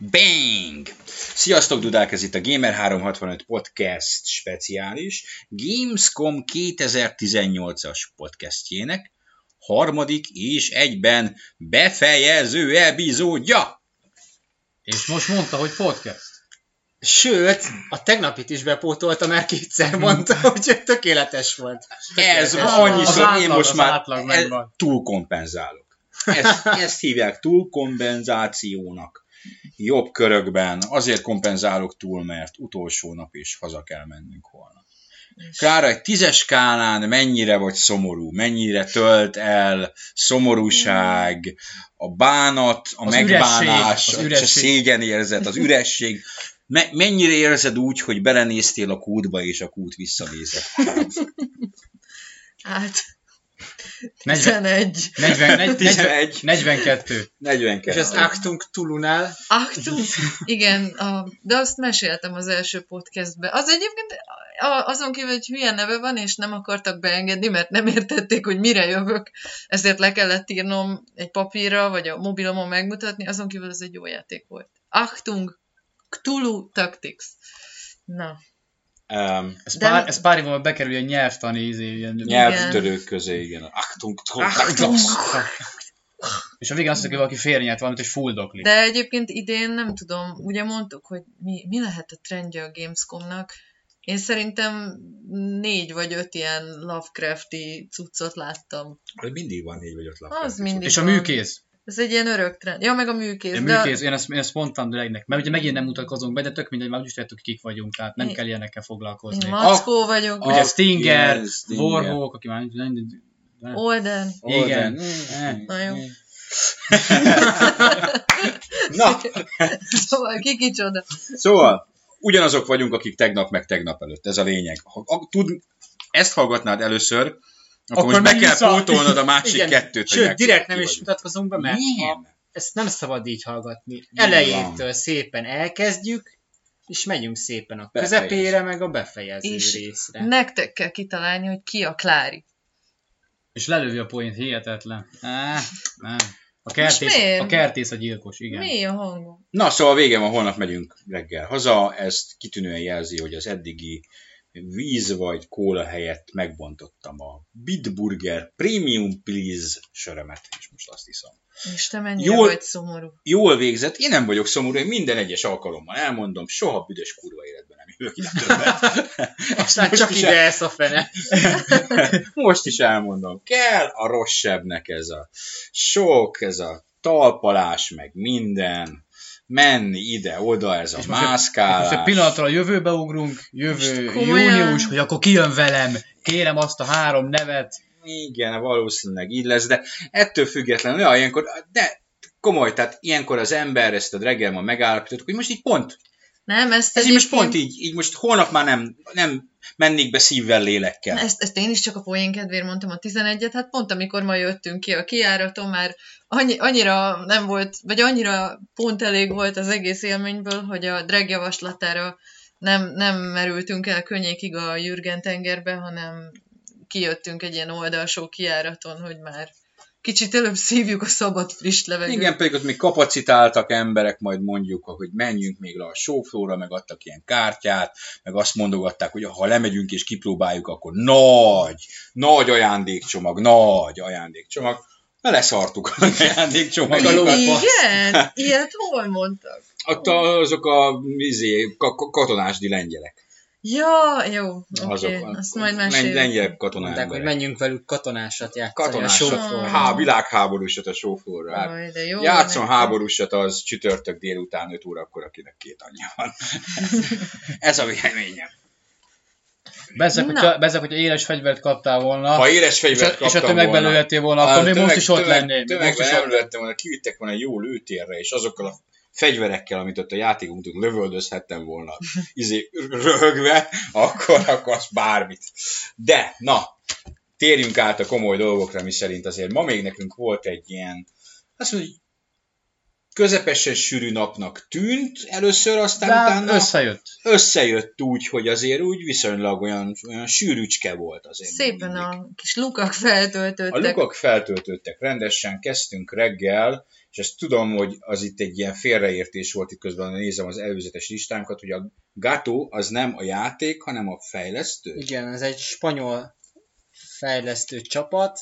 Bang! Sziasztok, dudák, ez itt a Gamer365 Podcast speciális Gamescom 2018-as podcastjének harmadik és egyben befejező epizódja. És most mondta, hogy podcast. Sőt, a tegnapit is bepótolta, mert kétszer mondta, hogy tökéletes volt. Ez annyiszor, én most már megvan. túlkompenzálok. Ezt hívják túlkompenzációnak. Jobb körökben azért kompenzálok túl, mert utolsó nap is haza kell mennünk holnap. Klára, egy 10-es skálán mennyire vagy szomorú, mennyire tölt el szomorúság, a bánat, a megbánás, a szégyenérzet, az üresség. Mennyire érzed úgy, hogy belenéztél a kútba, és a kút visszanézett? Hát... 11. 42. És ez Achtung Tulunál. Achtung, igen, de azt meséltem az első podcastben. Az egyébként azon kívül, hogy hülye neve van, és nem akartak beengedni, mert nem értették, hogy mire jövök. Ezért le kellett írnom egy papírra, vagy a mobilomon megmutatni, azon kívül ez egy jó játék volt. Achtung, Cthulhu Tactics. Na. Ez pár évvel bekerül egy nyelvtani nyelvtörők közé, igen. Achtung. És a végén azt mondja, hogy valaki félrenyelt valamit, és fulldokli. De egyébként idén nem tudom, ugye mondtuk, hogy mi lehet a trendje a Gamescomnak. Én szerintem 4 vagy 5 ilyen Lovecrafti cuccot láttam. Mindig van 4 vagy 5 Lovecraft. Az mindig és van. A műkéz. Ez egy ilyen örök trend. Ja, meg a műkéz. A műkéz, én ezt mondtam Dregnek, mert ugye megint nem mutatkozunk be, de tök mindegy, már úgyis tudjátok, kik vagyunk, tehát nem kell ilyenekkel foglalkozni. Én Mackó vagyok. Ugye Stinger, Warhawk, aki már... Olden. Igen. Na jó. Na. Szóval ki kicsoda. Szóval, ugyanazok vagyunk, akik tegnap meg tegnap előtt. Ez a lényeg. Ha ezt hallgatnád először, akkor most be kell pótolnod a másik igen. kettőt. Sőt, direkt nem is mutatkozunk be, mert ezt nem szabad így hallgatni. Elejétől szépen elkezdjük, és megyünk szépen a közepére, meg a befejező részre. Nektek kell kitalálni, hogy ki a Klári. És lelövi a poént, hihetetlen. Nem. A kertész a gyilkos, igen. Mi a hangom? Na, szóval vége van, holnap megyünk reggel haza. Ezt kitűnően jelzi, hogy az eddigi víz vagy kóla helyett megbontottam a Bitburger Premium Please sörömet, és most azt hiszem. És te mennyire vagy szomorú? Jól végzett, én nem vagyok szomorú, én minden egyes alkalommal elmondom, soha büdös kurva életben nem jövök ide többet. Aztán csak ide ez a fene. Most is elmondom, kell a rosszabbnek ez a sok, ez a talpalás, meg minden, menni ide-oda, ez a mászkálás. Most egy pillanatra a jövőbe ugrunk, június, hogy akkor ki jön velem, kérem azt a 3 nevet. Igen, valószínűleg így lesz, de ettől függetlenül, ilyenkor, de komoly, tehát ilyenkor az ember, ezt a reggel ma megállapítottuk, hogy most így pont. Nem, ezt így most pont így most holnap már nem mennék be szívvel, lélekkel. Ezt én is csak a poén kedvéért mondtam a 11-et, hát pont amikor ma jöttünk ki a kijáraton, már annyira nem volt, vagy annyira pont elég volt az egész élményből, hogy a drag javaslatára nem merültünk el könnyékig a Jürgen tengerbe, hanem kijöttünk egy ilyen oldalsó kijáraton, hogy már kicsit előbb szívjuk a szabad, friss levegőt. Igen, pedig ott még kapacitáltak emberek, majd mondjuk, hogy menjünk még le a showfloorra, meg adtak ilyen kártyát, meg azt mondogatták, hogy ha lemegyünk és kipróbáljuk, akkor nagy ajándékcsomag. Leszartuk az ajándékcsomag. Igen? Ilyet hol mondtak? Ott azok a katonásdi lengyelek. Ja, jó, oké, azt majd mesélünk. Lengyel katona emberek. Hogy menjünk velük katonásat játszani a showfloorra. Világháborúsat a showfloorra. Játszon háborúsat az csütörtök délután 5 órakor, akinek 2 anyja van. Ez a véleményem. Bezzeg, hogyha éles fegyvert kaptál volna, ha éles fegyvert kaptam és a tömegben lőhettél volna, akkor még most is ott lennél. Tömegben nem lőhettem volna, kivittek volna egy jó lőtérre, és azokkal a fegyverekkel, amit ott a játékunk tud, lövöldözhettem volna röhögve, akkor az bármit. De, na, térjünk át a komoly dolgokra, mi szerint azért ma még nekünk volt egy ilyen, azt mondja, közepesen sűrű napnak tűnt először, aztán de utána összejött úgy, hogy azért úgy viszonylag olyan sűrűcske volt azért. Szépen mindig. a kis lukak feltöltöttek. A lukak feltöltöttek rendesen, kezdtünk reggel, és ezt tudom, hogy az itt egy ilyen félreértés volt, itt közben nézem az előzetes listánkat, hogy a Gato az nem a játék, hanem a fejlesztő. Igen, ez egy spanyol fejlesztő csapat,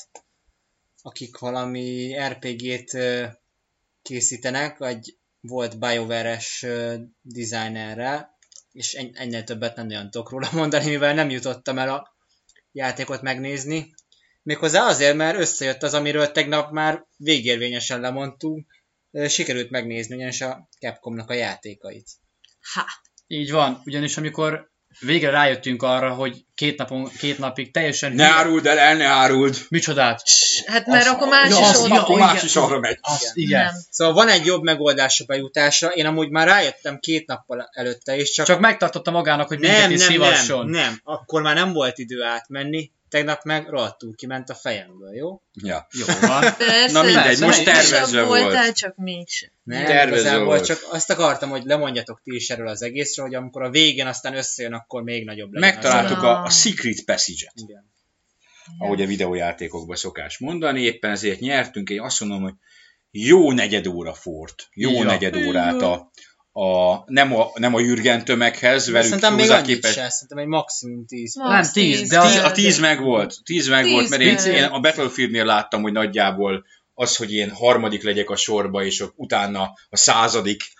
akik valami RPG-t készítenek, vagy volt BioWare-es designerrel, és ennél többet nem nagyon tudok róla mondani, mivel nem jutottam el a játékot megnézni. Méghozzá azért, mert összejött az, amiről tegnap már végérvényesen lemondtunk, sikerült megnézni ugyanis a Capcomnak a játékait. Ha! Így van, ugyanis amikor végre rájöttünk arra, hogy két napig teljesen... Ne áruld el, ne áruld! Micsodát? Hát mert akkor más is akkor más is arra megy. Igen. Nem. Szóval van egy jobb megoldás a bejutásra, én amúgy már rájöttem 2 nappal előtte is, csak megtartotta magának, hogy minket is szívasson. nem, akkor már nem volt idő átmenni, tegnap meg rohadtul kiment a fejemből, jó? Ja. Jó van. Persze, Na mindegy, persze, most persze. tervezve voltál, volt. csak mégsem. Nem, Tervező igazából volt. csak azt akartam, hogy lemondjatok ti is erről az egészről, hogy amikor a végén aztán összejön, akkor még nagyobb legyen. Megtaláltuk Ah. a Secret Passage-et, Igen. ahogy a videójátékokban szokás mondani, éppen ezért nyertünk, én azt mondom, hogy jó negyed óra fort, jó Igen. negyed órát nem a Jürgen tömeghez, velük Szerintem még annyit hozzáképest. sem, szerintem egy maximum 10. Nem, 10, de A 10 meg volt, 10 meg volt, mert én 10. a Battlefieldnél láttam, hogy nagyjából az, hogy én harmadik legyek a sorba, és utána a 100.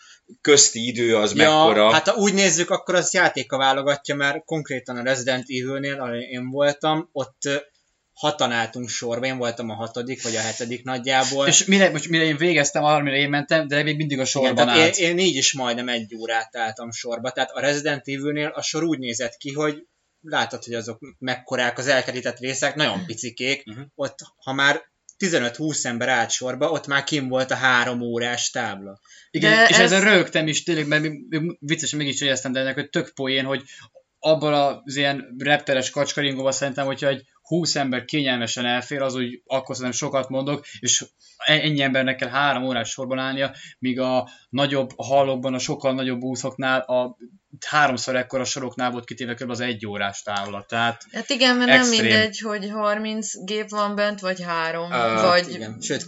közti idő az mekkora. Hát ha úgy nézzük, akkor az játéka válogatja, mert konkrétan a Resident Evil-nél, ahol én voltam, ott 6-an álltunk sorba, én voltam a 6. vagy a 7. nagyjából. És mire én végeztem, amire én mentem, de még mindig a sorban Igen, állt. én így is majdnem 1 órát álltam sorba. Tehát a Resident Evil-nél a sor úgy nézett ki, hogy látod, hogy azok mekkorák az elkerített részek, nagyon picikék. Ott, ha már 15-20 ember állt sorba, ott már kim volt a 3 órás tábla. Igen, De és ez- ezzel rögtem is tényleg, mert viccesen mégis éreztem, de ennek hogy tök poén, hogy abban az ilyen repteres kacskaringóban szerintem, hogyha egy 20 ember kényelmesen elfér, az úgy akkor szerintem sokat mondok, és ennyi embernek kell 3 órás sorban állnia, míg a nagyobb hallokban, a sokkal nagyobb úszoknál a 3-szor ekkora soroknál volt kitéve kb. Az 1 órás távlat. Tehát Hát igen, mert Extrém. nem mindegy, hogy 30 gép van bent, vagy 3, vagy... Igen. Sőt,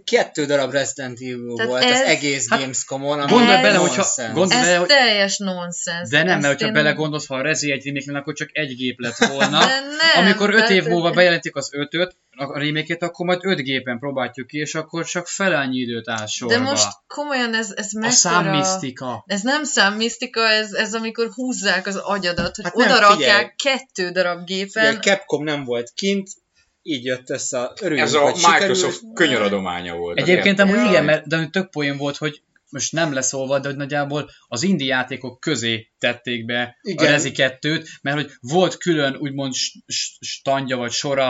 2 darab Resident Evil Tehát volt ez- az egész Gamescom-on, ami gondolj Ez- bele, hogyha nonsens. gondolj bele, Ez hogy teljes nonsens. de nem, mert Ezt hogyha én- belegondolsz, ha a Rezi egy remake akkor csak 1 gép lett volna. De nem, Amikor 5 év tehát- múlva bejelentik az 5-öt, a remake-ét, akkor majd 5 gépen próbáljuk ki, és akkor csak fele annyi időt áll sorba. De most komolyan ez a mekkora... számmisztika. Ez nem számmisztika, ez amikor húzzák az agyadat, hogy Hát nem, oda figyelj. rakják 2 darab Ugye, gépen. a Capcom nem volt kint, így jött össze, örülünk, Ez a hogy Microsoft sikerült. könyöradománya volt. Egyébként Érted? amúgy igen, mert de tök poén volt, hogy most nem leszólva, de hogy nagyjából az indie játékok közé tették be Igen. a Rezi 2-t, mert hogy volt külön úgymond standja vagy sora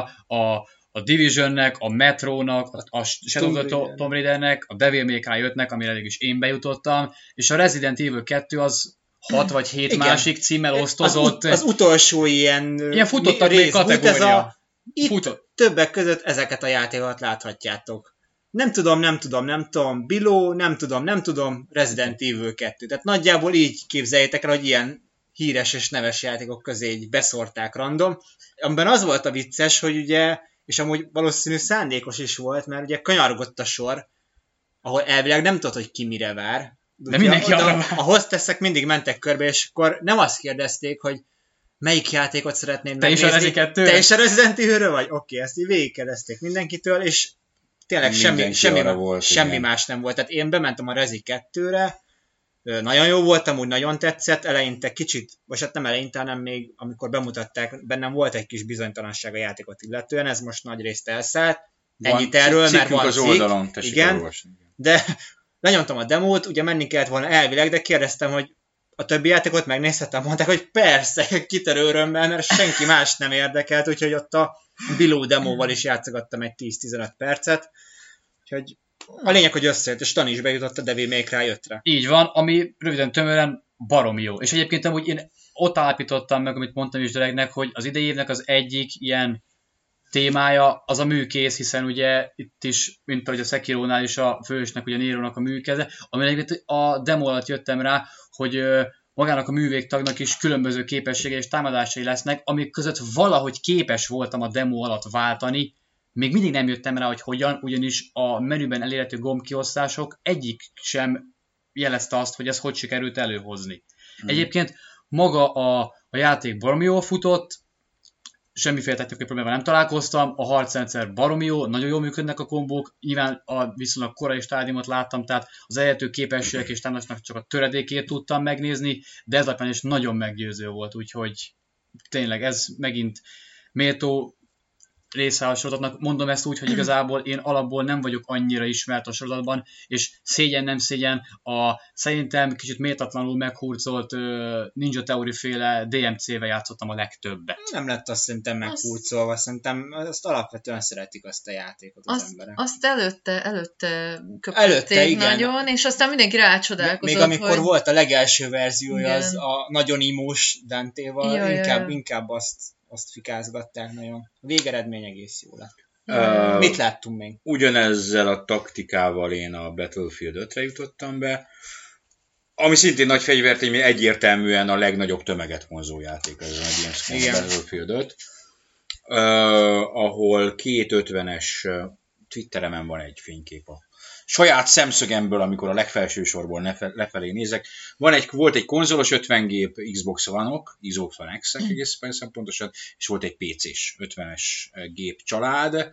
a Divisionnek, a Metrónak, a Shadow of the Tomb Raidernek, a Devil May Cry 5-nek, amire eddig is én bejutottam, és a Resident Evil 2 az 6 vagy 7 Igen. másik címmel osztozott. Az utolsó ilyen futottak még rész volt, ez kategória. itt Futott. többek között ezeket a játékokat láthatjátok. Nem tudom, Below, nem tudom, Resident Evil 2. Tehát nagyjából így képzeljétek el, hogy ilyen híres és neves játékok közé így beszórták random. Amiben az volt a vicces, hogy ugye, és amúgy valószínű szándékos is volt, mert ugye kanyargott a sor, ahol elvileg nem tudod, hogy ki mire vár. De mindenki oda, arra vár. a hostessek mindig mentek körbe, és akkor nem azt kérdezték, hogy melyik játékot szeretnéd Te is a megnézni. Rezi 2-re? Te is a Resident Evil-ről vagy? Oké, ezt így végigkérdezték mindenkitől, és tényleg Mindenki arra volt, semmi igen. más nem volt. Tehát én bementem a Rezi 2-re, nagyon jó voltam, úgy nagyon tetszett, eleinte kicsit, vagy hát nem eleinte, hanem még amikor bemutatták, bennem volt egy kis bizonytalanság a játékot illetően, ez most nagy részt elszállt. Ennyit erről, mert cikkünk van az cikk, oldalon, tessék igen, olvasni. de lenyomtam a demót, ugye menni kellett volna elvileg, de kérdeztem, hogy a többi játékot megnézhetem, mondták, hogy persze, kitörő örömmel, mert senki más nem érdekelt, úgyhogy ott a Below demóval is játszogattam egy 10-15 percet. Úgyhogy a lényeg, hogy összejött, és Tani is bejutott a Devil May Cry 5-re. Így van, ami röviden tömören baromi jó. És egyébként amúgy én ott állapítottam meg, amit mondtam is Dregnek, hogy az idei évnek az egyik ilyen témája az a műkész, hiszen ugye itt is, mint ahogy a Sekirónál is a főhősnek, ugye Nérónak a műkeze, amire a demo alatt jöttem rá, hogy magának a művégtagnak is különböző képességei és támadásai lesznek, amik között valahogy képes voltam a demo alatt váltani, még mindig nem jöttem rá, hogy hogyan, ugyanis a menüben elérhető gombkiosztások egyik sem jelezte azt, hogy ez hogy sikerült előhozni. Egyébként maga a játék baromi jól futott, semmiféle technikai problémával nem találkoztam, a harcrendszer baromi jó, nagyon jól működnek a kombók, nyilván a viszonylag korai stádiumot láttam, tehát az elérhető képességek és támadásnak csak a töredékét tudtam megnézni, de ez alapján is nagyon meggyőző volt, úgyhogy tényleg ez megint méltó része a sorozatnak. Mondom ezt úgy, hogy igazából én alapból nem vagyok annyira ismert a sorozatban, és szégyen nem szégyen a szerintem kicsit méltatlanul meghurcolt Ninja Theory féle DMC-vel játszottam a legtöbbet. Nem lett azt szerintem meghurcolva, szerintem azt alapvetően szeretik azt a játékot az emberek. Azt előtte köpötték igen. Nagyon, és aztán mindenki rácsodálkozott. Még amikor volt a legelső verziója, igen. Az a nagyon imós Dante-val, inkább azt fikázgatták nagyon. A végeredmény egész jó lett. Mit láttunk még? Ugyanezzel a taktikával én a Battlefield 5-re jutottam be, ami szintén nagy fegyvertény, egyértelműen a legnagyobb tömeget vonzó játék ez a Gamescom Battlefield 5, ahol 250-es Twitteremen van egy fénykép a saját szemszögemből, amikor a legfelső sorból lefelé nézek. Volt egy konzolos 50 gép Xbox One-ok, Xbox One X-ek egészen pontosan, és volt egy PC-s 50-es gép család.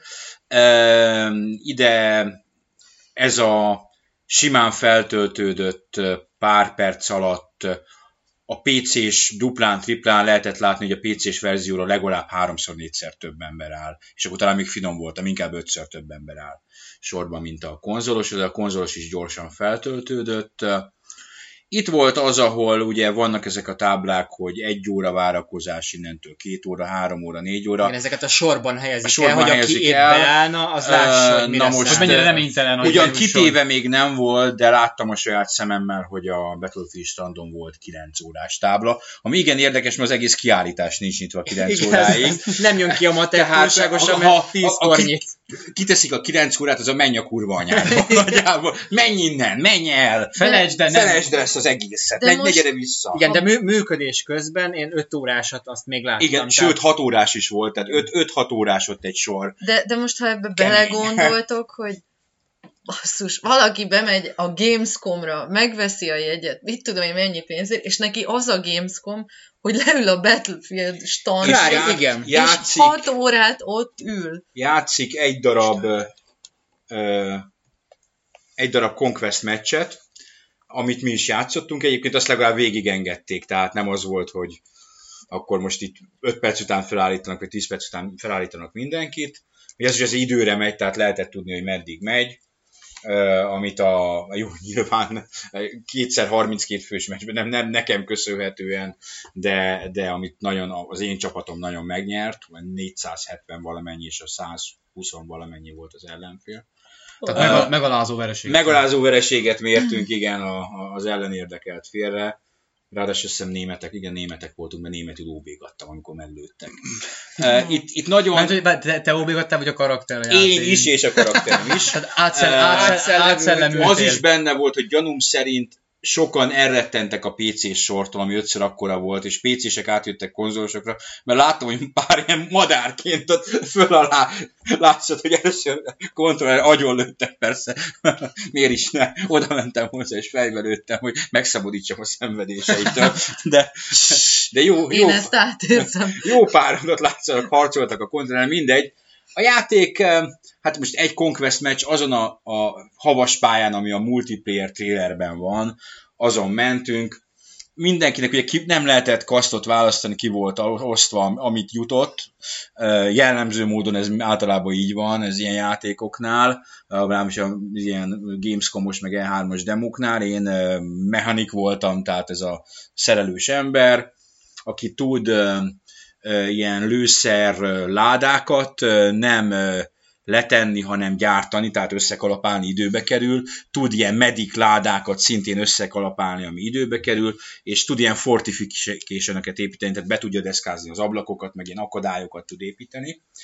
Ide ez a simán feltöltődött pár perc alatt a PC-s duplán, triplán lehetett látni, hogy a PC-s verzióra legalább 3-4-szer több ember áll. És akkor talán még finom voltam, inkább 5-szer több ember áll sorban, mint a konzolos, de a konzolos is gyorsan feltöltődött. Itt volt az, ahol ugye vannak ezek a táblák, hogy 1 óra várakozás, innentől 2 óra, 3 óra, 4 óra. Igen, ezeket a sorban helyezik el, hogy aki épp beállna, az lássa, hogy mire most mennyire reménytelen. Ugyan kitéve még nem volt, de láttam a saját szememmel, hogy a Battlefield standon volt 9 órás tábla, ami igen érdekes, mert az egész kiállítás nincs nyitva 9 igen, óráig. Nem jön ki a matek túlságosan, mert 10-kor nyit. Kiteszik a 9 órát, az a menj a kurva anyába. Nagyjából. Menj innen, menj el! Felejtsd el ezt az egészet, ne gyere vissza. Igen, de működés közben én 5 órásat azt még láttam. Igen, sőt 6 órás is volt, tehát 5-6 órás ott egy sor. De most ha ebbe belegondoltok, hogy basszus, valaki bemegy a Gamescomra, megveszi a jegyet, mit tudom én mennyi pénzért, és neki az a Gamescom, hogy leül a Battlefield standra, igen. És 6 órát ott ül. Játszik egy darab Conquest meccset, amit mi is játszottunk, egyébként azt legalább végig engedték, tehát nem az volt, hogy akkor most itt 5 perc után felállítanak, vagy 10 perc után felállítanak mindenkit. Ez is az időre megy, tehát lehetett tudni, hogy meddig megy, amit jó, nyilván 2x32 fős meccsben, nem nekem köszönhetően, de amit nagyon, az én csapatom nagyon megnyert, 470 valamennyi, és a 120 valamennyi volt az ellenfél. Tehát megalázó vereség. Megalázó vereséget mértünk, igen, az ellen érdekelt félre. Ráadásul azt hiszem németek voltunk, mert németül óbégattam, amikor mellőttek. Itt nagyon... Te óbégattál, vagy a karakter? Én is, és a karakterem is. Átszellemültél. Az is benne volt, hogy gyanúm szerint sokan elrettentek a PC-s sortól, ami 5-ször akkora volt, és PC-sek átjöttek konzolosokra, mert láttam, hogy pár ilyen madárként ott föl alá látszott, hogy először kontroller agyon lőttek persze. Miért is ne? Oda mentem hozzá, és fejbe lőttem, hogy megszabadítsam a szenvedéseitől. De jó, én ezt átérzem. Jó páradat látszanak, harcoltak a kontroller, mindegy. A játék, hát most egy Conquest meccs azon a havas pályán, ami a multiplayer trailerben van, azon mentünk. Mindenkinek ugye nem lehetett kasztot választani, ki volt osztva, amit jutott. Jellemző módon ez általában így van, ez ilyen játékoknál, legalábbis az ilyen Gamescom-os meg E3-os demóknál. Én mechanik voltam, tehát ez a szerelős ember, aki tud ilyen lőszer ládákat nem letenni, hanem gyártani, tehát összekalapálni, időbe kerül, tud ilyen medic ládákat szintén összekalapálni, ami időbe kerül, és tud ilyen fortification-öket építeni, tehát be tudja deszkázni az ablakokat, meg ilyen akadályokat tud építeni.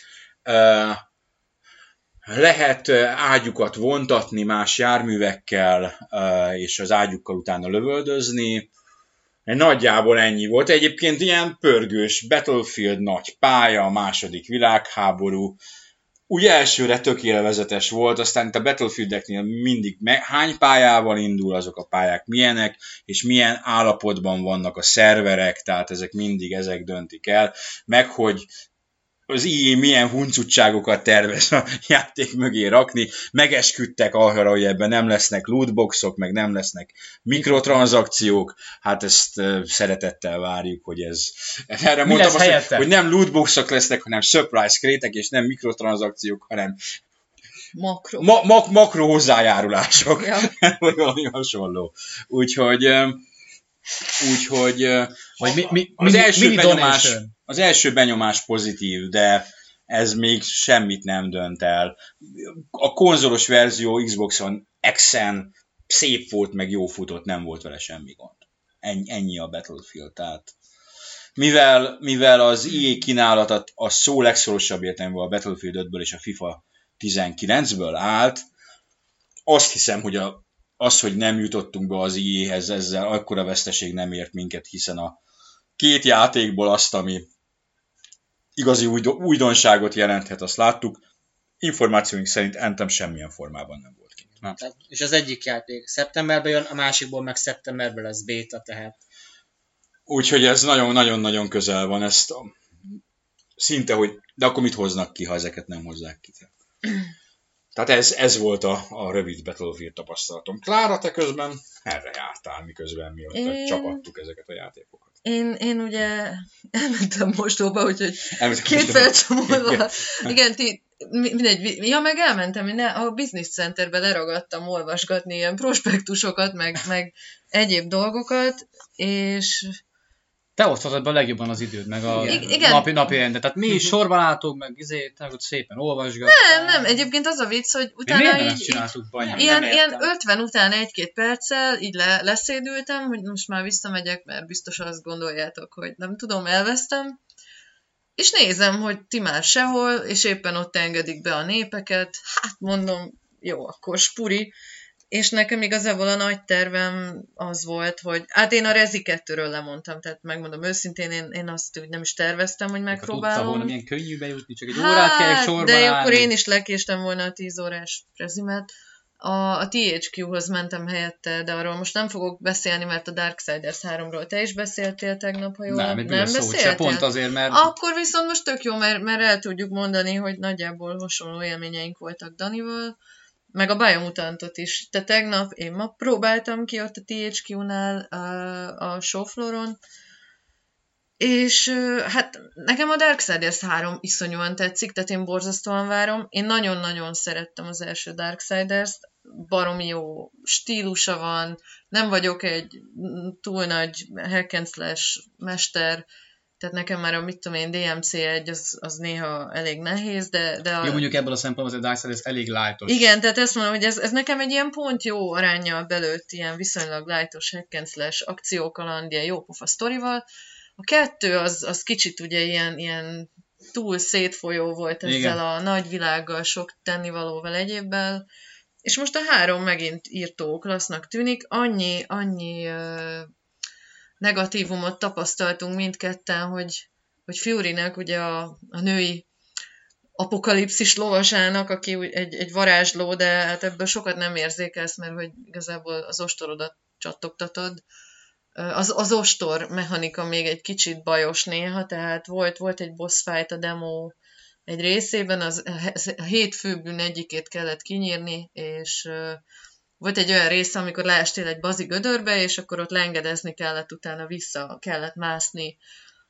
Lehet ágyukat vontatni más járművekkel, és az ágyukkal utána lövöldözni. Nagyjából ennyi volt. Egyébként ilyen pörgős Battlefield, nagy pálya, a második világháború. Úgy elsőre tök élvezetes volt, aztán itt a Battlefieldeknél mindig hány pályával indul, azok a pályák milyenek, és milyen állapotban vannak a szerverek, tehát ezek döntik el, meg hogy az EA milyen huncutságokat tervez a játék mögé rakni, megesküdtek arra, hogy ebben nem lesznek lootboxok, meg nem lesznek mikrotranszakciók, hát ezt szeretettel várjuk, hogy ez... Erre Mi mondtam lesz azt, hogy nem lootboxok lesznek, hanem surprise krétek, és nem mikrotranszakciók, hanem makro hozzájárulások, Ja. vagy valami hasonló. Úgyhogy az első benyomás pozitív, de ez még semmit nem dönt el. A konzolos verzió Xboxon X-en szép volt, meg jó futott, nem volt vele semmi gond. Ennyi a Battlefield. Tehát mivel az EA kínálatot a szó legszorosabb értelemben a Battlefield 5-ből és a FIFA 19-ből állt, azt hiszem, hogy az, hogy nem jutottunk be az EA-hez ezzel, akkora veszteség nem ért minket, hiszen a két játékból azt, ami igazi újdonságot jelenthet, azt láttuk. Információink szerint Anthem semmilyen formában nem volt kint. Na. És az egyik játék szeptemberben jön, a másikból meg szeptemberben lesz béta, tehát. Úgyhogy ez nagyon-nagyon közel van, ezt szinte, hogy de akkor mit hoznak ki, ha ezeket nem hozzák ki? Tehát ez volt a rövid Battlefield tapasztalatom. Klára, te közben erre jártál, miközben mi ott csapattuk ezeket a játékokat. Én ugye elmentem mostóba, úgyhogy 2 perc múlva. Igen, mindegy. Ja, meg elmentem, a Business Centerbe leragadtam olvasgatni ilyen prospektusokat, meg egyéb dolgokat, és... Te oszthatod be a legjobban az időd, meg a igen. napi rendet. Tehát mi is sorban álltunk, meg ott szépen olvasgat. Nem, egyébként az a vicc, hogy utána ilyen 50 után 1-2 perccel így leszédültem, hogy most már visszamegyek, mert biztos azt gondoljátok, hogy nem tudom, elvesztem. És nézem, hogy ti már sehol, és éppen ott engedik be a népeket. Hát mondom, jó, akkor spuri. És nekem igazából a nagy tervem az volt, hogy hát én a Rezi 2-ről lemondtam, tehát megmondom őszintén, én azt úgy nem is terveztem, hogy megpróbálom. Tudta volna milyen könnyű bejutni, csak egy órát kell sorban de állni. akkor én is lekéstem volna a 10 órás Rezimet. A THQ-hoz mentem helyette, de arról most nem fogok beszélni, mert a Darksiders 3-ról te is beszéltél tegnap, ha jól nem beszéltél? Pont azért, mert... Akkor viszont most tök jó, mert el tudjuk mondani, hogy nagyjából hasonló élményeink voltak Danival, meg a Biomutantot is. Te tegnap én ma próbáltam ki ott a THQ-nál a showflooron, és hát nekem a Darksiders 3 iszonyúan tetszik, tehát én borzasztóan várom. Én nagyon-nagyon szerettem az első Darksiders-t, baromi jó stílusa van, nem vagyok egy túl nagy hack and slash mester, tehát nekem már a DMC1 az néha elég nehéz, de Jó, mondjuk ebből a szempontból az a Darksiders elég lightos. Igen, tehát ezt mondom, hogy ez nekem egy ilyen pont jó aránnyal belőtt, ilyen viszonylag lightos hack and slash akciókaland, ilyen jó pofa sztorival. A 2 az kicsit ugye ilyen túl szétfolyó volt ezzel igen. A nagy világgal, sok tennivalóval egyébbel, és most a 3 megint írtó klassznak tűnik, annyi negatívumot tapasztaltunk mindketten, hogy Furynek ugye a női apokalipszis lovasának, aki egy varázsló, de hát ebből sokat nem érzékelsz, mert hogy igazából az ostorodat csattogtatod. Az ostor mechanika még egy kicsit bajos néha, tehát volt egy boss fight a demo egy részében, a 7 főbűn egyikét kellett kinyírni, és volt egy olyan rész, amikor leestél egy bazi gödörbe, és akkor ott lengedezni kellett, utána vissza kellett mászni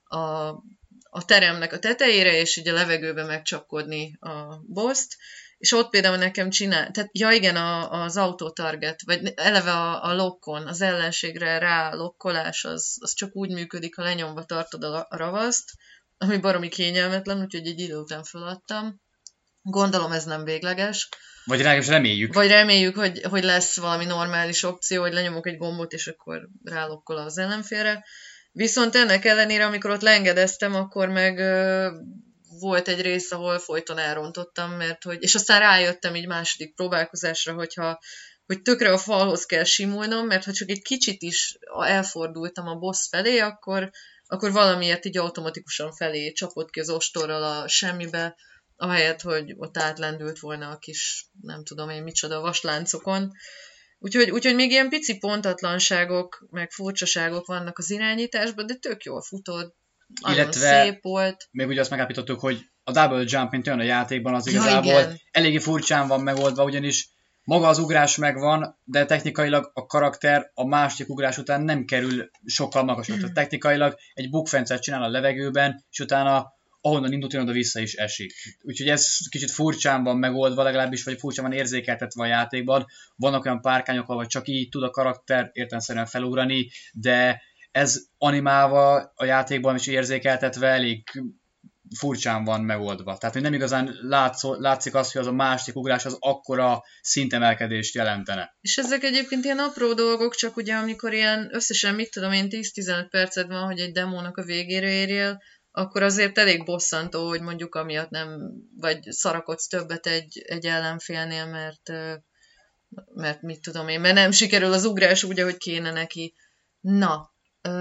a teremnek a tetejére, és így a levegőbe megcsapkodni a bosst, és ott például nekem tehát ja igen, az autotarget, vagy eleve a lokkon, az ellenségre rá lokkolás, az csak úgy működik, ha lenyomva tartod a ravaszt, ami baromi kényelmetlen, úgyhogy egy idő után feladtam. Gondolom ez nem végleges. Vagy reméljük. Vagy reméljük, hogy lesz valami normális opció, hogy lenyomok egy gombot, és akkor rálokkol az ellenfélre. Viszont ennek ellenére, amikor ott leengedeztem, akkor meg volt egy rész, ahol folyton elrontottam, mert hogy, és aztán rájöttem így második próbálkozásra, hogy tökre a falhoz kell simulnom, mert ha csak egy kicsit is elfordultam a boss felé, akkor valamiért így automatikusan felé csapott ki az ostorral a semmibe, ahelyett, hogy ott átlendült volna a kis, nem tudom én micsoda, vasláncokon. Úgyhogy még ilyen pici pontatlanságok, meg furcsaságok vannak az irányításban, de tök jól futod, nagyon szép volt. Még ugye azt megállapítottuk, hogy a double jump, mint olyan a játékban, az igazából eléggé furcsán van megoldva, ugyanis maga az ugrás megvan, de technikailag a karakter a második ugrás után nem kerül sokkal magasabb. Tehát technikailag egy bukfencet csinál a levegőben, és utána ahonnan indult, oda vissza is esik. Úgyhogy ez kicsit furcsán van megoldva legalábbis, vagy furcsán van érzékeltetve a játékban. Vannak olyan párkányok, ahol csak így tud a karakter értelemszerűen felugrani, de ez animálva a játékban is érzékeltetve elég furcsán van megoldva. Tehát, hogy nem igazán látszik az, hogy az a második ugrás az akkora szintemelkedést jelentene. És ezek egyébként ilyen apró dolgok, csak ugye amikor ilyen összesen, mit tudom én, 10-15 perced van, hogy egy demónak a végére érjél, akkor azért elég bosszantó, hogy mondjuk amiatt nem, vagy szarakodsz többet egy ellenfélnél, mert mit tudom én, mert nem sikerül az ugrás úgy, ahogy kéne neki. Na,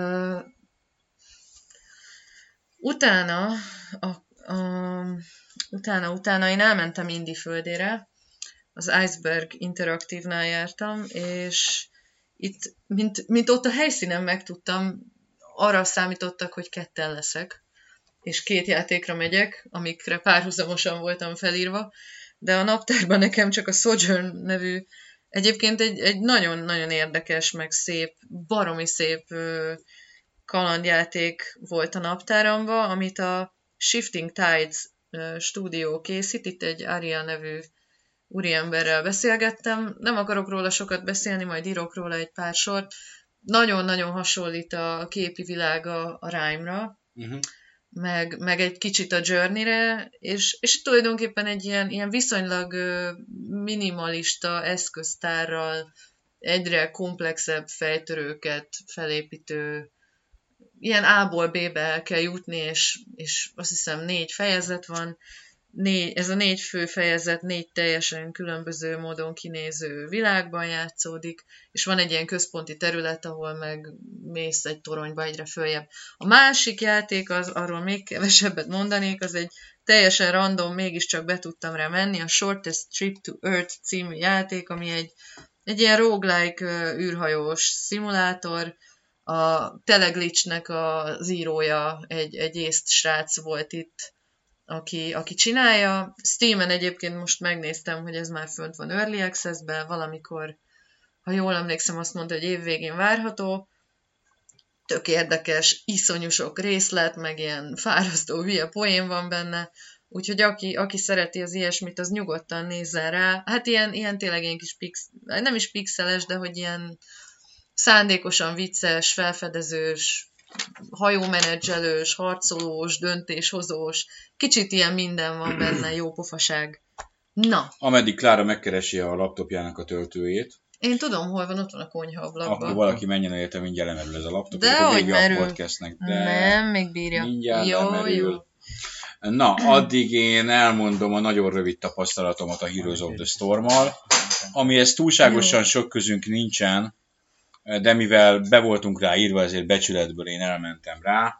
utána én elmentem Indi földére, az Iceberg Interactive-nál jártam, és itt, mint ott a helyszínen megtudtam, arra számítottak, hogy 2 leszek, és 2 játékra megyek, amikre párhuzamosan voltam felírva, de a naptárban nekem csak a Sojourn nevű, egyébként egy nagyon-nagyon érdekes, meg szép, baromi szép kalandjáték volt a naptáramban, amit a Shifting Tides stúdió készít, itt egy Ariel nevű úriemberrel beszélgettem, nem akarok róla sokat beszélni, majd írok róla egy pár sort, nagyon-nagyon hasonlít a képi világa a Rime-ra, meg egy kicsit a Journey-re, és tulajdonképpen egy ilyen viszonylag minimalista eszköztárral egyre komplexebb fejtörőket felépítő, ilyen A-ból B-be el kell jutni, és azt hiszem 4 fejezet van, ez a 4 fő fejezet 4 teljesen különböző módon kinéző világban játszódik, és van egy ilyen központi terület, ahol meg mész egy toronyba egyre följebb. A másik játék, arról még kevesebbet mondanék, az egy teljesen random, mégiscsak be tudtam rá menni, a Shortest Trip to Earth című játék, ami egy ilyen roguelike űrhajós szimulátor. A Teleglitchnek az írója egy észt srác volt itt, aki csinálja. Steamen egyébként most megnéztem, hogy ez már fönt van Early Access-ben, valamikor, ha jól emlékszem, azt mondta, hogy évvégén várható. Tök érdekes, iszonyú sok részlet, meg ilyen fárasztó hülye poén van benne, úgyhogy aki szereti az ilyesmit, az nyugodtan nézzen rá. Hát ilyen tényleg ilyen kis nem is pixeles, de hogy ilyen szándékosan vicces, felfedezős, hajómenedzselős, harcolós, döntéshozós, kicsit ilyen minden van benne, jó pofaság. Na. Ameddig Klára megkeresi a laptopjának a töltőjét. Én tudom, hol van, ott van a konyhaablakban. Akkor valaki menjen érte, mindjárt lemerül ez a laptop. De hogy merül? A podcastnek, de nem, még bírja. Mindjárt lemerül. Jó. Na, addig én elmondom a nagyon rövid tapasztalatomat a Heroes of the Storm-mal, amihez túlságosan sok közünk nincsen, de mivel be voltunk rá írva, ezért becsületből én elmentem rá.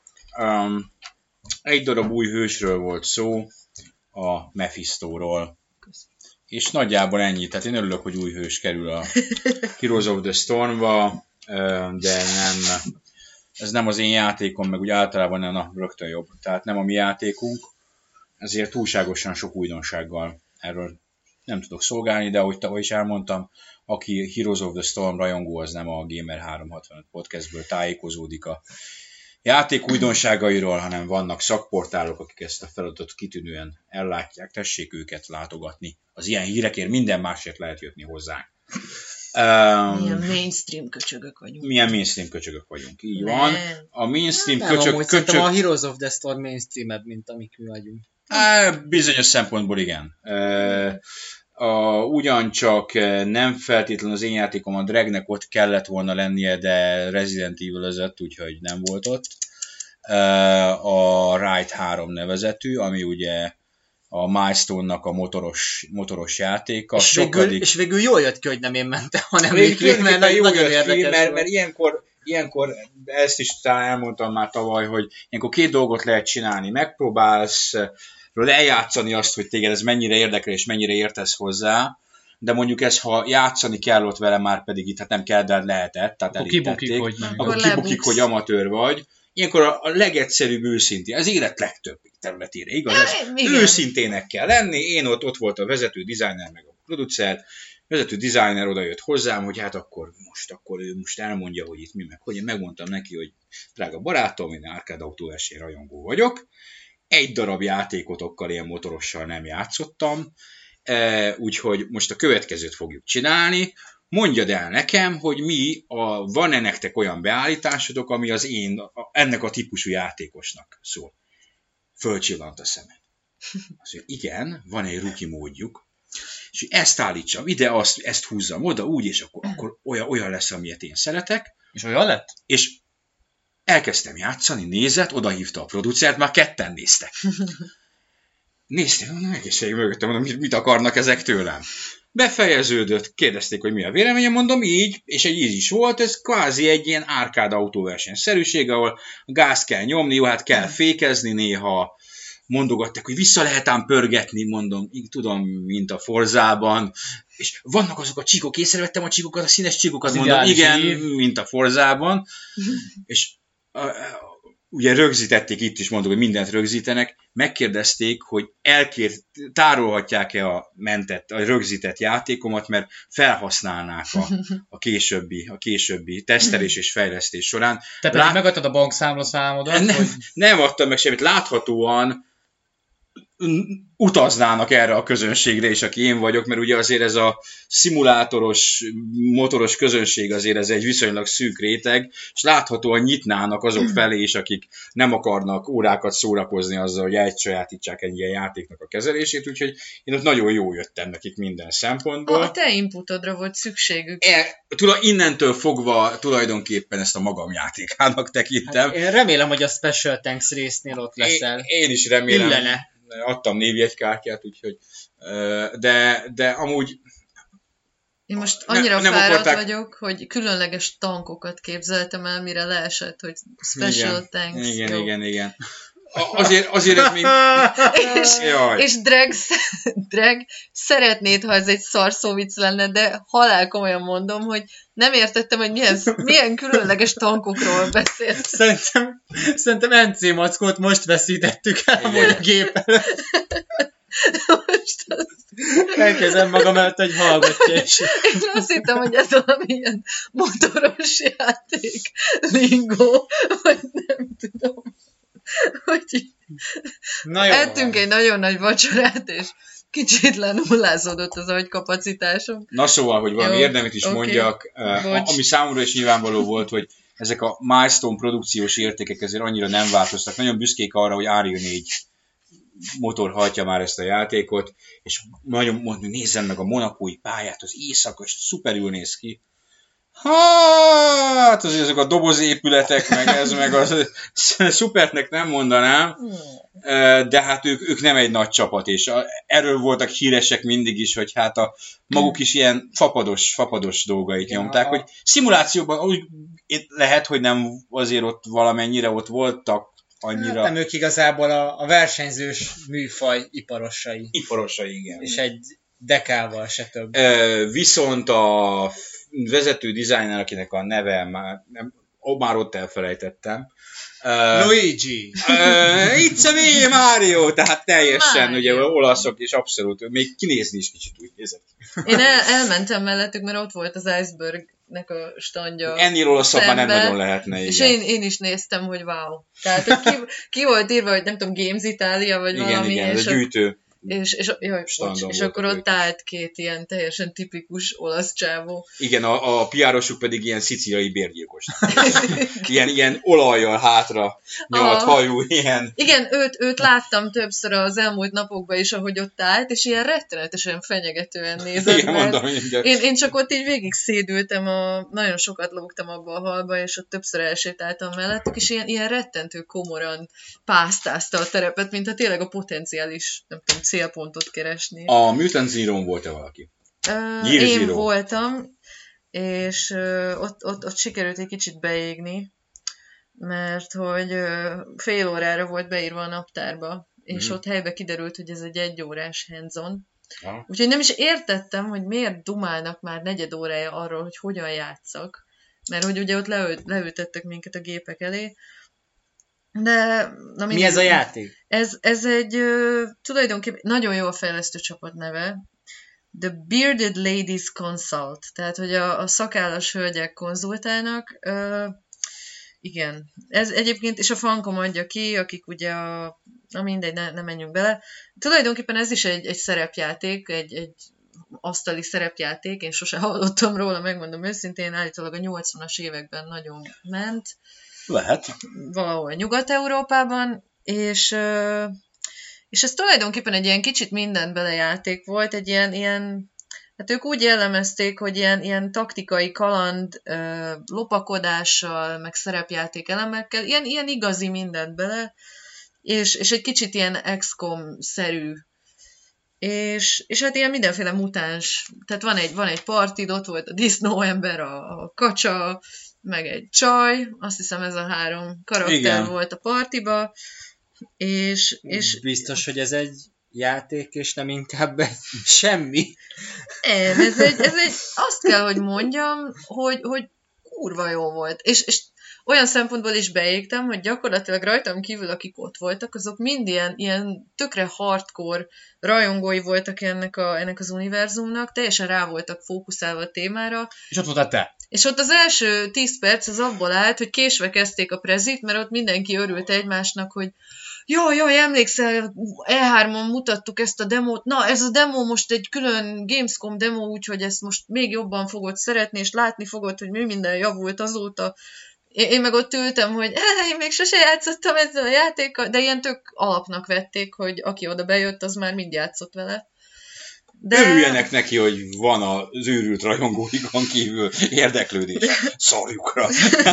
Egy darab új hősről volt szó, a Mephistóról. És nagyjából ennyi. Tehát én örülök, hogy új hős kerül a Heroes of the Storm-ba, de nem, ez nem az én játékom, meg úgy általában nem, rögtön jobb. Tehát nem a mi játékunk, ezért túlságosan sok újdonsággal erről nem tudok szolgálni, de ahogy tavaly is elmondtam, aki Heroes of the Storm rajongó, az nem a Gamer 365 podcastből tájékozódik a játék újdonságairól, hanem vannak szakportálok, akik ezt a feladatot kitűnően ellátják, tessék őket látogatni. Az ilyen hírekért minden másért lehet jönni hozzá. Milyen mainstream köcsögök vagyunk. Milyen mainstream köcsögök vagyunk, így van. A mainstream köcsög... a Heroes of the Storm mainstreamebb, mint amik mi vagyunk. Bizonyos szempontból igen. Ugyancsak nem feltétlenül az én játékom, a Dragnek ott kellett volna lennie, de Resident Evil-özött, úgyhogy nem volt ott. a Ride 3 nevezetű, ami ugye a Milestone-nak a motoros játéka. És végül jól jött ki, hogy nem én mentem, hanem Végül mert nagyon nagyon jött ki, érdekes mert ilyenkor, ezt is talán elmondtam már tavaly, hogy ilyenkor két dolgot lehet csinálni. Megpróbálsz eljátszani azt, hogy téged ez mennyire érdekel, és mennyire értesz hozzá, de mondjuk ez, ha játszani kell ott vele, már pedig itt hát nem kell, de lehetett, tehát elítették. Akkor kibukik, hogy amatőr vagy. Ilyenkor a legegyszerűbb őszintén, az élet legtöbb területére, igaz? Őszintének kell lenni, én ott volt a vezető designer, meg a producer, vezető designer oda jött hozzám, hogy hát akkor ő most elmondja, hogy itt mi meg, hogy én megmondtam neki, hogy drága barátom, én arcade autóverseny rajongó vagyok, egy darab játékotokkal, ilyen motorossal nem játszottam, úgyhogy most a következőt fogjuk csinálni, mondjad el nekem, hogy van-e nektek olyan beállításotok, ami ennek a típusú játékosnak szól. Fölcsillant a szemed. Azt mondja, igen, van egy rookie módjuk, és ezt állítsam ide, ezt húzzam oda, úgy, és akkor olyan lesz, amilyet én szeretek. És olyan lett? És elkezdtem játszani, nézett, odahívta a producert, már ketten néztek. Nézték, egészség mögöttem, mondom, mit akarnak ezek tőlem? Befejeződött, kérdezték, hogy mi a véleményem, mondom, így, és így is volt, ez kvázi egy ilyen arcade autóverseny-szerűség, ahol gázt kell nyomni, jó, hát kell fékezni néha, mondogatták, hogy vissza lehet ám pörgetni, mondom, így tudom, mint a Forzában, és vannak azok a csíkok, észrevettem a csíkokat, a színes csíkokat, mondom, igen, mint a Forzában, és ugye rögzítették itt is, mondom, hogy mindent rögzítenek, megkérdezték, hogy tárolhatják-e a rögzített játékomat, mert felhasználnák a későbbi tesztelés és fejlesztés során. Te pedig megadtad a bankszámlaszámodat? Nem adtam meg semmit, láthatóan utaznának erre a közönségre is, aki én vagyok, mert ugye azért ez a szimulátoros, motoros közönség azért ez egy viszonylag szűk réteg, és láthatóan nyitnának azok felé is, akik nem akarnak órákat szórakozni azzal, hogy elsajátítsák egy ilyen játéknak a kezelését, úgyhogy én ott nagyon jól jöttem nekik minden szempontból. A te inputodra volt szükségük. Innentől fogva tulajdonképpen ezt a magam játékának tekintem. Hát én remélem, hogy a Special Tanks résznél ott leszel. Én is remélem. Illene. Adtam névjegykártyát, úgyhogy, de amúgy én most annyira fáradt vagyok, hogy különleges tankokat képzeltem el, mire leesett, hogy Special Tanks. Igen. Azért ez még... és Drag, szeretnéd, ha ez egy szarszó vicc lenne, de halál komolyan mondom, hogy nem értettem, hogy milyen különleges tankokról beszélsz. Szerintem NC Mackót most veszítettük el a gépen. Most elkezdem magam előtt, hogy hallgatja. És azt hittem, hogy ez valamilyen motoros játék, lingó, vagy nem tudom. Hogy ettünk egy nagyon nagy vacsorát, és kicsit lenullázódott az agykapacitásom. Na szóval, hogy valami érdemét is mondjak, ami számomra is nyilvánvaló volt, hogy ezek a Milestone produkciós értékek ezért annyira nem változtak. Nagyon büszkék arra, hogy Unreal 4 motor hajtja már ezt a játékot, és nagyon mondjuk, nézzem meg a monakói pályát, az éjszaka, és szuperül néz ki. Hát, azért ezek a dobozépületek, meg az szupernek nem mondanám, de hát ők nem egy nagy csapat, és erről voltak híresek mindig is, hogy hát a maguk is ilyen fapados dolgait nyomták, hogy szimulációban úgy lehet, hogy nem azért ott valamennyire ott voltak annyira. Nem, ők igazából a versenyzős műfaj iparosai. Iparosai, igen. És egy dekával se több. Viszont a vezető designer, akinek a neve már ott elfelejtettem. Luigi! It's a me, Mario! Tehát teljesen ugye olaszok, és abszolút, még kinézni is kicsit úgy nézett. Én elmentem mellettük, mert ott volt az Icebergnek a standja. Ennél olaszabb már nem nagyon lehetne. És én is néztem, hogy wow. Tehát ki volt írva, hogy nem tudom, Games Italia, vagy valami. Igen, ez a és akkor ott állt két ilyen teljesen tipikus olasz csávó. Igen, a PR-osuk pedig ilyen szicíliai bérgyilkos. ilyen olajjal hátra nyalt hajú, ilyen. Igen, őt láttam többször az elmúlt napokban is, ahogy ott állt, és ilyen rettenetesen fenyegetően nézett. Igen, mondom, én csak ott így végig szédültem, nagyon sokat lógtam abba a halba, és ott többször elsétáltam mellettük, és ilyen rettentő komoran pásztázta a terepet, mint ha tényleg a potenciális, nem tudom, célpontot keresni. A Mutant Zero-n volt-e valaki? Én voltam, és ott sikerült egy kicsit beégni, mert hogy fél órára volt beírva a naptárba, és ott helyben kiderült, hogy ez egy 1 órás hands-on. Úgyhogy nem is értettem, hogy miért dumálnak már 4 órája arról, hogy hogyan játszak, mert hogy ugye ott leültettek minket a gépek elé. De, mi ez a játék? Ez egy tulajdonképpen nagyon jó a fejlesztő csapat neve, The Bearded Ladies Consult, tehát hogy a szakállas hölgyek konzultálnak. Igen, ez egyébként, és a Funcom adja ki, akik ugye mindegy, ne menjünk bele. Tulajdonképpen ez is egy szerepjáték, egy asztali szerepjáték, én sose hallottam róla, megmondom őszintén, állítólag a 80-as években nagyon ment. Lehet. Valahol Nyugat-Európában, és ez tulajdonképpen egy ilyen kicsit mindent belejáték volt, egy ilyen hát ők úgy jellemezték, hogy ilyen taktikai kaland lopakodással, meg szerepjáték elemekkel, ilyen igazi mindent bele, és egy kicsit ilyen XCOM-szerű. És hát ilyen mindenféle mutáns, tehát van egy partid, ott volt a disznóember, a kacsa, meg egy csaj, azt hiszem ez a 3 karakter igen. volt a partiba, és biztos, hogy ez egy játék, és nem inkább semmi. Ez egy azt kell, hogy mondjam, hogy kurva jó volt. És olyan szempontból is beégtem, hogy gyakorlatilag rajtam kívül, akik ott voltak, azok mind ilyen tökre hardcore rajongói voltak ennek az univerzumnak, teljesen rá voltak fókuszálva a témára. És ott voltál te. És ott az első 10 perc az abból állt, hogy késve kezdték a prezit, mert ott mindenki örült egymásnak, hogy jaj, emlékszel, E3-on mutattuk ezt a demót, na ez a demo most egy külön Gamescom demo, úgyhogy ezt most még jobban fogod szeretni, és látni fogod, hogy mi minden javult azóta. Én meg ott ültem, hogy én még sose játszottam ezzel a játékkal, de ilyen tök alapnak vették, hogy aki oda bejött, az már mind játszott vele. De... Örüljenek neki, hogy van az őrült rajongóikon kívül érdeklődés. Szarjukra.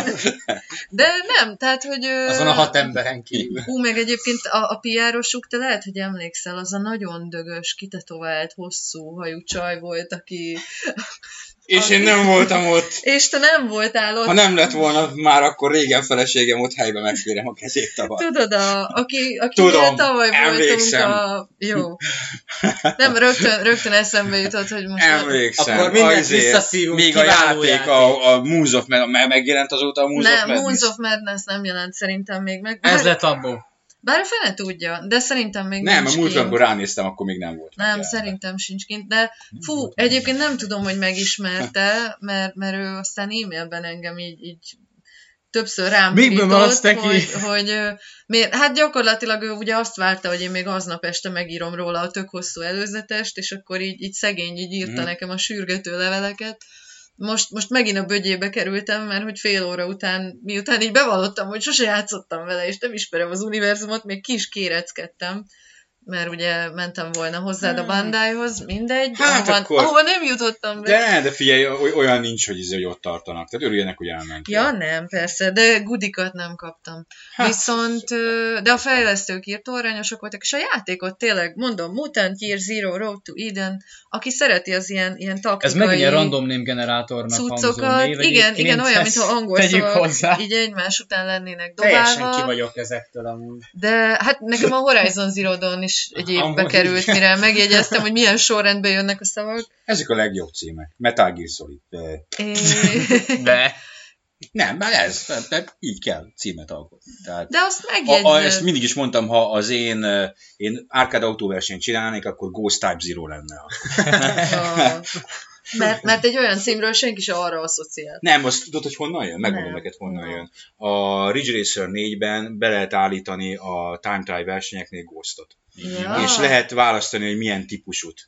De nem, tehát, hogy... Azon a 6 emberen kívül. Meg egyébként a PR-osuk, te lehet, hogy emlékszel, az a nagyon dögös, kitetovált, hosszú hajú csaj volt, aki... És én nem voltam ott. És te nem voltál ott. Ha nem lett volna, már akkor régen feleségem ott helyben megférem a kezét tavaly. Tudod, aki tudom, tavaly emlékszem. voltunk Jó. Nem, rögtön eszembe jutott, hogy most... Emlékszem. Akkor mindent visszaszívunk. Még a játék, a Moons of Madness, megjelent azóta a Moons of Madness? Nem, Moons of Madness nem jelent szerintem még meg. Ez lett abból. Bár a fene tudja, de szerintem még nem, nincs a múltkor, amikor ránéztem, akkor még nem volt. Nem, szerintem sincs kint, de egyébként nem tudom, hogy megismerte, mert ő aztán e-mailben engem így többször rám pirított, hogy miért, hát gyakorlatilag ő ugye azt várta, hogy én még aznap este megírom róla a tök hosszú előzetest, és akkor így szegény így írta nekem a sürgető leveleket. Most megint a bögyébe kerültem, mert hogy fél óra után, miután így bevallottam, hogy sose játszottam vele, és nem ismerem az univerzumot, még ki is kéreckedtem, mert ugye mentem volna hozzád a Bandaihoz, mindegy, hát ahova nem jutottam be. De figyelj, olyan nincs, hogy ott tartanak, tehát örüljenek, hogy elmentek. Ja, nem, persze, de gudikat nem kaptam. Viszont, de a fejlesztők írtó aranyosak voltak, és a játékot tényleg, mondom, Mutant Year Zero, Road to Eden, aki szereti az ilyen taktikai... Ez meg ilyen random name generátornak hangzó név. Igen, olyan, mintha angol szavak így egymás után lennének dobálva. Teljesen ki vagyok ezektől amúgy. De hát nekem a Horizon Zero Dawn is egy évbe került, mire megjegyeztem, hogy milyen sorrendben jönnek a szavak. Ezek a legjobb címek. Metal Gear Solid. De... Nem, már ez, így kell címet alkotni. Tehát, de azt megjegyzem. Ezt mindig is mondtam, ha az én arcade autóversenyt csinálnék, akkor Ghost Type Zero lenne. Mert egy olyan címről senki se arra asszociál. Nem, azt tudod, hogy honnan jön? Megmondom Nem. neked, honnan Nem. jön. A Ridge Racer 4-ben be lehet állítani a time trial versenyeknél Ghostot. Ja. És lehet választani, hogy milyen típusút.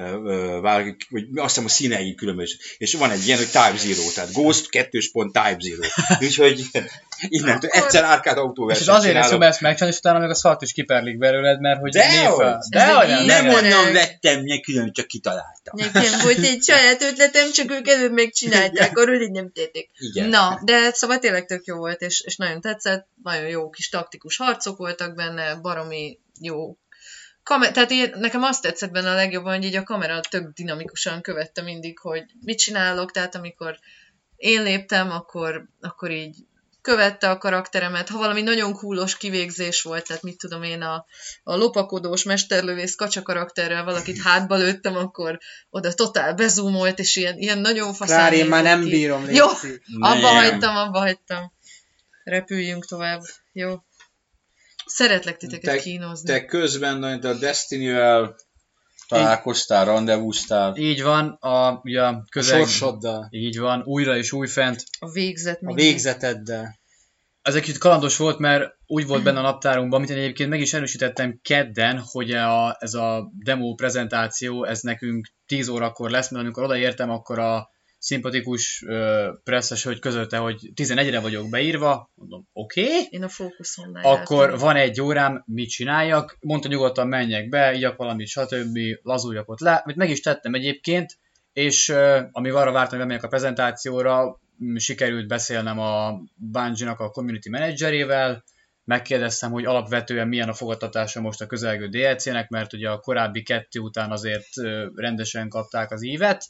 Vagy azt hiszem a színei különböző. És van egy ilyen, hogy Type Zero, tehát Ghost 2. Type Zero. Úgyhogy innentől egyszer árkád És autóversenyt azért lesz csinálok. jobb ezt megcsinálni, és utána meg a szart is kiperlik belőled, mert hogy Dehogy! Ez egy Nem Emberek. onnan vettem, külön csak kitaláltam. Nekem volt egy saját ötletem, csak ők előbb megcsinálták, arról így nem tették. Igen. Na, de szóval tényleg tök jó volt, és nagyon tetszett, nagyon jó kis taktikus harcok voltak benne, baromi jó. Tehát nekem azt tetszett benne a legjobban, hogy így a kamera tök dinamikusan követte mindig, hogy mit csinálok, tehát amikor én léptem, akkor így követte a karakteremet. Ha valami nagyon cool-os kivégzés volt, tehát mit tudom én, a lopakodós mesterlövész kacsa karakterrel valakit hátba lőttem, akkor oda totál bezoomolt, és ilyen nagyon faszán. Kár, én már nézett nem ki. bírom, Jó, légy. abba hagytam. Repüljünk tovább. Jó. Szeretlek titeket kínozni. Te közben a Destiny-vel találkoztál, rendezvúztál. Így van, ugye a közeg... Sorsoddal, Így van, újra és újfent. A végzet a mindig. végzeteddel. Ez egy kicsit kalandos volt, mert úgy volt benne a naptárunkban, amit én egyébként meg is erősítettem kedden, hogy ez a demo prezentáció, ez nekünk 10 órakor lesz, mert amikor odaértem, akkor a szimpatikus presszes hölgy közölte, hogy 11-re vagyok beírva, mondom, oké. Én a fókuszonnál Akkor jártam. van 1 órám, mit csináljak? Mondta nyugodtan menjek be, igyak valamit, stb. Lazuljak ott le, amit meg is tettem egyébként, és amíg arra vártam, hogy bemegyek a prezentációra, sikerült beszélnem a Bungie-nak a community managerével, megkérdeztem, hogy alapvetően milyen a fogadtatása most a közelgő DLC-nek, mert ugye a korábbi 2 után azért rendesen kapták az ívet.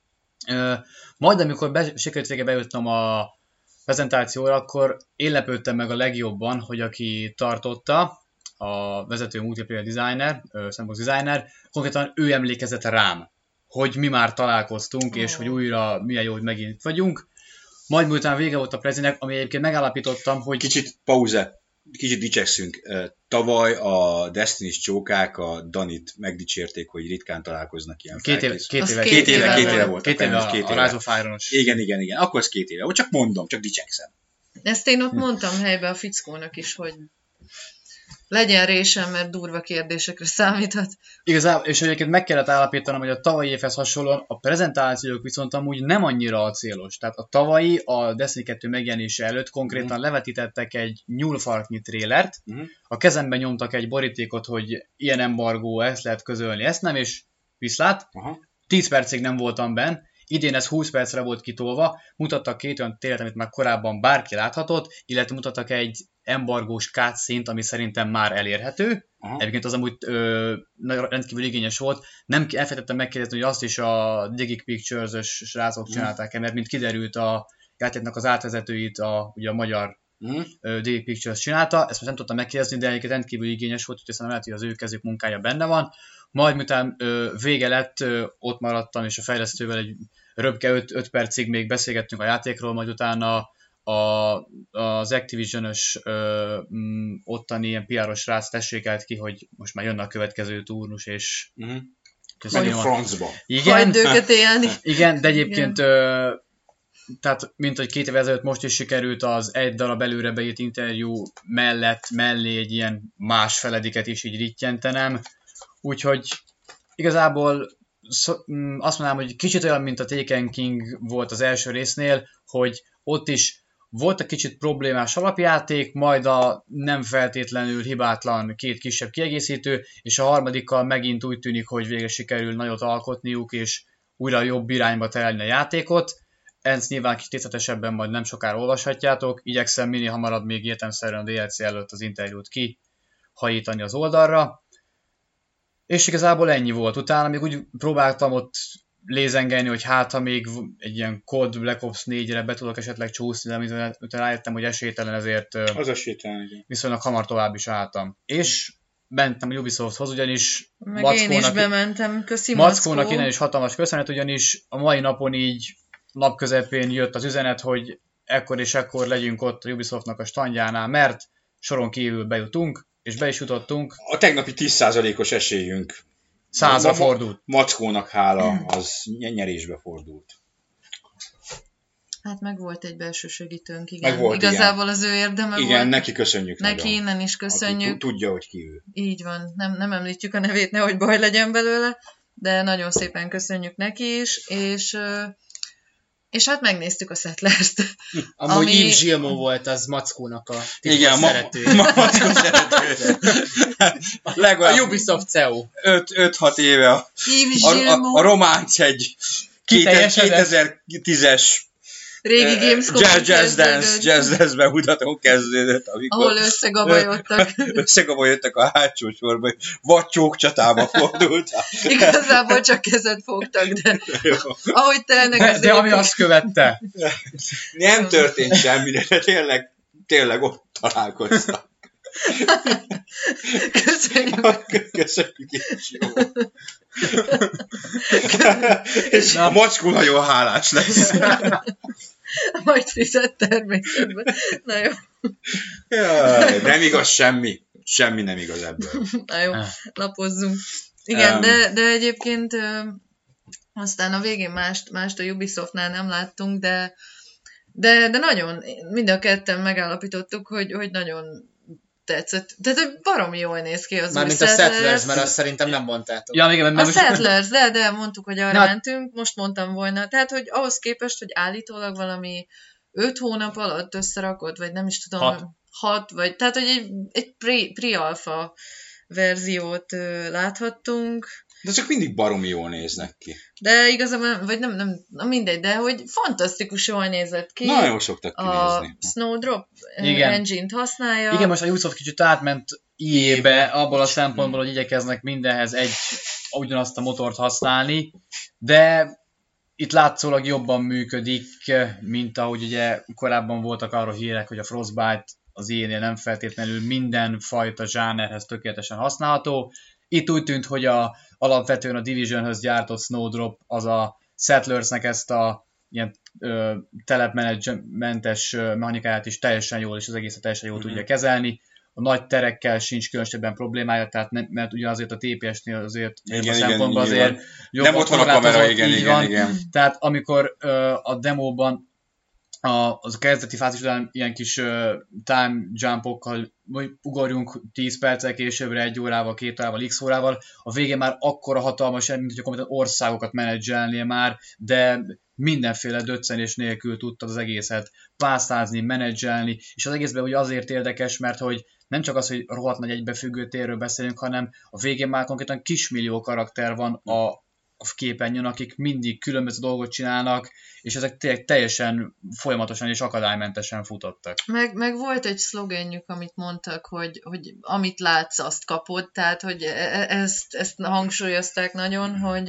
Majd amikor sikerült végre bejöttem a prezentációra, akkor én lepődtem meg a legjobban, hogy aki tartotta, a vezető multiplayer designer, sandbox designer, konkrétan ő emlékezett rám, hogy mi már találkoztunk, és hogy újra milyen jó, hogy megint vagyunk. Majd miután vége volt a prezinek, ami egyébként megállapítottam, hogy... Kicsit dicsekszünk. Tavaly a Destiny-s csókák a Danit megdicsérték, hogy ritkán találkoznak ilyen Két éve volt. Két éve a Rise of Iron-os. Igen. Akkor az 2 éve volt. Csak mondom, csak dicsekszem. Ezt én ott mondtam helybe a fickónak is, hogy legyen résem, mert durva kérdésekre számíthat. Igazából, és egyébként meg kellett állapítanom, hogy a tavalyi évhez hasonlóan a prezentációk viszont amúgy nem annyira a célos. Tehát a tavalyi, a Destiny 2 megjelenése előtt konkrétan levetítettek egy nyúlfarknyi trélert, a kezemben nyomtak egy borítékot, hogy ilyen embargó, ezt lehet közölni, ezt nem, és viszlát. 10 percig nem voltam benn, idén ez 20 percre volt kitolva, mutattak 2 olyan trélet, amit már korábban bárki láthatott, illetve mutattak egy embargós cutscene-t, ami szerintem már elérhető. Egyébként az amúgy rendkívül igényes volt. Nem elfelejtettem megkérdezni, hogy azt is a Digic Pictures-ös srácok csinálták-e, mert mint kiderült a játéknak az átvezetőit ugye a magyar Digic Pictures csinálta. Ezt most nem tudtam megkérdezni, de egyébként rendkívül igényes volt, úgyhogy szerintem lehet, hogy az ő kezük munkája benne van. Majd miután vége lett, ott maradtam, és a fejlesztővel egy röpke 5 percig még beszélgettünk a játékról, majd utána az Activision-ös ottani ilyen PR-os srác tessékelt ki, hogy most már jönne a következő turnus, és... Menjünk francba. Hagyd őket élni. Igen, de egyébként tehát mint hogy 2 évvel ezelőtt most is sikerült az egy darab előre beírt interjú mellé egy ilyen más felediket is így rittyentenem, úgyhogy igazából azt mondanám, hogy kicsit olyan, mint a Taken King volt az első résznél, hogy ott is volt egy kicsit problémás alapjáték, majd a nem feltétlenül hibátlan 2 kisebb kiegészítő, és a harmadikkal megint úgy tűnik, hogy végre sikerül nagyot alkotniuk, és újra jobb irányba terelni a játékot. Ezt nyilván kicsit részletesebben majd nem sokára olvashatjátok, igyekszem minél hamarabb még értelemszerűen a DLC előtt az interjút kihajítani az oldalra. És igazából ennyi volt. Utána még úgy próbáltam ott lézengelni, hogy hát ha még egy ilyen COD Black Ops 4-re be tudok esetleg csúszni, de utána rájöttem, hogy esélytelen, ezért az esélytelen, viszonylag hamar tovább is álltam. És mentem a Ubisofthoz, ugyanis meg én is bementem, köszi Mackó. Mackónak innen is hatalmas köszönet, ugyanis a mai napon így napközepén jött az üzenet, hogy ekkor és ekkor legyünk ott a Ubisoftnak a standjánál, mert soron kívül bejutunk, és be is jutottunk. A tegnapi 10%-os esélyünk 100-ra fordult. Mackónak hála, az nyerésbe fordult. Hát meg volt egy belső segítőnk, igen. Meg volt, Igazából az ő érdeme volt. Igen, neki köszönjük Neki nagyon. innen is köszönjük. Aki tudja, hogy ki ő. Így van, nem említjük a nevét, nehogy baj legyen belőle, de nagyon szépen köszönjük neki is, és hát megnéztük a Settlers-t. Amúgy Yves Gilmot volt az Mackónak a Igen, szeretője. Mackó szeretője. A Ubisoft CEO. 5-6 éve Yves a Gilmot, románc egy Kiteljesedett. 2010-es régi Gamescom Jazz Dance bemutatón kezdődött, amikor ahol összegabajodtak. összegabajodtak a hátsó sorba, vagy csókcsatába fordultak. Igazából csak kezet fogtak, de ahogy telnek az De ami évek, azt követte. Nem történt semmi, de tényleg ott találkoztak. köszönjük. Köszönjük is, jó. És a Macskó nagyon hálás lesz. Majd fizet természetben. Na jó. Jaj, nem igaz semmi. Semmi nem igaz ebből. Na jó, lapozzunk. Igen, de egyébként aztán a végén mást a Ubisoftnál nem láttunk, de nagyon, mind a ketten megállapítottuk, hogy nagyon tetszett. Tehát, hogy baromi jól néz ki az Mármint új a Settlers. Settlers, mert azt szerintem nem mondtátok. Ja, igen, A mert most... Settlers, de mondtuk, hogy arra Na. mentünk, most mondtam volna. Tehát, hogy ahhoz képest, hogy állítólag valami 5 hónap alatt összerakott, vagy nem is tudom, 6 vagy, tehát, hogy egy pre-alpha verziót láthattunk, De csak mindig baromi jól néznek ki. de igazából, vagy nem, mindegy, de hogy fantasztikus jól nézett ki. Nagyon jól szoktak A kinézni. Snowdrop Igen. engine-t használja. Igen, most a Ubisoft kicsit átment EA-be, abból a szempontból, hogy igyekeznek mindenhez ugyanazt a motort használni, de itt látszólag jobban működik, mint ahogy ugye korábban voltak arról hírek, hogy a Frostbite az EA-nél nem feltétlenül minden fajta zsánerhez tökéletesen használható. Itt úgy tűnt, hogy alapvetően a Divisionhöz gyártott Snowdrop az a Settlersnek ezt a ilyen telepmenedzsmentes mechanikáját is teljesen jól, és az egészet teljesen jól tudja kezelni. A nagy terekkel sincs különösebben problémája, tehát mert ugye azért a TPS-nél azért Igen, a szempontból azért nem ott van a kamera, igen. Tehát amikor a demóban az a kezdeti fázis után ilyen kis time jumpokkal ugorjunk 10 perccel későbbre, 1 órával, 2 órával, x órával, a végén már akkora hatalmas, mint hogy konkrétan országokat menedzselnél már, de mindenféle döccenés nélkül tudtad az egészet pásztázni, menedzselni, és az egészben ugye azért érdekes, mert hogy nem csak az, hogy rohadt nagy egybefüggő térről beszélünk, hanem a végén már konkrétan kismillió karakter van a képernyőn, akik mindig különböző dolgot csinálnak, és ezek tényleg teljesen folyamatosan és akadálymentesen futottak. Meg volt egy szlogenjük, amit mondtak, hogy amit látsz, azt kapod, tehát hogy ezt hangsúlyozták nagyon, hogy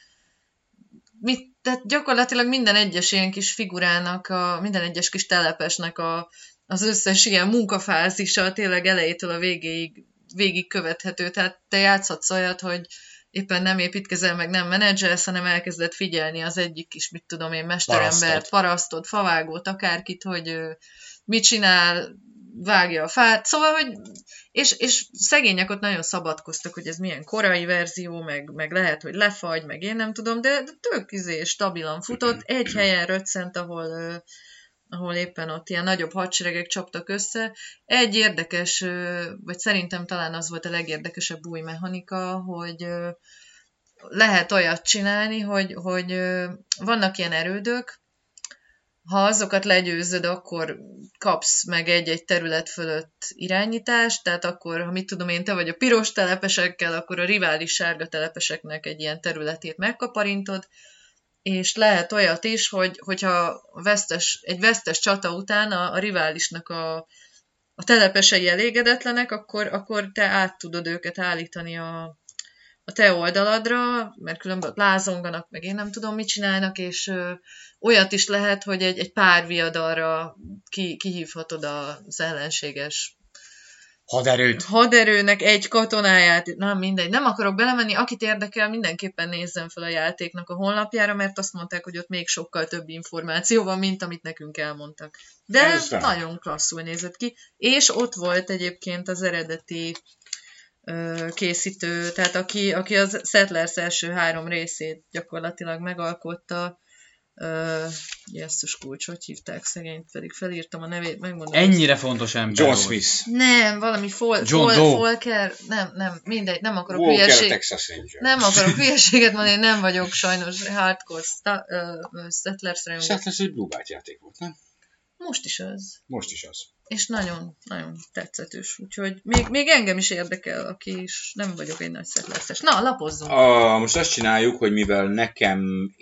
tehát gyakorlatilag minden egyes ilyen kis figurának, minden egyes kis telepesnek az összes ilyen munkafázisa tényleg elejétől a végig követhető, tehát te játszhatsz olyat, hogy éppen nem építkezel, meg nem menedzselsz, hanem elkezded figyelni az egyik kis, mit tudom én, mesterembert, parasztot, favágót, akárkit, hogy mit csinál, vágja a fát, szóval, hogy és szegények ott nagyon szabadkoztak, hogy ez milyen korai verzió, meg lehet, hogy lefagy, meg én nem tudom, de tök stabilan futott, egy helyen röccent, ahol éppen ott ilyen nagyobb hadseregek csaptak össze. Egy érdekes, vagy szerintem talán az volt a legérdekesebb új mechanika, hogy lehet olyat csinálni, hogy vannak ilyen erődök, ha azokat legyőzöd, akkor kapsz meg egy terület fölött irányítást, tehát akkor, ha mit tudom én, te vagy a piros telepesekkel, akkor a rivális sárga telepeseknek egy ilyen területét megkaparintod, és lehet olyat is, hogyha egy vesztes csata után a riválisnak a telepesei elégedetlenek, akkor te át tudod őket állítani a te oldaladra, mert különben lázonganak, meg én nem tudom, mit csinálnak, és olyat is lehet, hogy egy pár viadalra kihívhatod az ellenséges haderőnek egy katonáját, nem mindegy, nem akarok belemenni, akit érdekel, mindenképpen nézzen fel a játéknak a honlapjára, mert azt mondták, hogy ott még sokkal több információ van, mint amit nekünk elmondtak. De nagyon klasszul nézett ki, és ott volt egyébként az eredeti készítő, tehát aki az Settlers első 3 részét gyakorlatilag megalkotta. Jesszus kulcs, hogy hívták szegényt, pedig felírtam a nevét, megmondom. Ennyire fontos ember John volt. Smith. Nem, valami John Doe. Folker, nem, mindegy, nem akarok Walker, hülyeség. Texas Ranger. Nem akarok hülyeséget mondani, én nem vagyok sajnos hardcore Settlers rajongó. Settlers egy Blue Byte játék volt, nem? Most is az. Most is az. És nagyon, nagyon tetszetős. Úgyhogy még engem is érdekel, aki is nem vagyok egy nagy Settlers-es. Na, lapozzunk! Most azt csináljuk, hogy mivel nekem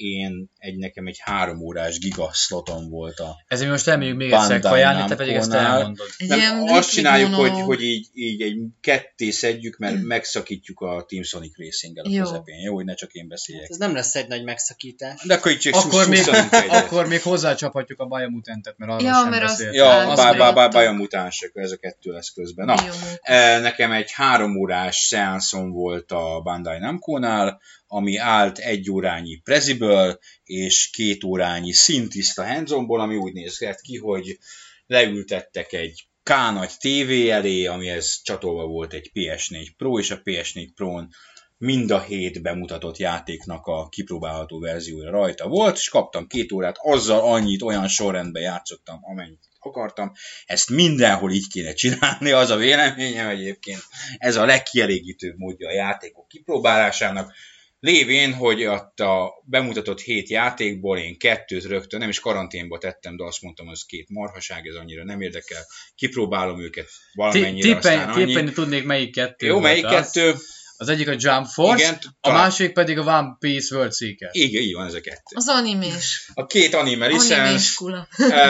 egy 3 órás gigaszlotom volt a Ezért most elmegyünk még egyszer Bandai kajálni, te pedig ezt Namco-nál. elmondod. Egy Nem, ilyen azt csináljuk, Liquid Mono- hogy így egy ketté szedjük, mert megszakítjuk a Team Sonic Racing-el a Jó. közepén. Jó, hogy ne csak én beszéljek. Ez nem lesz egy nagy megszakítás. De akkor így csak Akkor még hozzácsaphatjuk a Biomutantet, mert arról Ja, sem mert az- beszélt. Ja, Azt beírtam. Biomutánsok, ez a 2 lesz közben. Na, Biomók. nekem egy 3 órás szeánszom volt a Bandai Namco-nál, ami állt 1 órányi preziből, és 2 órányi szintiszta hands-onból, ami úgy nézett ki, hogy leültettek egy K-nagy TV elé, amihez csatolva volt egy PS4 Pro, és a PS4 Pro-n mind a 7 bemutatott játéknak a kipróbálható verziója rajta volt, és kaptam 2 órát, azzal annyit olyan sorrendben játszottam, amennyit akartam. Ezt mindenhol így kéne csinálni, az a véleményem egyébként. Ez a legkielégítőbb módja a játékok kipróbálásának. Lévén, hogy ott a bemutatott 7 játékból én 2 rögtön, nem is karanténba tettem, de azt mondtam, az 2 marhaság, ez annyira nem érdekel. Kipróbálom őket valamennyire, aztán annyi. Tippelni tudnék, melyik 2 Jó, volt melyik az. 2? Az egyik a Jump Force, Igen, a másik pedig a One Piece World Seeker. Igen, így van ez a 2. Az animés. A 2 anime Animés licensz. kula.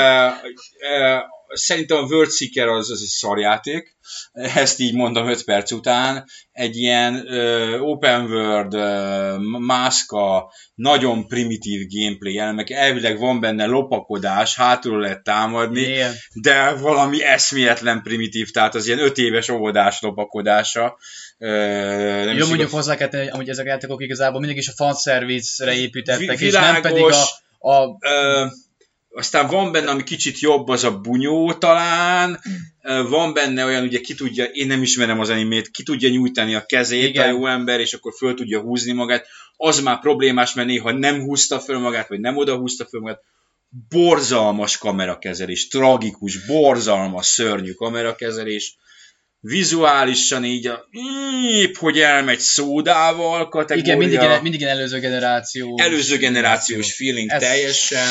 Szerintem a World Seeker az egy szarjáték, ezt így mondom 5 perc után. Egy ilyen open world, mászka, nagyon primitív gameplay elemek, elvileg van benne lopakodás, hátulról lehet támadni, Igen. de valami eszméletlen primitív, tehát az ilyen 5 éves óvodás lopakodása. Nem Jó, is mondjuk igaz. hozzá kell tenni, hogy ezek a játékok igazából mindig is a fanservice-re építettek, és Világos. nem pedig a Aztán van benne, ami kicsit jobb, az a bunyó talán. Van benne olyan, ugye ki tudja, én nem ismerem az animét, ki tudja nyújtani a kezét. Igen. A jó ember, és akkor föl tudja húzni magát. Az már problémás, mert néha nem húzta föl magát, vagy nem oda húzta föl magát. Borzalmas kamerakezelés, tragikus, borzalmas, szörnyű kamerakezelés. Vizuálisan így épp, hogy elmegy szódával kategória. igen, mindig ilyen előző generáció. Előző generációs feeling Ez- teljesen.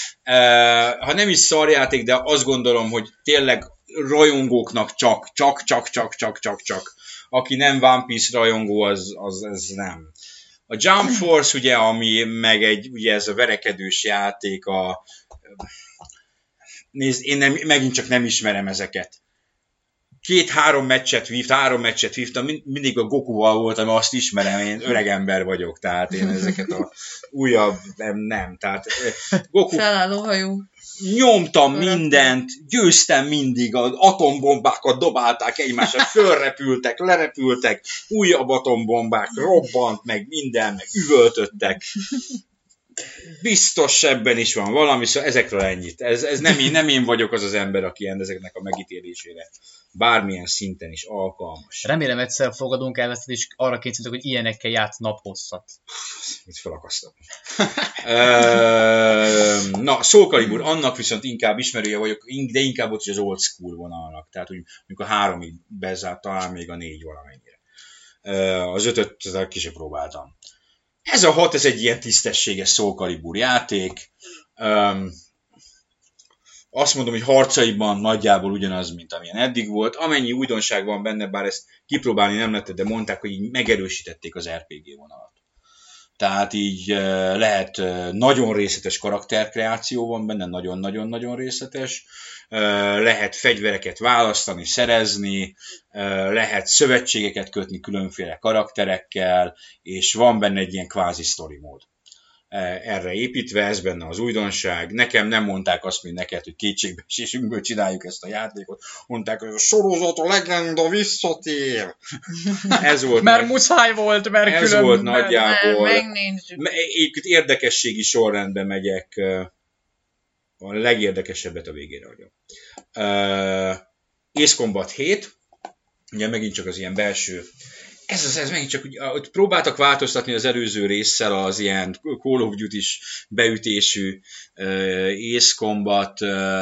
Ha nem is szarjáték, de azt gondolom, hogy tényleg rajongóknak csak. Aki nem One Piece rajongó, az ez nem. A Jump Force, ugye, ami meg ugye ez a verekedős játék, nézd, én megint csak nem ismerem ezeket. 2-3 meccset vívtam, mindig a Gokuval voltam, azt ismerem, én öreg ember vagyok, tehát én ezeket a újabb, nem, tehát Goku, Felálló hajú. nyomtam mindent, győztem mindig, az atombombákat dobálták egymásra, fölrepültek, lerepültek, újabb atombombák, robbant, meg minden, meg üvöltöttek. Biztos ebben is van valami, szóval ezekről ennyit. Ez nem én vagyok az az ember, aki ezeknek a megítélésére bármilyen szinten is alkalmas. Remélem egyszer fogadunk el ezt, és arra kényszerítek, hogy ilyenekkel játsz naphosszat. Mit felakasztam. Na, Soul Calibur, annak viszont inkább ismerője vagyok, de inkább ott is az old school vonalnak. Tehát, hogy mondjuk a 3-ig bezárt, talán még a 4 valamennyire. Az 5-öt ki sem próbáltam. Ez a 6, ez egy ilyen tisztességes Soul Calibur játék. Azt mondom, hogy harcaiban nagyjából ugyanaz, mint amilyen eddig volt. Amennyi újdonság van benne, bár ezt kipróbálni nem lehetett, de mondták, hogy így megerősítették az RPG vonalat. Tehát így lehet nagyon részletes karakterkreáció van benne, nagyon-nagyon-nagyon részletes. Lehet fegyvereket választani, szerezni, lehet szövetségeket kötni különféle karakterekkel, és van benne egy ilyen kvázi story mód. Erre építve, ez benne az újdonság. Nekem nem mondták azt, mint neked, hogy kétségbeesésünkből csináljuk ezt a játékot. Mondták, hogy a sorozat, a legenda visszatér. Ez volt Mert muszáj volt, mert ez különben... volt nagyjából. Megnézzük. Érdekességi sorrendben megyek. A legérdekesebbet a végére hagyom. Ace Combat 7. ugye megint csak az ilyen belső, ez megint csak, hogy próbáltak változtatni az előző résszel az ilyen Call of Duty-s beütésű Ace Combat,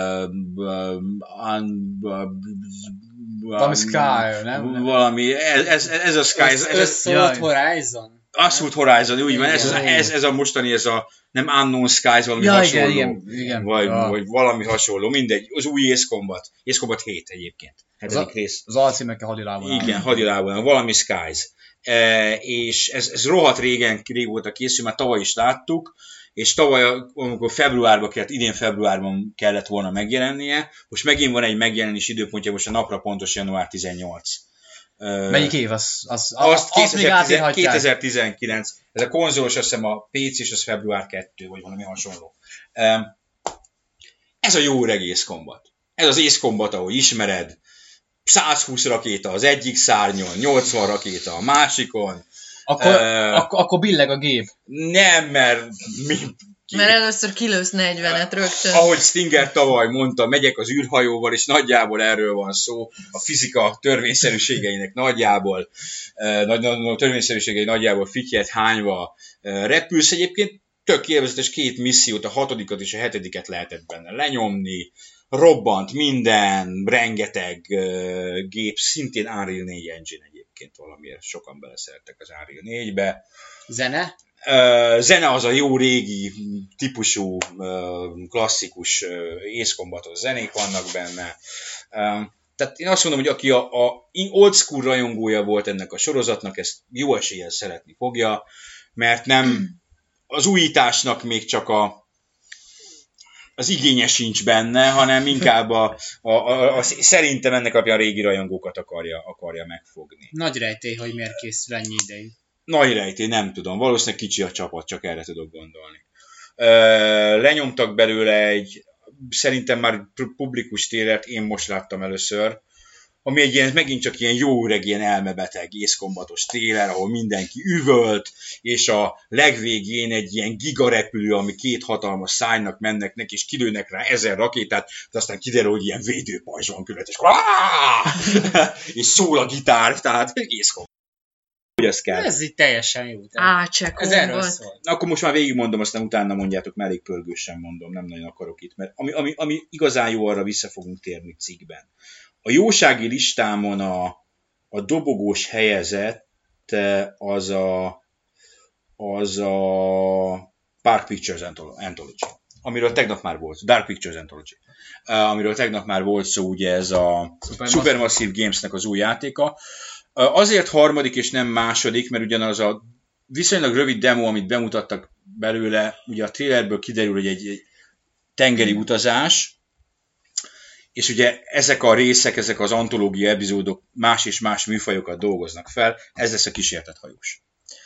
valami Sky, nem? Valami, ez a Sky. Assault Horizon? Assault Horizon, úgy van, ez a mostani, ez a nem Unknown Skies, valami hasonló. Igen. Vagy valami hasonló, mindegy. Az új Ace Combat. Ace Combat 7 egyébként. 7. rész. Az alcímekkel hadilábon. Igen, hadilábon, valami Skies. És ez rohadt régóta készül, már tavaly is láttuk, és tavaly, amikor idén februárban kellett volna megjelennie, most megint van egy megjelenés időpontja, most a napra pontos január 18. Melyik év? Azt 2019. Ez a konzolos, azt hiszem a PC, és az február 2, vagy valami hasonló. Ez a jó öreg Ace Combat. Ez az Ace Combat, ahogy ismered, 120 rakéta az egyik szárnyon, 80 rakéta a másikon. Akkor billeg a gép. Nem, mert Mert először kilősz 40-et rögtön. Ahogy Stinger tavaly mondta, megyek az űrhajóval, és nagyjából erről van szó, a fizika törvényszerűségeinek nagyjából, törvényszerűségei nagyjából fityet hányva repülsz. Egyébként tök élvezetes 2 missziót, a 6. és a 7. lehetett benne lenyomni, robbant minden, rengeteg gép, szintén Unreal 4 engine egyébként valamiért, sokan beleszertek az Unreal 4-be. Zene? Zene az a jó régi típusú, klasszikus Ace Combatos zenék vannak benne. Tehát én azt mondom, hogy aki a old school rajongója volt ennek a sorozatnak, ezt jó eséllyel szeretni fogja, mert nem az újításnak még csak az igénye sincs benne, hanem inkább szerintem ennek alapján a régi rajongókat akarja megfogni. Nagy rejtély, hogy miért készül ennyi ideig. Nagy rejtély, nem tudom. Valószínűleg kicsi a csapat, csak erre tudok gondolni. Lenyomtak belőle szerintem már publikus trélert, én most láttam először, ami egy ilyen, megint csak ilyen jó öreg, ilyen elmebeteg Ace Combatos tréler, ahol mindenki üvölt, és a legvégén egy ilyen gigarepülő, ami 2 hatalmas szárnynak mennek neki, és kilőnek rá 1000 rakétát, de aztán kiderül, hogy ilyen védőpajzs van körülött, és szól a gitár, tehát Ace Combat. Ez így teljesen jó. Ez erről szól. Akkor most már végigmondom, aztán utána mondjátok, mert elég pörgősen mondom, nem nagyon akarok itt, mert ami igazán jó, arra vissza fogunk térni cikkben. A jósági listámon a dobogós helyezett az a Dark Pictures Anthology, amiről tegnap már volt, Dark Pictures Anthology, amiről tegnap már volt szó, ugye ez a Supermassive Gamesnek az új játéka. Azért harmadik és nem második, mert ugyanaz a viszonylag rövid demo, amit bemutattak belőle, ugye a trailerből kiderül, hogy egy tengeri utazás, és ugye ezek a részek, ezek az antológia epizódok más és más műfajokat dolgoznak fel, ez lesz a kísértett hajós.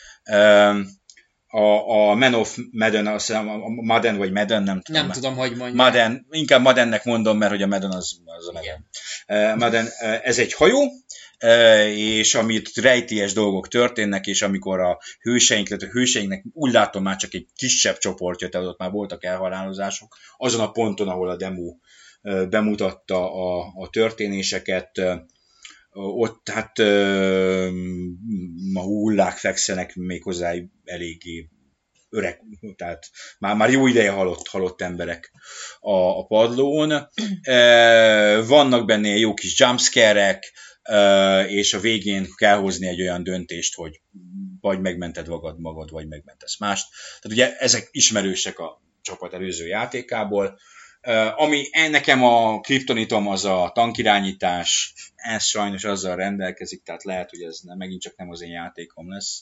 A Man of Medan, a Madden vagy Madden, nem tudom. Nem tudom, hogy mondja. Madden, inkább Maddennek mondom, mert hogy a Madden az a Madden. Madden, ez egy hajó, és amit rejtélyes dolgok történnek, és amikor a hőseinknek úgy látom már csak egy kisebb csoportja, tehát ott már voltak elhalálozások, azon a ponton, ahol a demo bemutatta a történéseket, ott hát ma hullák fekszenek méghozzá eléggé öreg, tehát már jó ideje halott emberek a padlón. Vannak benne jó kis jumpscare-ek, és a végén kell hozni egy olyan döntést, hogy vagy megmented magad, vagy megmentesz mást. Tehát ugye ezek ismerősek a csapat előző játékából. Ami nekem a kriptonitom, az a tankirányítás, ez sajnos azzal rendelkezik, tehát lehet, hogy ez megint csak nem az én játékom lesz.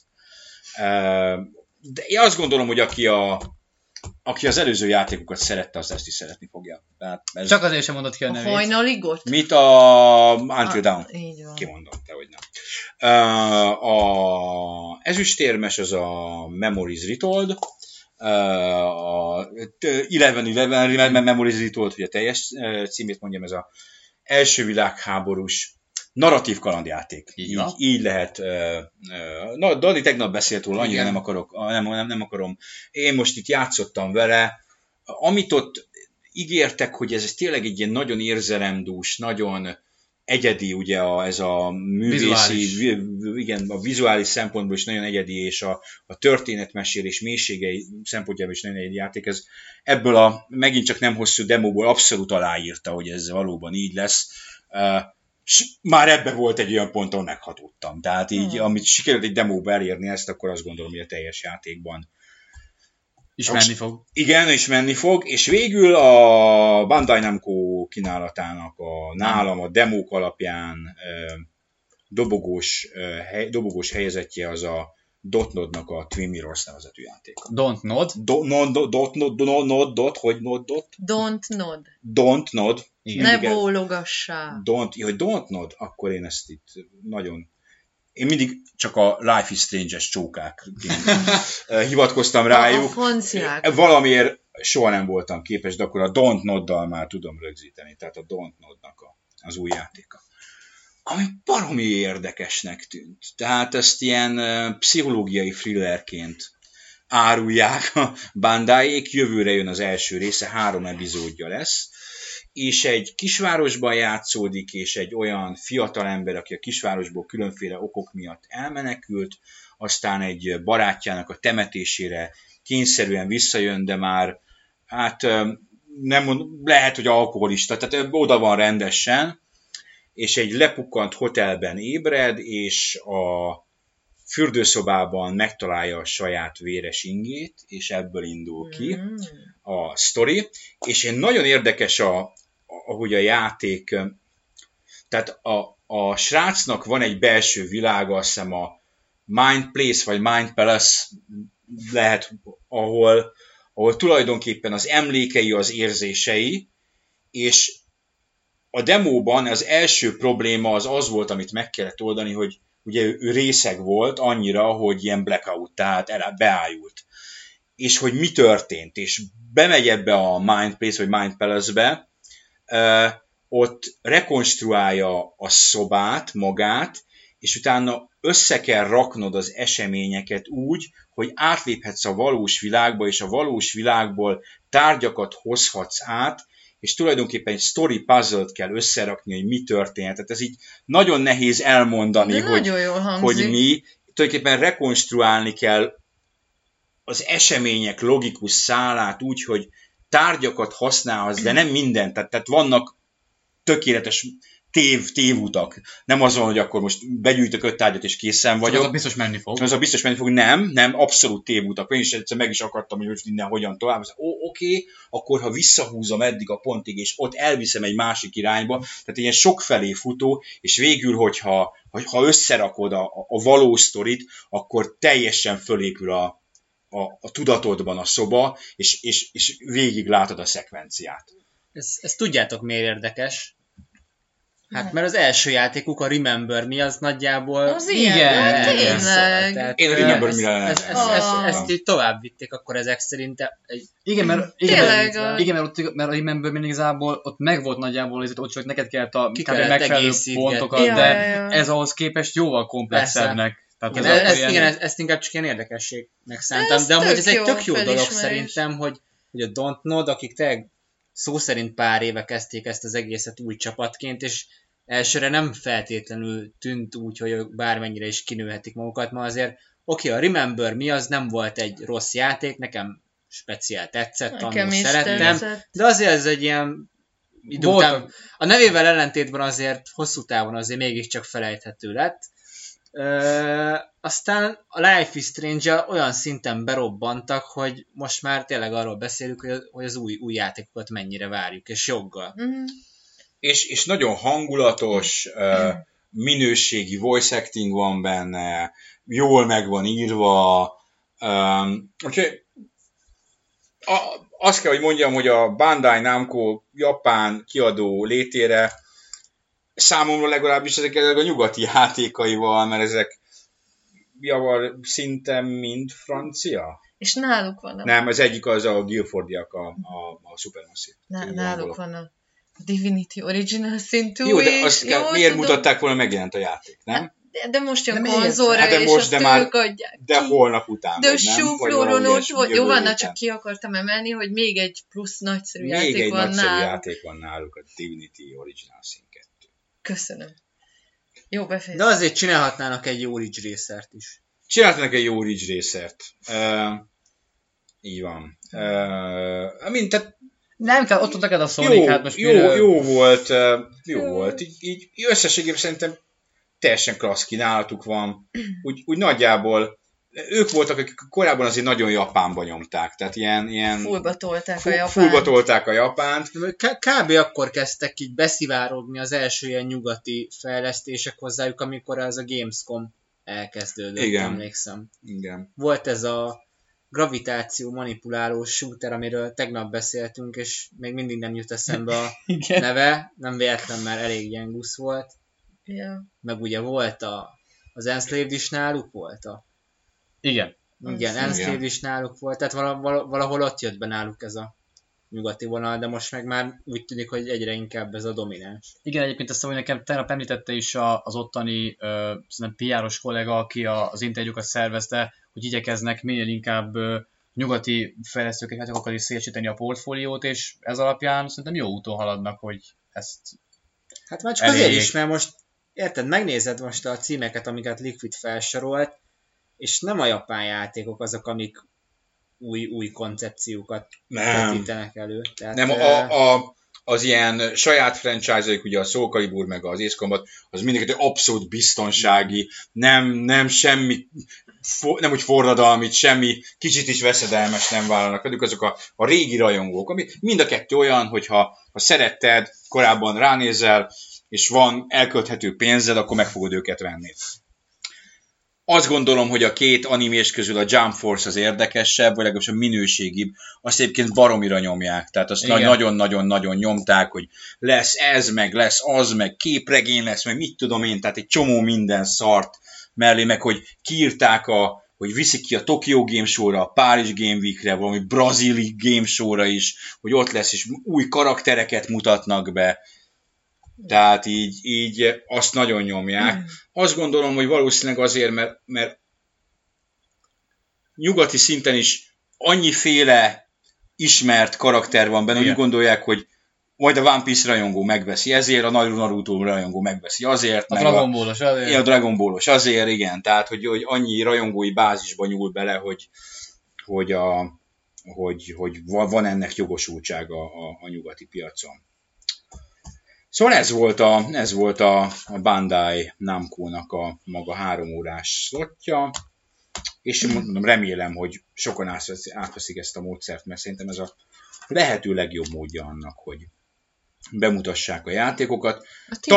De én azt gondolom, hogy aki az előző játékokat szerette, az ezt is szeretni fogja. Csak azért sem mondott ki a nevét. A hajnaligot? Mit a Until Dawn? Így van. Kimondom, dehogy nem. A ezüstérmes az a Memories Retold, a 11 Memories Retold, hogy a teljes címét mondjam, ez a első világháborús narratív kalandjáték. Így lehet. Dani tegnap beszélt róla, annyira nem akarom. Én most itt játszottam vele. Amit ott ígértek, hogy ez tényleg egy ilyen nagyon érzelemdús, nagyon egyedi, ugye ez a művészi, igen, a vizuális szempontból is nagyon egyedi, és a történetmesélés mélységei szempontjából is nagyon egyedi játék. Ez ebből megint csak nem hosszú demóból abszolút aláírta, hogy ez valóban így lesz. Már ebben volt egy olyan pont, ahol meghatódtam. Tehát így, amit sikerült egy demóba elérni ezt, akkor azt gondolom, hogy a teljes játékban is menni fog. Igen, és menni fog, és végül a Bandai Namco kínálatának nálam a demók alapján dobogós helyezettje az a Dotnodnak a Twin Mirrors nevezetű játéka. Dontnod? Dontnod. Ne Igen. bólogassál. Dontnod? Akkor én ezt itt nagyon... Én mindig csak a Life is Strange-es csókákként hivatkoztam rájuk. A franciák. Valamiért soha nem voltam képes, de akkor a Dontnoddal már tudom rögzíteni. Tehát a Dontnodnak az új játéka. Ami baromi érdekesnek tűnt. Tehát ezt ilyen pszichológiai thrillerként árulják a Bandaiék. Jövőre jön az első része, 3 epizódja lesz. És egy kisvárosban játszódik, és egy olyan fiatalember, aki a kisvárosból különféle okok miatt elmenekült, aztán egy barátjának a temetésére kényszerűen visszajön, de már hát nem lehet, hogy alkoholista, tehát oda van rendesen, és egy lepukkant hotelben ébred, és a fürdőszobában megtalálja a saját véres ingét, és ebből indul ki a sztori. És nagyon érdekes ahogy a játék, tehát a srácnak van egy belső világa, azt hiszem a Mind Place vagy Mind Palace lehet, ahol tulajdonképpen az emlékei, az érzései, és a demóban az első probléma az volt, amit meg kellett oldani, hogy ugye ő részeg volt annyira, hogy ilyen blackout, tehát beájult. És hogy mi történt, és bemegy ebbe a Mind Place vagy Mind Palace-be, ott rekonstruálja a szobát, magát, és utána össze kell raknod az eseményeket úgy, hogy átléphetsz a valós világba, és a valós világból tárgyakat hozhatsz át, és tulajdonképpen egy story puzzle-t kell összerakni, hogy mi történt. Tehát ez így nagyon nehéz elmondani, hogy mi. Tulajdonképpen rekonstruálni kell az események logikus szálát úgy, hogy tárgyakat használhatsz, de nem mindent. Tehát vannak tökéletes tévutak. Nem azon, hogy akkor most begyűjtök 5 tárgyat és készen vagyok. Az a biztos menni fog. Az a biztos menni fog. Nem, abszolút tévutak. Én is egyszer meg is akartam, hogy most innen hogyan tovább. Oké, akkor ha visszahúzom eddig a pontig, és ott elviszem egy másik irányba, tehát ilyen sokfelé futó, és végül, hogyha összerakod a valós sztorit, akkor teljesen fölépül a tudatodban a szoba, és végig látod a szekvenciát. Ezt tudjátok, miért érdekes? Hát mert az első játékuk, a Remember Me, az nagyjából... Az ilyen, tényleg. Én a Remember Me-re ezt így tovább vitték akkor ezek szerint. Igen, mert a Remember Me igazából ott megvolt nagyjából, ott csak neked kellett a megfelelő pontokat, de ez ahhoz képest jóval komplexebbnek. Ezt inkább csak ilyen érdekességnek szántam, de amúgy ez egy tök jó dolog szerintem, hogy a Dontnod, akik tényleg szó szerint pár éve kezdték ezt az egészet új csapatként, és elsőre nem feltétlenül tűnt úgy, hogy bármennyire is kinőhetik magukat. Ma azért, a Remember Me az nem volt egy rossz játék, nekem speciál tetszett, annól szerettem, de azért ez egy ilyen idő után, a nevével ellentétben azért hosszú távon azért mégiscsak felejthető lett. Aztán a Life is Strange olyan szinten berobbantak, hogy most már tényleg arról beszélünk, hogy az új játékokat mennyire várjuk, és joggal. Mm. És nagyon hangulatos, minőségi voice acting van benne, jól meg van írva. Úgyhogy azt kell, hogy mondjam, hogy a Bandai Namco japán kiadó létére számomra legalábbis ezek a nyugati játékaival, mert ezek javar szinte mind francia. És náluk van Nem, az egyik az a Guilfordiak, a Supermassive. Náluk van a Divinity Original Sin 2 jó, de azt miért mutatták volna, megjelent a játék, nem? De most jön konzolra, és azt ők adják de holnap után. De a Shoefloor-on ott volt. Jó, van, csak ki akartam emelni, hogy még egy plusz nagyszerű játék van náluk. Még egy nagyszerű játék van náluk, a Divinity Original Sin 2. Köszönöm. Jó befejezés. De azért csinálhatnának egy jó Ridge Racert is. Csináltanak egy jó Ridge Racert. Így van. Tehát Nem kell, ott volt neked a Sonic, hát most jó volt. Jó volt. Így összességében szerintem teljesen klassz kínálatuk van. Úgy nagyjából ők voltak, akik korábban azért nagyon Japánba nyomták. Tehát ilyen Fullba tolták a Japánt. Fullba tolták a Japánt. Kb. Akkor kezdtek így beszivárogni az első ilyen nyugati fejlesztések hozzájuk, amikor az a Gamescom elkezdődött, Igen. emlékszem. Igen. Volt ez a gravitáció manipuláló shooter, amiről tegnap beszéltünk, és még mindig nem jut eszembe a Igen. neve, nem véletlen, már elég gyengusz volt. Ja. Meg ugye volt az Enslaved is náluk volt Igen. Igen, Enslaved is náluk volt, tehát valahol ott jött be náluk ez a nyugati vonal, de most meg már úgy tűnik, hogy egyre inkább ez a domináns. Igen, egyébként azt mondom, hogy nekem tegnap említette is az ottani PR-os kollega, aki az interjúkat szervezte, hogy igyekeznek minél inkább nyugati fejlesztőket játékokkal is szélesíteni a portfóliót, és ez alapján szerintem jó úton haladnak, hogy ezt Hát már csak azért is, mert most, érted, megnézed most a címeket, amiket Liquid felsorolt, és nem a japán játékok azok, amik új koncepciókat vetítenek elő. Tehát, nem, az ilyen saját franchise-aik, ugye a Soul Calibur meg az Ace Combat, az mindig egy abszolút biztonsági, nem semmi, nem úgy forradalmit, semmi kicsit is veszedelmes nem vállalnak, pedig azok a régi rajongók, ami mind a kettő olyan, hogyha szeretted, korábban ránézel, és van elkölthető pénzed, akkor meg fogod őket venni. Azt gondolom, hogy a két animés közül a Jump Force az érdekesebb, vagy legalábbis a minőségibb, azt egyébként baromira nyomják. Tehát azt nagyon-nagyon-nagyon nyomták, hogy lesz ez, meg lesz az, meg képregény lesz, meg mit tudom én, tehát egy csomó minden szart mellé, meg hogy kiírták hogy viszik ki a Tokyo Game Show-ra, a Párizs Game Week-re, valami brazili Game Show-ra is, hogy ott lesz, és új karaktereket mutatnak be. Tehát így azt nagyon nyomják. Azt gondolom, hogy valószínűleg azért, mert nyugati szinten is annyiféle ismert karakter van benne, hogy úgy gondolják, hogy majd a One Piece rajongó megveszi ezért, a Naruto rajongó megveszi azért, a Dragon Ballos azért. A Dragon Ballos azért, igen. Tehát, hogy annyi rajongói bázisba nyúl bele, hogy van ennek jogosultsága a nyugati piacon. Szóval ez volt a Bandai Namco-nak a maga 3 órás szlotja, és mondom, remélem, hogy sokan átveszik ezt a módszert, mert szerintem ez a lehető legjobb módja annak, hogy bemutassák a játékokat.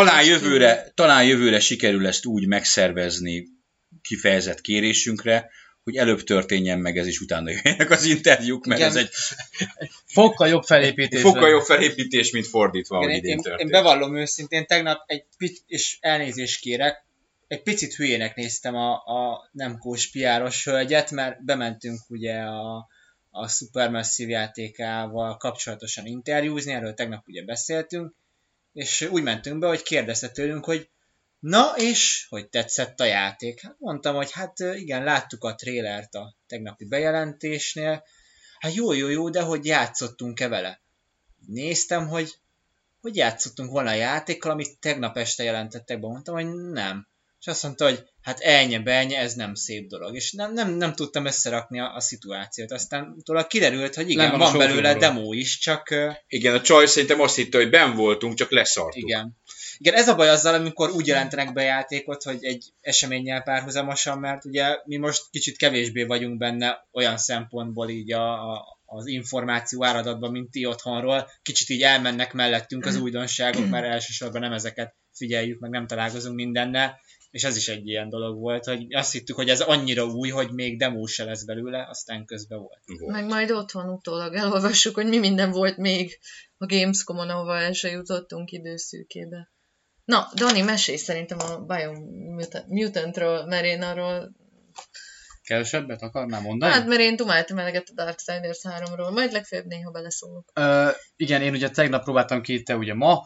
Talán jövőre sikerül ezt úgy megszervezni kifejezett kérésünkre, hogy előbb történjen meg ez, és utána jöjjenek az interjúk, mert igen. ez egy fokkal jobb felépítés. Fokkal jobb felépítés, mint fordítva, ahogy idén történt. Én bevallom őszintén, tegnap és elnézést kérek, egy picit hülyének néztem a Namco-s PR-os hölgyet, mert bementünk ugye a Supermassive játékával kapcsolatosan interjúzni, erről tegnap ugye beszéltünk, és úgy mentünk be, hogy kérdezte tőlünk, hogy na és, hogy tetszett a játék? Hát mondtam, hogy hát igen, láttuk a trélert a tegnapi bejelentésnél, hát jó, de hogy játszottunk-e vele? Néztem, hogy játszottunk volna a játékkal, amit tegnap este jelentettek be, mondtam, hogy nem. És azt mondta, hogy hát ennyi, ez nem szép dolog. És nem tudtam összerakni a szituációt. Aztán tőle kiderült, hogy igen, van belőle demo is, csak... Igen, a csaj szerintem azt hitte, hogy benn voltunk, csak leszartuk. Igen, ez a baj azzal, amikor úgy jelentenek be játékot, hogy egy eseménnyel párhuzamosan, mert ugye mi most kicsit kevésbé vagyunk benne olyan szempontból így az információ áradatban, mint ti otthonról. Kicsit így elmennek mellettünk az újdonságok, mert elsősorban nem ezeket figyeljük, meg nem találkozunk mindennel. És ez is egy ilyen dolog volt, hogy azt hittük, hogy ez annyira új, hogy még demo se lesz belőle, aztán közben volt. Meg majd otthon utólag elolvassuk, hogy mi minden volt még a Gamescom-on, ahova el se jutottunk időszűkébe. Na, Dani, mesélj szerintem a Biomutantról, mert én arról... Kevesebbet akarnám mondani? Hát, mert én dumáltam eleget a Darksiders 3-ról, majd legfeljebb néha beleszólok. Igen, én ugye tegnap próbáltam ki, te ugye ma.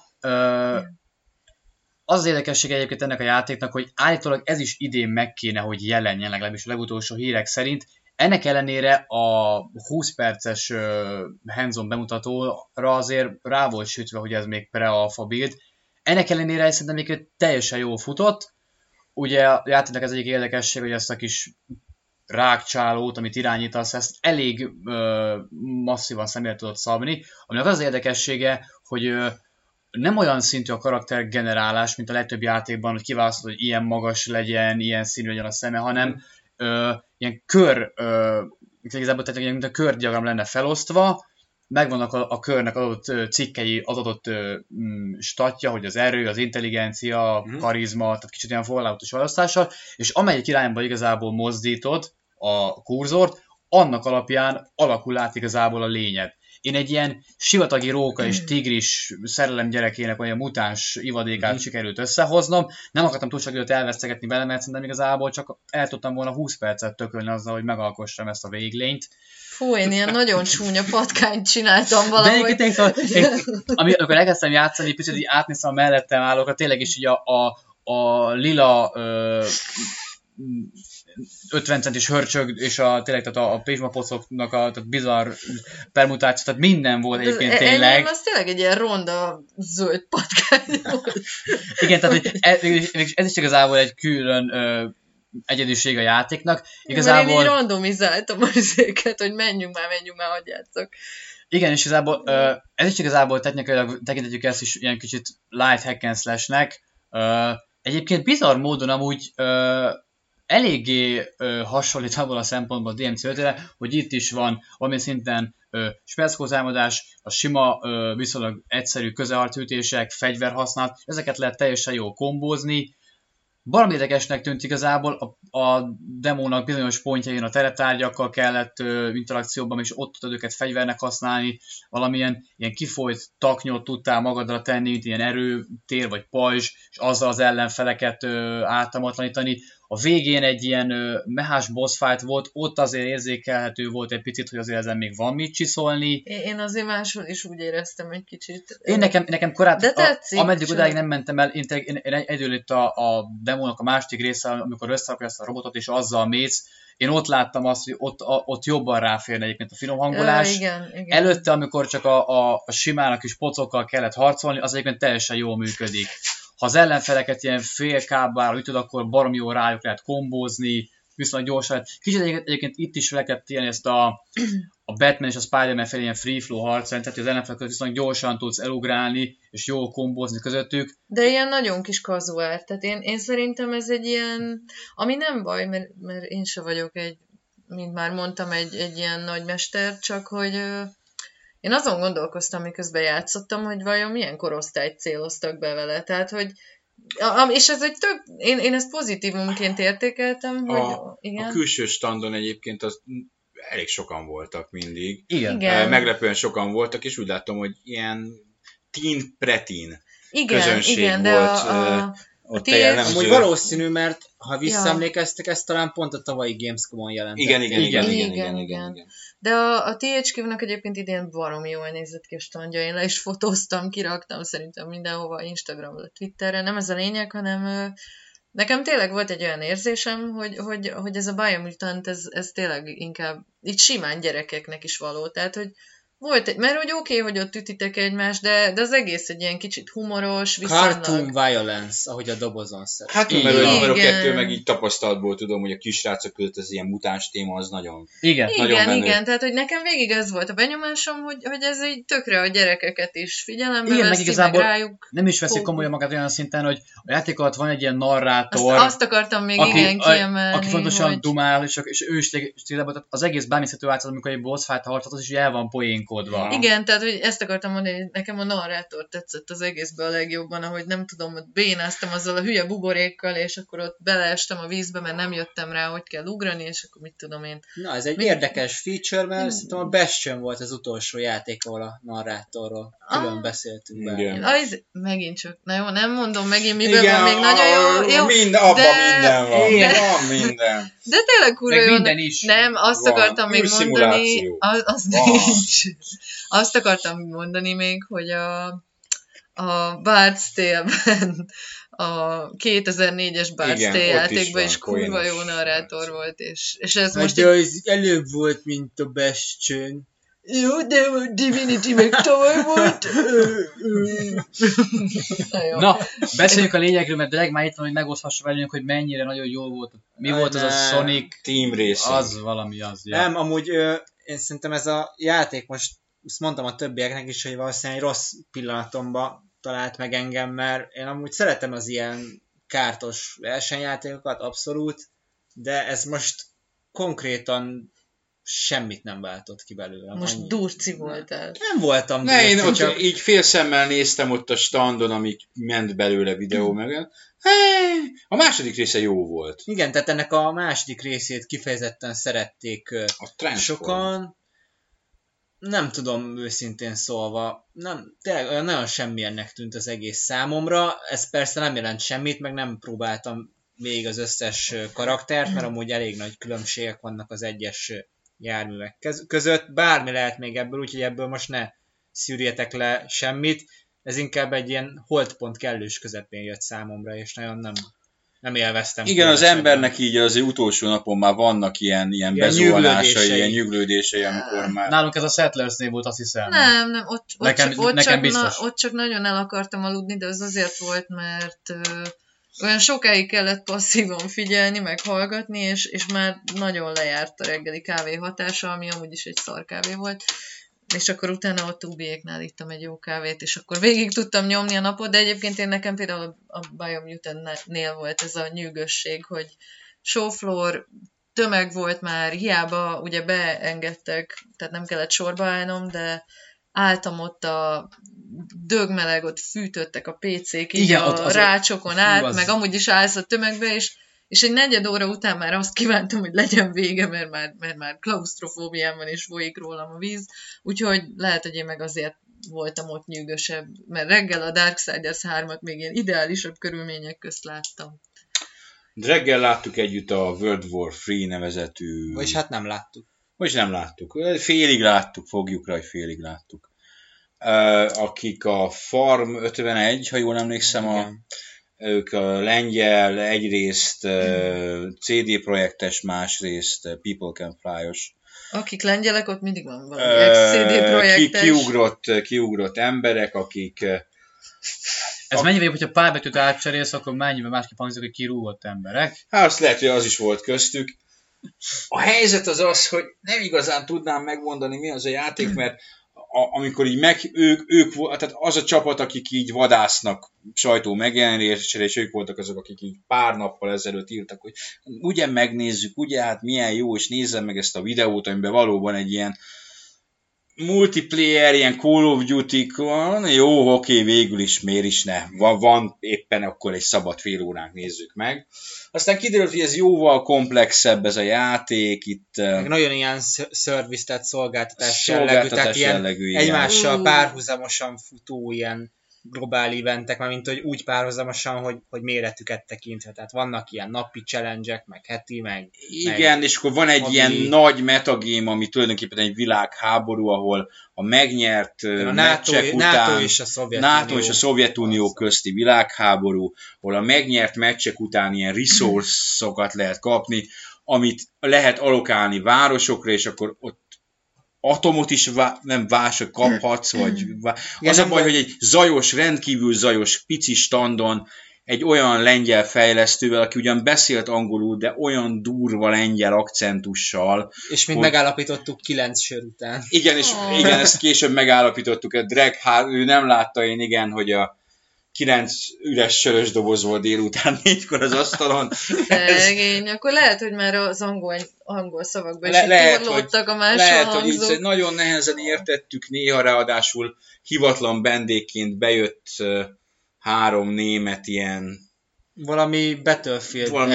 Az érdekesség egyébként ennek a játéknak, hogy állítólag ez is idén meg kéne, hogy jelenjen, legalábbis a legutolsó hírek szerint. Ennek ellenére a 20 perces hands-on bemutatóra azért rá volt sütve, hogy ez még pre-alpha build. Ennek ellenére szerintem még teljesen jól futott. Ugye a játéknak ez egyik érdekesség, hogy ezt a kis rákcsálót, amit irányítasz, ezt elég masszívan személyre tudod szabni, aminek az érdekessége, hogy nem olyan szintű a karakter generálás, mint a legtöbb játékban, hogy kiválasztod, hogy ilyen magas legyen, ilyen színű legyen a szeme, hanem ilyen igazából tehát mint a kördiagram lenne felosztva, megvannak a körnek adott cikkei, az adott statja, hogy az erő, az intelligencia, a karizma, tehát kicsit ilyen Fallout-os választással, és amelyik irányba igazából mozdítod a kurzort, annak alapján alakul át igazából a lényed. Én egy ilyen sivatagi róka és tigris szerelem gyerekének olyan mutáns ivadékát sikerült összehoznom. Nem akartam túl sok időt elvesztegetni vele, mert szerintem igazából csak el tudtam volna 20 percet tökölni azzal, hogy megalkossam ezt a véglényt. Fú, én ilyen nagyon csúnya patkányt csináltam valahogy. De amikor elkezdtem játszani, picit így átnéztem a mellettem állókra, tényleg is így a lila 50 centis hörcsög, és tényleg tehát a prizmapocoknak tehát bizarr permutáció, tehát minden volt egyébként tényleg. Az tényleg egy ilyen ronda zöld patkány volt. Igen, tehát hogy ez is igazából egy külön egyedűség a játéknak. Igazából... Mert én így randomizáltam az izéket, hogy menjünk már, hogy játszok. Igen, és igazából ez is igazából technikailag tekintetjük ezt is ilyen kicsit light hack and slash-nek. Egyébként bizarr módon amúgy eléggé hasonlít abban a szempontból a DMC5-re, hogy itt is van valami szinten speckózámadás, a sima, viszonylag egyszerű közelharcütések, fegyverhasználat, ezeket lehet teljesen jól kombózni. Valami érdekesnek tűnt igazából, a demónak bizonyos pontjain a tereptárgyakkal kellett interakcióban, és ott tudod őket fegyvernek használni, valamilyen ilyen kifolyt taknyot tudtál magadra tenni, mint ilyen erőtér vagy pajzs, és azzal az ellenfeleket ártalmatlanítani. A végén egy ilyen mehás boss fight volt, ott azért érzékelhető volt egy picit, hogy azért ezen még van mit csiszolni. Én azért máshol is úgy éreztem egy kicsit. Én nekem korábban, ameddig csak... odáig nem mentem el, én egyedül itt a demónak a második része, amikor összerakja ezt a robotot, és azzal mész, én ott láttam azt, hogy ott jobban ráférne egyébként a finom hangolás. Igen. Előtte, amikor csak a simának is pocokkal kellett harcolni, az egyébként teljesen jól működik. Ha az ellenfeleket ilyen fél kábára ütöd, akkor baromi jól rájuk lehet kombózni, viszont gyorsan. Kicsit egyébként itt is lehetett ilyen ezt a Batman és a Spider-Man felé ilyen free flow harcrendszer, tehát az ellenfeleket viszont gyorsan tudsz elugrálni, és jól kombózni közöttük. De ilyen nagyon kis kazuár, tehát én szerintem ez egy ilyen, ami nem baj, mert én se vagyok mint már mondtam, egy ilyen nagymester, csak hogy én azon gondolkoztam, miközben játszottam, hogy vajon milyen korosztályt céloztak be vele. Tehát, hogy és ez egy én ezt pozitívumként értékeltem, hogy igen. A külső standon egyébként az elég sokan voltak mindig. Igen. Meglepően sokan voltak, és úgy látom, hogy ilyen teen-preteen közönség igen, volt. Ott jellemző. Amúgy valószínű, mert ha visszaemlékeztek, ez talán pont a tavalyi Gamescom-on jelent. Igen. De a THQ-nak egyébként idén baromi jól nézett ki a standja, én le is fotóztam, kiraktam szerintem mindenhova, Instagramra, Twitterre, nem ez a lényeg, hanem nekem tényleg volt egy olyan érzésem, hogy ez a Biomutant, ez tényleg inkább így simán gyerekeknek is való, tehát hogy volt, mert hogy oké, hogy ott ütitek egymást, de az egész egy ilyen kicsit humoros, viszonylag... Cartoon violence, ahogy a dobozon szerint. Hát numero 2, meg így tapasztalatból tudom, hogy a kisrácok között ez ilyen mutáns téma, az nagyon Igen, tehát hogy nekem végig ez volt a benyomásom, hogy ez így tökre a gyerekeket is figyelembe veszi, meg rájuk... Nem is veszik komolyan magát olyan szinten, hogy a játék alatt van egy ilyen narrátor... Azt akartam még kiemelni, aki fontosan dumál, és ő is az egész bámészhető változat, amikor egy boss fight harcot, az is el van poénkodva. Igen, tehát hogy ezt akartam mondani, hogy nekem a narrátor tetszett az egészben a legjobban, ahogy nem tudom, hogy bénáztam azzal a hülye buborékkal, és akkor ott beleestem a vízbe, mert nem jöttem rá, hogy kell ugrani, és akkor mit tudom én. Na, ez egy érdekes feature, mert szerintem a Bastion volt az utolsó játék, ahol a narrátorról külön beszéltünk be. Megint csak, na jó, nem mondom megint, miben van még nagyon jó. Minden van minden. De tényleg kurva jó. Minden is. Nem, azt akartam még mondani, azt akartam mondani még, hogy a Bard's Tale-ben, a 2004-es Bard's Tale játékban is kurva jó narrátor volt, és ez most... De az előbb volt, mint a Bastion. Jó, de a Divinity meg tavaly volt. Na, beszéljünk a lényegről, mert Drag már itt van, hogy megoszthassa velünk, hogy mennyire nagyon jó volt. Mi volt az a Sonic? Team Racing. Az valami az. Ja. Nem, amúgy én szerintem ez a játék most, azt mondtam a többieknek is, hogy valószínűleg egy rossz pillanatomba talált meg engem, mert én amúgy szeretem az ilyen kártos versenyjátékokat, abszolút, de ez most konkrétan semmit nem váltott ki belőle. Most annyi. Durci voltál. Nem voltam Ne, én durci, ott csak így félszemmel néztem ott a standon, amíg ment belőle videó, meg a második része jó volt. igen, tehát ennek a második részét kifejezetten szerették A Transform. sokan. Nem tudom őszintén szólva, nem, tényleg olyan nagyon semmilyennek tűnt az egész számomra. Ez persze nem jelent semmit, meg nem próbáltam végig az összes karaktert, mert amúgy elég nagy különbségek vannak az egyes járművek között. Bármi lehet még ebből, úgyhogy ebből most ne szűrjetek le semmit. Ez inkább egy ilyen holdpont kellős közepén jött számomra, és nagyon nem élveztem. Igen, az különösebben. embernek így az utolsó napon már vannak ilyen bezuhanásai, ilyen nyüglődései, amikor már... Nálunk ez a Settlersnél volt, azt hiszem. Nem, Nekem biztos. ott csak nagyon el akartam aludni, de az azért volt, mert olyan sokáig kellett passzívan figyelni, meg hallgatni, és már nagyon lejárt a reggeli kávé hatása, ami amúgy is egy szar kávé volt. És akkor utána ott Ubiéknál ittam egy jó kávét, és akkor végig tudtam nyomni a napot, de egyébként nekem például a Biomutant-nél volt ez a nyűgösség, hogy showfloor, tömeg volt már, hiába ugye beengedtek, tehát nem kellett sorba állnom, de álltam ott a dögmeleg, ott fűtöttek a PC-k, így igen, a rácsokon át, az... meg amúgy is állsz a tömegbe, és egy negyed óra után már azt kívántam, hogy legyen vége, mert már klausztrofóbiám van, és folyik rólam a víz. Úgyhogy lehet, hogy én meg azért voltam ott nyűgösebb, mert reggel a Darksiders 3-at még ilyen ideálisabb körülmények közt láttam. Reggel láttuk együtt a World War 3 nevezetű... Vagyis hát nem láttuk. Most nem láttuk. Félig láttuk, fogjuk rá, hogy félig láttuk. Akik a Farm 51, ha jól emlékszem, ők a lengyel, egyrészt CD projektes, másrészt People Can Fly-os. Akik lengyelek, ott mindig van valami CD projektes. Kiugrott emberek, akik... Ez mennyivel jobb, hogyha pár betűt átcserélsz, akkor mennyivel másképp hangzik, hogy kirúgott emberek. Hát azt lehet, hogy az is volt köztük. A helyzet az, hogy nem igazán tudnám megmondani, mi az a játék, mert amikor így tehát az a csapat, akik így vadásznak sajtó megjelenésére, és ők voltak azok, akik így pár nappal ezelőtt írtak, hogy ugye megnézzük, ugye hát milyen jó, és nézzem meg ezt a videót, amiben valóban egy ilyen multiplayer, ilyen Call of Duty van, jó, oké, végül is, miért is ne, van éppen akkor egy szabad fél óránk, nézzük meg. Aztán kiderült, hogy ez jóval komplexebb ez a játék, itt... Meg nagyon ilyen service, tehát szolgáltatás jellegű, tehát ilyen egymással párhuzamosan futó ilyen globál eventek, mint hogy úgy párhuzamosan, hogy méretüket tekintve. Tehát vannak ilyen napi challenge-ek, meg heti, meg... Igen, és akkor van egy ilyen nagy metagame, ami tulajdonképpen egy világháború, ahol a megnyert meccsek után... NATO és a Szovjetunió közti világháború, ahol a megnyert meccsek után ilyen resource-okat lehet kapni, amit lehet allokálni városokra, és akkor ott atomot is kaphatsz, vagy... Az a baj, hogy egy zajos, rendkívül zajos, pici standon egy olyan lengyel fejlesztővel, aki ugyan beszélt angolul, de olyan durva lengyel akcentussal. És mint megállapítottuk 9 sör után. Igen, és igen, ezt később megállapítottuk. A Drag, ő nem látta, én igen, hogy a 9 üres sörös doboz volt délután 4-kor az asztalon. Szegény, akkor lehet, hogy már az angol szavakban is torlódtak a máshol lehet, hangzók. hogy nagyon nehezen értettük, néha ráadásul hivatlan vendégként bejött 3 német ilyen... Valami Battlefield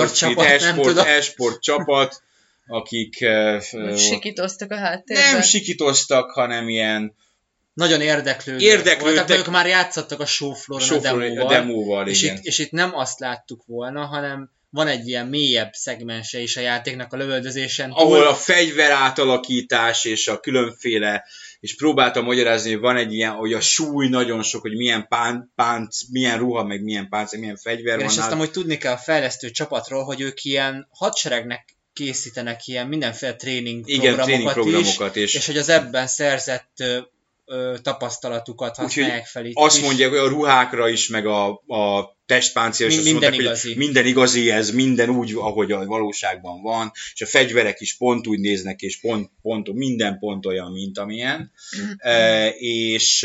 e-sport csapat, akik... sikítoztak a háttérben. Nem sikítoztak, hanem ilyen... Nagyon érdeklődtek. Ők már játszottak a showflooron a demóval. És itt nem azt láttuk volna, hanem van egy ilyen mélyebb szegmense is a játéknak a lövöldözésen. Ahol a fegyver átalakítás és a különféle, és próbáltam magyarázni, hogy van egy ilyen, hogy a súly nagyon sok, hogy milyen milyen ruha, meg milyen páncél, milyen fegyver van. És azt amúgy tudni kell a fejlesztő csapatról, hogy ők ilyen hadseregnek készítenek ilyen mindenféle Igen, tréningprogramokat is, és hogy az ebben szerzett tapasztalatukat használják fel itt azt is. mondják, hogy a ruhákra is, meg a testpáncél, és azt mondták, hogy minden igazi, ez minden úgy, ahogy a valóságban van, és a fegyverek is pont úgy néznek, és minden pont olyan, mint amilyen. És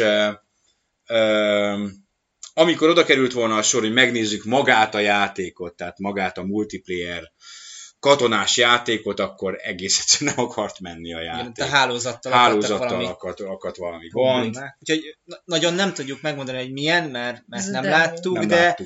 amikor oda került volna a sor, hogy megnézzük magát a játékot, tehát magát a multiplayer katonás játékot, akkor egész egyszerűen nem akart menni a játék. Igen, a hálózattal akadt valami gond. Úgyhogy nagyon nem tudjuk megmondani, hogy milyen, mert nem láttuk,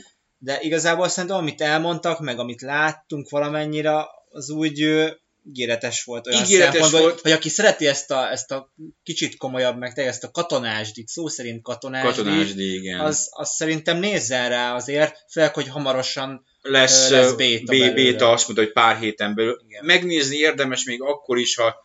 de igazából szerintem amit elmondtak, meg amit láttunk valamennyire, az úgy ígéretes volt olyan szempontból, hogy aki szereti ezt a kicsit komolyabb, meg ezt a katonásdit, szó szerint katonásdi, igen. Az szerintem nézzen rá azért, főleg, hogy hamarosan lesz béta, azt mondta, hogy pár héten belül. Igen. Megnézni érdemes még akkor is, ha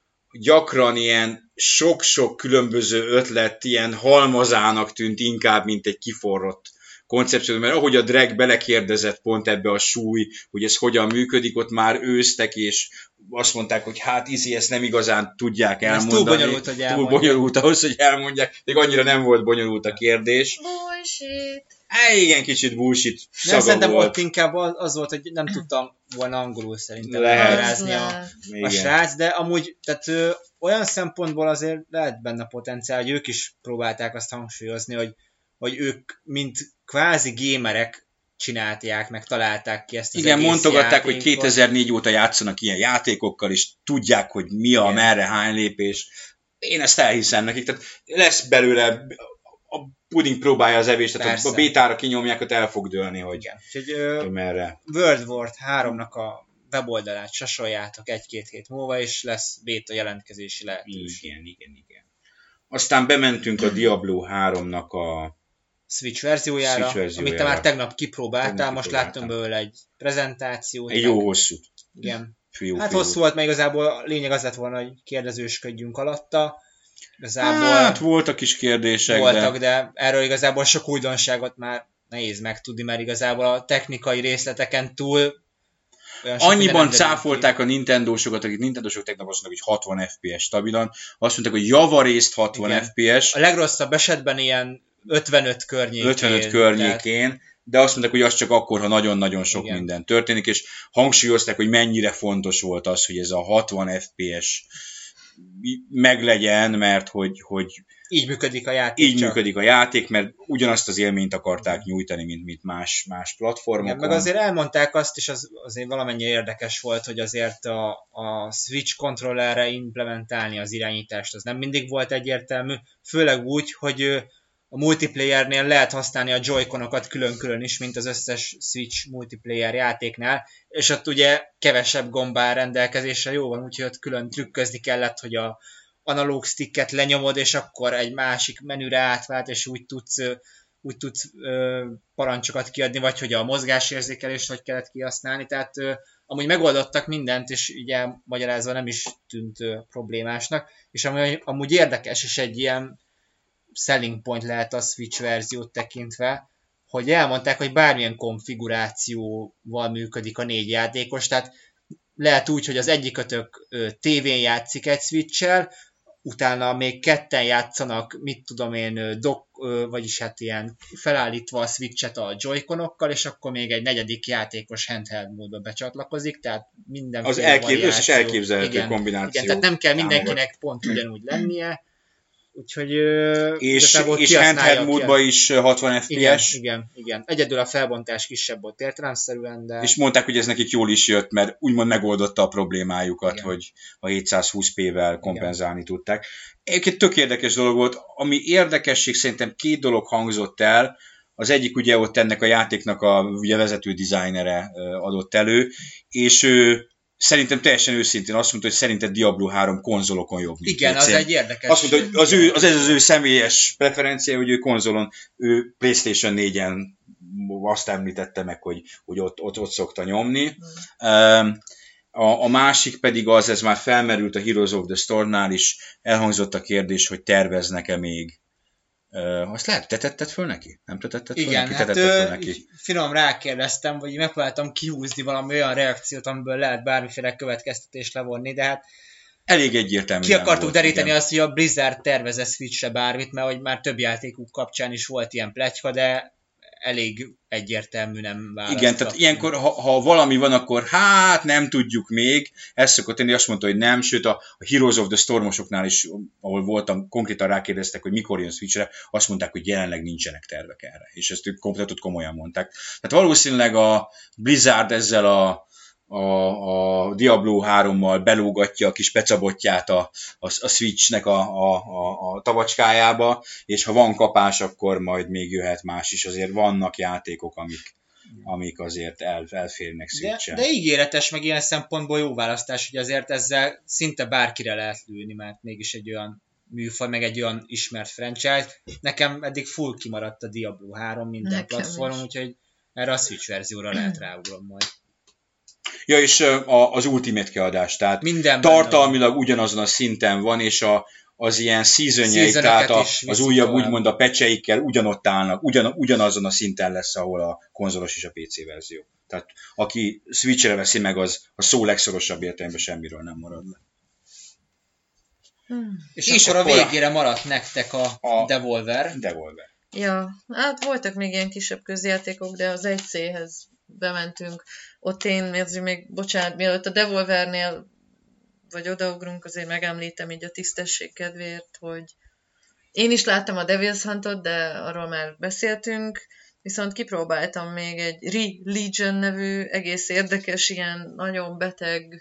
gyakran ilyen sok-sok különböző ötlet ilyen halmazának tűnt inkább, mint egy kiforrott koncepció, mert ahogy a Drag belekérdezett pont ebbe a súly, hogy ez hogyan működik, ott már őztek, és azt mondták, hogy hát ezt nem igazán tudják elmondani. Ez túl bonyolult, hogy elmondják. Túl bonyolult ahhoz, hogy elmondják, még annyira nem volt bonyolult a kérdés. Bullshit. Igen, kicsit bullshit szaga szerintem volt. ott inkább az volt, hogy nem tudtam volna angolul szerintem magyarázni a srác, de amúgy tehát olyan szempontból azért lehet benne potenciál, hogy ők is próbálták azt hangsúlyozni, hogy ők mint kvázi gamerek csinálták, meg találták ki ezt az igen, egész mondogatták, játékot. hogy 2004 óta játszanak ilyen játékokkal, és tudják, hogy mi a, merre, hány lépés. Én ezt elhiszem nekik, tehát lesz belőle, a puding próbálja az evést, tehát a bétára kinyomják, ott el fog dőlni, hogy merre. World War 3-nak a weboldalát sasoljátok 1-2 hét múlva, és lesz béta jelentkezési lehetőség. Igen. Aztán bementünk a Diablo 3-nak a Switch verziójára, amit te már tegnap kipróbáltál, most láttunk belőle egy prezentációt. Egy jó hosszú. Igen. Hosszú volt, mert igazából a lényeg az lett volna, hogy kérdezősködjünk alatta. Igazából hát voltak is kérdések, de erről igazából sok újdonságot már nehéz megtudni, mert igazából a technikai részleteken túl annyiban cáfolták a Nintendo-sokat, akik Nintendo-sok tegnap azt mondták, hogy 60 FPS stabilan. Azt mondták, hogy javarészt 60 FPS. A legrosszabb esetben ilyen 55 környékén. De azt mondták, hogy az csak akkor, ha nagyon-nagyon sok minden történik, és hangsúlyozták, hogy mennyire fontos volt az, hogy ez a 60 FPS meglegyen, mert hogy így működik a játék. Így működik a játék, mert ugyanazt az élményt akarták nyújtani, mint más platformokon. Igen, meg azért elmondták azt, és azért valamennyire érdekes volt, hogy azért a Switch kontrollerre implementálni az irányítást, az nem mindig volt egyértelmű, főleg úgy, hogy a multiplayernél lehet használni a Joy-Conokat külön-külön is, mint az összes Switch multiplayer játéknál, és ott ugye kevesebb gomb áll rendelkezésre, jó van, úgyhogy ott külön trükközni kellett, hogy a analóg sticket lenyomod, és akkor egy másik menüre átvált, és úgy tudsz parancsokat kiadni, vagy hogy a mozgásérzékelést hogy kellett kihasználni, tehát amúgy megoldottak mindent, és ugye magyarázva nem is tűnt problémásnak, és amúgy érdekes, és egy ilyen selling point lehet a Switch verziót tekintve, hogy elmondták, hogy bármilyen konfigurációval működik a 4 játékos, tehát lehet úgy, hogy az egyikötök tévén játszik egy Switch-el, utána még ketten játszanak, mit tudom én, vagyis hát ilyen felállítva a Switch-et a Joy-Conokkal, és akkor még egy negyedik játékos handheld módba becsatlakozik, tehát mindenféle az elképzelhető kombináció. Igen, tehát nem kell mindenkinek pont ugyanúgy lennie, úgyhogy és handheld módban is 60 FPS. Igen. Egyedül a felbontás kisebb volt értelemszerűen, de... És mondták, hogy ez nekik jól is jött, mert úgymond megoldotta a problémájukat, igen, hogy a 720p-vel kompenzálni tudták. Egyébként tök érdekes dolog volt. Ami érdekesség, szerintem 2 dolog hangzott el. Az egyik ugye ott ennek a játéknak a ugye vezető dizájnere adott elő, és ő szerintem teljesen őszintén azt mondta, hogy szerinted Diablo 3 konzolokon jobb, mint igen, PC-n. Az egy érdekes. Azt mondta, hogy ez az ő személyes preferencia, hogy ő konzolon, ő PlayStation 4-en azt említette meg, hogy ott szokta nyomni. A másik pedig ez már felmerült a Heroes of the Storm-nál is, elhangzott a kérdés, hogy terveznek-e még Azt lehet, te tetted föl neki? Nem te tetted föl Igen, neki? hát te tetted föl neki. finom rákérdeztem, vagy megpróbáltam kihúzni valami olyan reakciót, amiből lehet bármiféle következtetést levonni, de hát Elég egyértelmű. ki akartuk deríteni azt, hogy a Blizzard tervez Switchre bármit, mert hogy már több játékuk kapcsán is volt ilyen pletyka, de elég egyértelmű nem választ. Igen, tehát ilyenkor, ha valami van, akkor hát nem tudjuk még. Ez szokott tenni, azt mondta, hogy nem, sőt a Heroes of the Stormosoknál is, ahol voltam, konkrétan rákérdeztek, hogy mikor jön Switchre, azt mondták, hogy jelenleg nincsenek tervek erre. És ezt ők kompletot komolyan mondták. Tehát valószínűleg a Blizzard ezzel a Diablo 3-mal belógatja a kis pecabotját a Switchnek a tavacskájába, és ha van kapás, akkor majd még jöhet más is. Azért vannak játékok, amik azért elférnek Switchen. De ígéretes, meg ilyen szempontból jó választás, hogy azért ezzel szinte bárkire lehet lőni, mert mégis egy olyan műfaj, meg egy olyan ismert franchise. Nekem eddig full kimaradt a Diablo 3 minden platformon, úgyhogy erre a Switch verzióra lehet ráugrom majd. Ja, és az Ultimate kiadás, tehát minden tartalmilag ugyanazon a szinten van, és az ilyen seasonjei, tehát az újabb úgymond a patcheikkel ugyanott állnak, ugyanazon a szinten lesz, ahol a konzolos és a PC verzió. Tehát aki Switchre veszi meg, az a szó legszorosabb értelemben semmiről nem marad le. És akkor a végére maradt nektek a Devolver. Ja, hát voltak még ilyen kisebb közjátékok, de az 1C-hez bementünk. Ott én még, bocsánat, mielőtt a Devolvernél vagy odaugrunk, azért megemlítem így a tisztesség kedvéért, hogy én is láttam a Devil's Huntot, de arról már beszéltünk, viszont kipróbáltam még egy Re-Legion nevű egész érdekes, ilyen nagyon beteg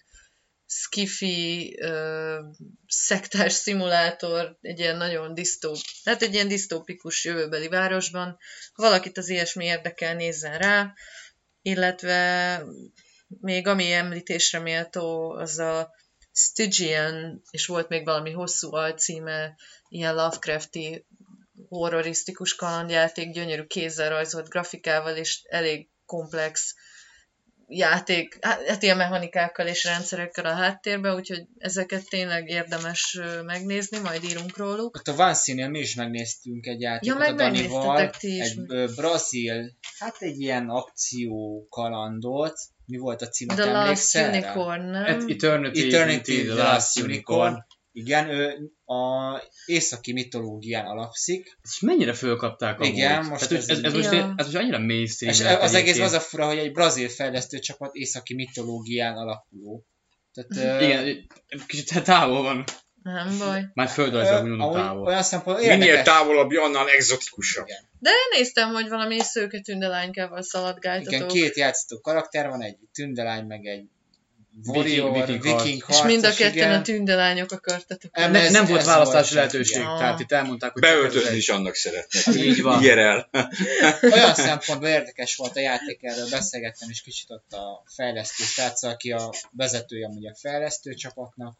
skifi szektás szimulátor, egy ilyen nagyon egy ilyen disztópikus jövőbeli városban. Ha valakit az ilyesmi érdekel, nézzen rá, illetve még ami említésre méltó, az a Stygian, és volt még valami hosszú alcíme, ilyen Lovecrafti, horrorisztikus kalandjáték, gyönyörű kézzel rajzolt grafikával, és elég komplex játék, hát ilyen mechanikákkal és rendszerekkel a háttérben, úgyhogy ezeket tényleg érdemes megnézni, majd írunk róluk. Ott a Vanszínél mi is megnéztünk egy játékot a Danival, egy brazil, hát egy ilyen akció kalandot. Mi volt a címet, The emlékszel? Last Unicorn, nem? Eternity, The Last Unicorn. Igen, ő a északi mitológián alapszik. És mennyire fölkapták amúgy? Igen, most ez most annyira mainstream. Az egész az a fura, hogy egy brazil fejlesztő csapat északi mitológián alapuló. Tehát, igen, kicsit távol van. Nem baj. Már földrajzol mindig távol. Olyan szempontból minél távolabb, annál egzotikusabb. Igen. De néztem, hogy valami szőke tündelánykával szaladgáltatok. Igen, 2 játszható karakter van, egy tündelány, meg egy warrior, viking harcos. És mind a ketten a tündelányok akartatok. Nem volt választási lehetőség, tehát itt elmondták, hogy... Beöltözni is annak szeretnek. Így van. IRL. Olyan szempontból érdekes volt a játék, erről beszélgettem is kicsit ott a fejlesztő srác, aki a vezetője amúgy a fejlesztő csapatnak,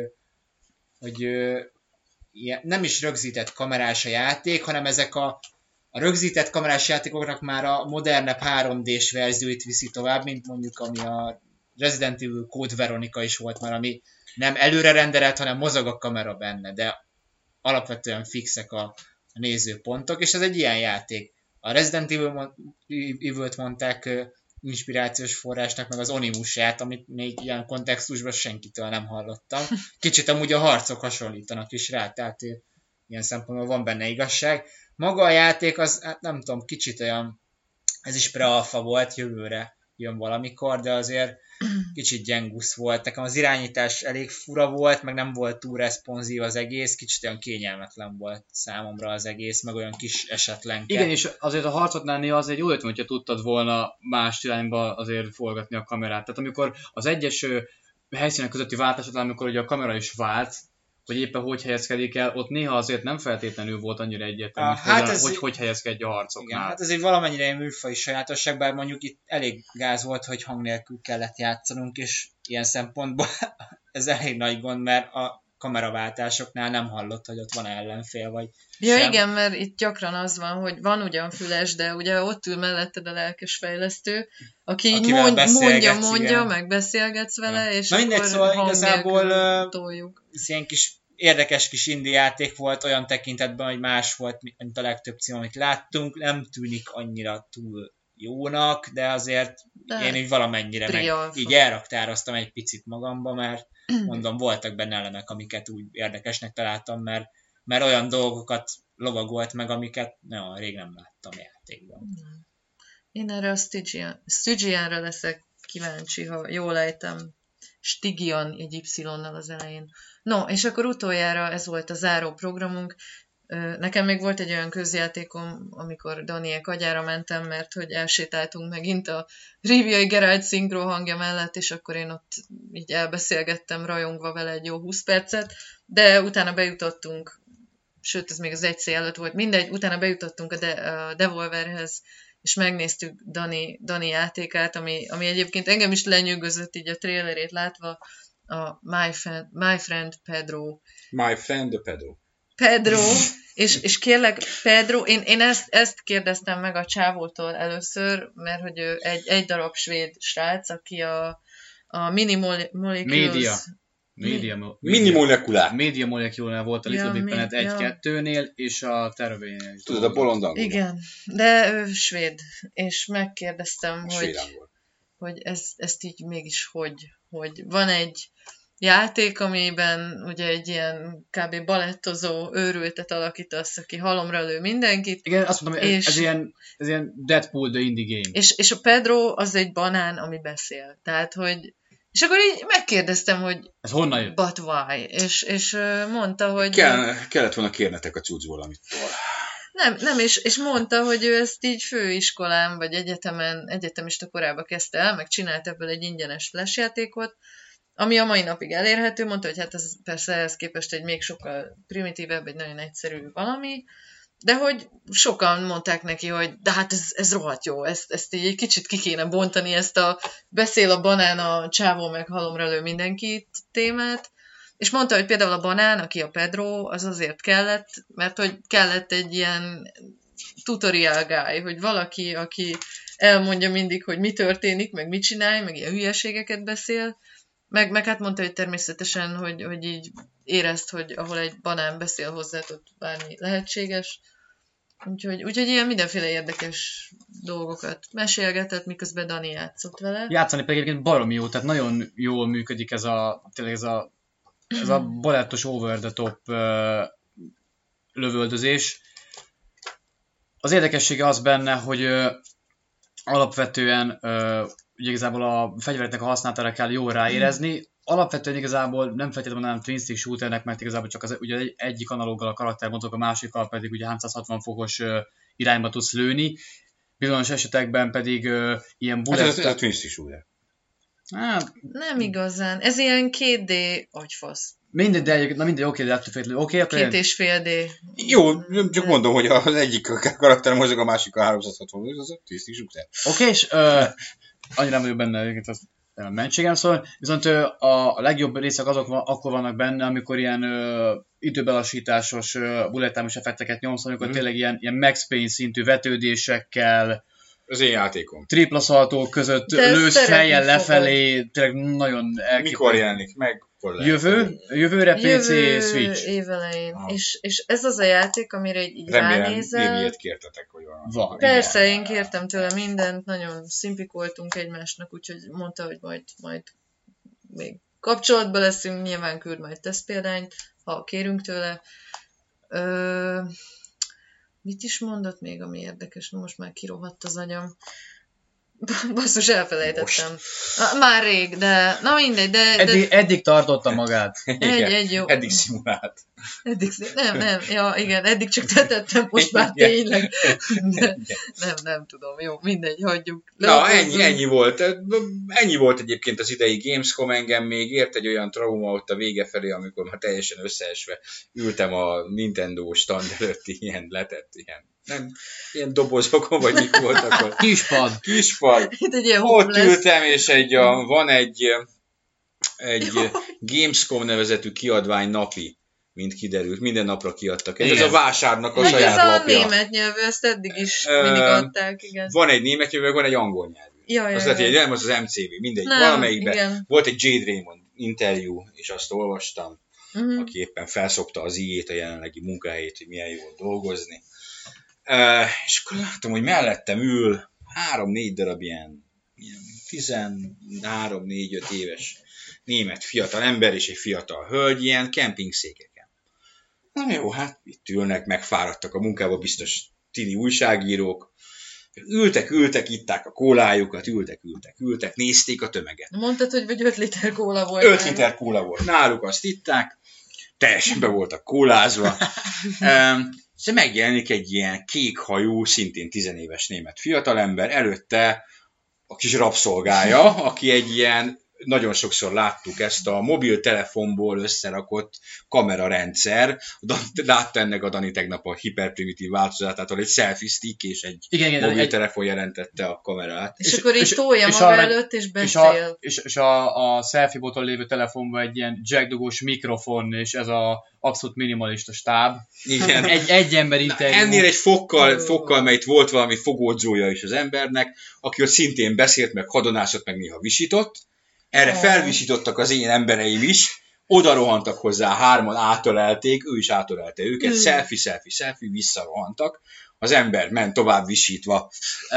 hogy nem is rögzített kamerás a játék, hanem ezek a rögzített kamerás játékoknak már a modernebb 3D-s verzióit viszi tovább, mint mondjuk ami a Resident Evil Code Veronica is volt már, ami nem előre renderelt, hanem mozog a kamera benne, de alapvetően fixek a nézőpontok, és ez egy ilyen játék. A Resident Evil-t mondták inspirációs forrásnak, meg az Onimusát, amit még ilyen kontextusban senkitől nem hallottam. Kicsit amúgy a harcok hasonlítanak is rá, tehát ilyen szempontból van benne igazság. Maga a játék az, hát nem tudom, kicsit olyan, ez is pre-alpha volt, jövőre jön valamikor, de azért kicsit gyengusz volt. Nekem az irányítás elég fura volt, meg nem volt túl responsív az egész, kicsit olyan kényelmetlen volt számomra az egész, meg olyan kis esetlenke. Igen, és azért a harcotnál néha azért jól jött, hogyha tudtad volna más irányba azért forgatni a kamerát. Tehát amikor az egyes helyszínek közötti váltásodnál, amikor ugye a kamera is vált, hogy éppen hogy helyezkedik el, ott néha azért nem feltétlenül volt annyira egyértelmű, hogy helyezkedj a harcoknál. Igen, hát ez egy valamennyire egy műfaji sajátosság, bár mondjuk itt elég gáz volt, hogy hang nélkül kellett játszanunk, és ilyen szempontból ez elég nagy gond, mert a kameraváltásoknál nem hallott, hogy ott van ellenfél, vagy ja, sem. Igen, mert itt gyakran az van, hogy van ugyan füles, de ugye ott ül melletted a lelkes fejlesztő, aki így mondja, meg beszélgetsz vele, és na mindegy, akkor szóval hang igazából nélkül toljuk. ilyen kis érdekes kis indie játék volt olyan tekintetben, hogy más volt, mint a legtöbb cím, amit láttunk. Nem tűnik annyira túl jónak, de azért én így valamennyire így elraktároztam egy picit magamba, mert mondom, voltak benne elemek, amiket úgy érdekesnek találtam, mert olyan dolgokat lovagolt meg, amiket rég nem láttam játékban. Én erre a Stygianra leszek kíváncsi, ha jól ejtem. Stygian egy Y-nal az elején. No, és akkor utoljára ez volt a záró programunk. Nekem még volt egy olyan közjátékom, amikor Daniék agyára mentem, mert hogy elsétáltunk megint a Riviai Geralt szinkron hangja mellett, és akkor én ott így elbeszélgettem rajongva vele egy jó 20 percet, de utána bejutottunk, sőt ez még az 1C előtt volt, mindegy, utána bejutottunk a Devolverhez, és megnéztük Dani játékát, ami egyébként engem is lenyűgözött így a trailerét látva, a My Friend Pedro. My Friend Pedro. Pedro, és kérlek, Pedro, én ezt kérdeztem meg a csávótól először, mert hogy ő egy darab svéd srác, aki a Minimolecules... Media Molecule volt a Little Big Planet 1-2-nél, és a Terravénél is. Tudod, a bolond angol. Igen, de ő svéd, és megkérdeztem, hogy ezt így mégis hogy van egy játék, amiben ugye egy ilyen kb. Balettozó őrültet alakítasz, aki halomra lő mindenkit. Igen, azt mondom, hogy ez ilyen Deadpool the indie game. És a Pedro az egy banán, ami beszél. Tehát, hogy és akkor így megkérdeztem, hogy ez honnan jött? But why? És mondta, hogy... Kellett volna kérnetek a cucc valamitől. Nem, és mondta, hogy ő ezt így főiskolán, vagy egyetemista korában kezdte el, meg csinált ebből egy ingyenes flash játékot, ami a mai napig elérhető. Mondta, hogy hát ez persze ehhez képest egy még sokkal primitívebb, egy nagyon egyszerű valami, de hogy sokan mondták neki, hogy de hát ez rohadt jó, ezt így egy kicsit ki kéne bontani, ezt a beszél a banán, a csávó meg halomra lő mindenkit témát, és mondta, hogy például a banán, aki a Pedro, az azért kellett, mert hogy kellett egy ilyen tutorial guy, hogy valaki, aki elmondja mindig, hogy mi történik, meg mit csinálj, meg ilyen hülyeségeket beszél, meg hát mondta, hogy természetesen, hogy így érezd, hogy ahol egy banán beszél hozzá, ott bármi lehetséges. Úgyhogy ilyen mindenféle érdekes dolgokat mesélgetett, miközben Dani játszott vele. Játszani pedig egyébként baromi jó, tehát nagyon jól működik ez a balettos over the top lövöldözés. Az érdekessége az benne, hogy alapvetően ugye igazából a fegyvereknek a használatára kell jól ráérezni. Alapvetően igazából nem feltétlenül mondanám twin stick shooternek, mert igazából csak ugye egyik analóggal a karakter mozog, a másikkal pedig ugye 360 fokos irányba tudsz lőni. Bizonyos esetekben pedig ilyen bullet... Hát ez a twin stick shooter. Nem igazán. Ez ilyen 2D agyfasz. Mindegy, de egyébként, mindegy, oké, de attól fél, oké, akkor... 2,5D. Jó, csak mondom, hogy az egyik karakter mozog, a másik a 360, az a twin stick shooter. Oké, és annyira nem vagyok benne egyébként az mentségem, szóval viszont a legjobb részek akkor vannak benne, amikor ilyen időbelassításos bullet-time-os effekteket nyomsz, amikor tényleg ilyen Max Payne szintű vetődésekkel, az én játékom. Tripla szaltók között lősz fejjel lefelé, tényleg nagyon elképesztő. Mikor jelenik meg? Jövőre PC, Switch. Évelején. És ez az a játék, amire így ránézel. Remélem, ilyet kértetek, hogy van. Persze, én kértem tőle mindent, nagyon szimpikoltunk egymásnak, úgyhogy mondta, hogy majd még kapcsolatban leszünk, nyilván küld majd tesztpéldányt, ha kérünk tőle. Mit is mondott még, ami érdekes? Most már kirohadt az agyam. Basszus, elfelejtettem. Már rég, de na mindegy, de... Eddig tartotta magát. Egy jó. Eddig szimulált. Eddig csak tetettem, most már tényleg. Nem tudom, jó, mindegy, hagyjuk. Na, ennyi volt. Ennyi volt egyébként az idei Gamescom, engem még ért egy olyan trauma ott a vége felé, amikor már teljesen összeesve ültem a Nintendo stand előtti ilyen letett, ilyen dobozokon, vagy mik voltak. Kispad. Ott ültem, és van egy Gamescom nevezetű kiadvány napi, mint kiderült. Minden napra kiadtak. Ez a vásárnak a saját lapja. Ez a német nyelvű, ezt eddig is mindig adták, igen. Van egy német nyelvű, van egy angol nyelvű. Az lehet, hogy nem az MCV, mindegy. Valamelyikben volt egy Jade Raymond interjú, és azt olvastam. aki éppen felszokta az ijét, a jelenlegi munkahelyét, hogy milyen jól dolgozni. És akkor látom, hogy mellettem ül 3-4 darab ilyen 13-4-5 éves német fiatal ember és egy fiatal hölgy ilyen kempingszékeken. Na jó, hát itt ülnek, megfáradtak a munkába, biztos tini újságírók. Ültek, itták a kólájukat, ültek, nézték a tömeget. Mondtad, hogy vagy 5 liter kóla volt. 5 liter kóla volt náluk, azt itták, teljesen be voltak kólázva. És megjelenik egy ilyen kékhajú, szintén 10 éves német fiatalember, előtte a kis rabszolgája, aki egy ilyen, nagyon sokszor láttuk ezt a mobiltelefonból összerakott kamerarendszer. Látta ennek a Dani tegnap a hiperprimitív változatától egy selfie stick és egy mobiltelefon jelentette a kamerát. És akkor így tolja maga előtt és beszél. És a selfie boton lévő telefonban egy ilyen jackdugós mikrofon, és ez a abszolút minimalista stáb. Igen. Egy ember interjú. Ennél egy fokkal, mert itt volt valami fogódzója is az embernek, aki ott szintén beszélt, meg hadonászott, meg néha visított. Erre felvisítottak az én embereim is, oda rohantak hozzá, 3-an átölelték, ő is átölelte őket, selfie, visszarohantak. Az ember ment tovább visítva.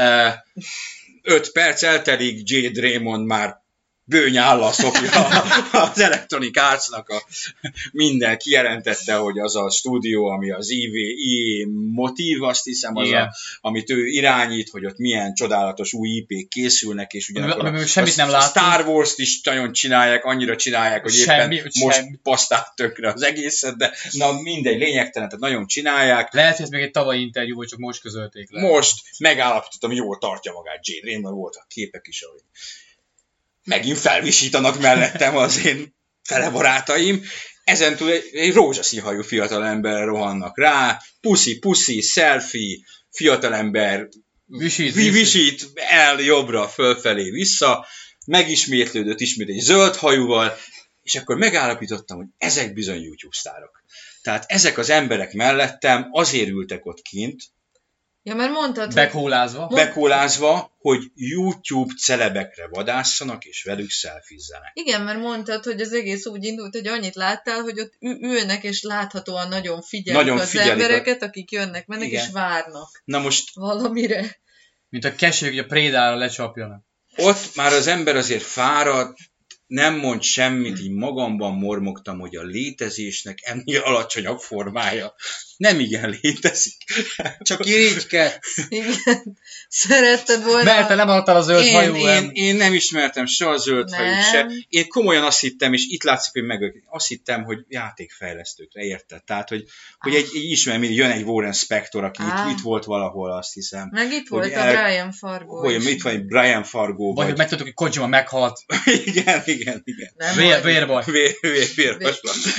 5 perc eltelik, Jade Raymond már bőnyállal szopja az Electronic Arts-nak minden kijelentette, hogy az a stúdió, ami az EA Motive, azt hiszem, az amit ő irányít, hogy ott milyen csodálatos új IP-k készülnek, és ugyanakkor semmit nem a Star Wars-t is nagyon csinálják, annyira csinálják, hogy éppen most pasztát tökre az egészet, de na mindegy, lényegtelen, tehát nagyon csinálják. Lehet, hogy ez még egy tavalyi interjú, vagy csak most közölték le. Most megállapítottam, hogy jól tartja magát Jade Raymond, voltak képek is, ahogy megint felvisítanak mellettem az én fele barátaim. Ezentúl egy rózsaszín hajú fiatalemberre rohannak rá, puszi, selfie, fiatalember visít el jobbra, fölfelé, vissza, megismétlődött ismét egy zöld hajúval, és akkor megállapítottam, hogy ezek bizony YouTube sztárok. Tehát ezek az emberek mellettem azért ültek ott kint, ja, mert mondtad, bekólázva, hogy YouTube celebekre vadásszanak, és velük szelfizzenek. Igen, mert mondtad, hogy az egész úgy indult, hogy annyit láttál, hogy ott ülnek, és láthatóan nagyon figyelik az embereket, akik jönnek, mennek, igen, és várnak. Na most valamire. Mint a kesők, hogy a prédára lecsapjanak. Ott már az ember azért fáradt, nem mond semmit, így magamban mormogtam, hogy a létezésnek ennél alacsonyabb formája nem igen létezik. Csak irigykedsz. Igen. Szeretted volna. Mert te nem adtál a zöld hajú. Én nem ismertem se a zöld hajú se. Én komolyan azt hittem, és itt látszik, hogy azt hittem, hogy játékfejlesztőkre, érted? Tehát, hogy egy ismerem, jön egy Warren Spector, aki itt volt valahol, azt hiszem. Meg itt volt a Brian Fargo. Hogy itt van egy Brian Fargo. Vagy hogy megtudtuk, hogy Kojima meghalt. Igen. Vérbaj. Vérbaj.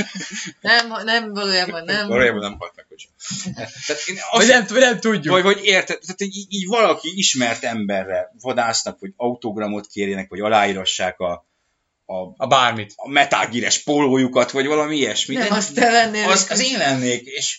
Nem, valójában nem. Valójában nem halt meg Kojima. Nem tudjuk. Vagy érted, tehát így valaki ismert emberre vadásznak, vagy autogramot kérjenek, vagy aláírassák a bármit. A Metal Gear-es pólójukat, vagy valami ilyesmi. Nem, azt te lennél. Az én lennék, és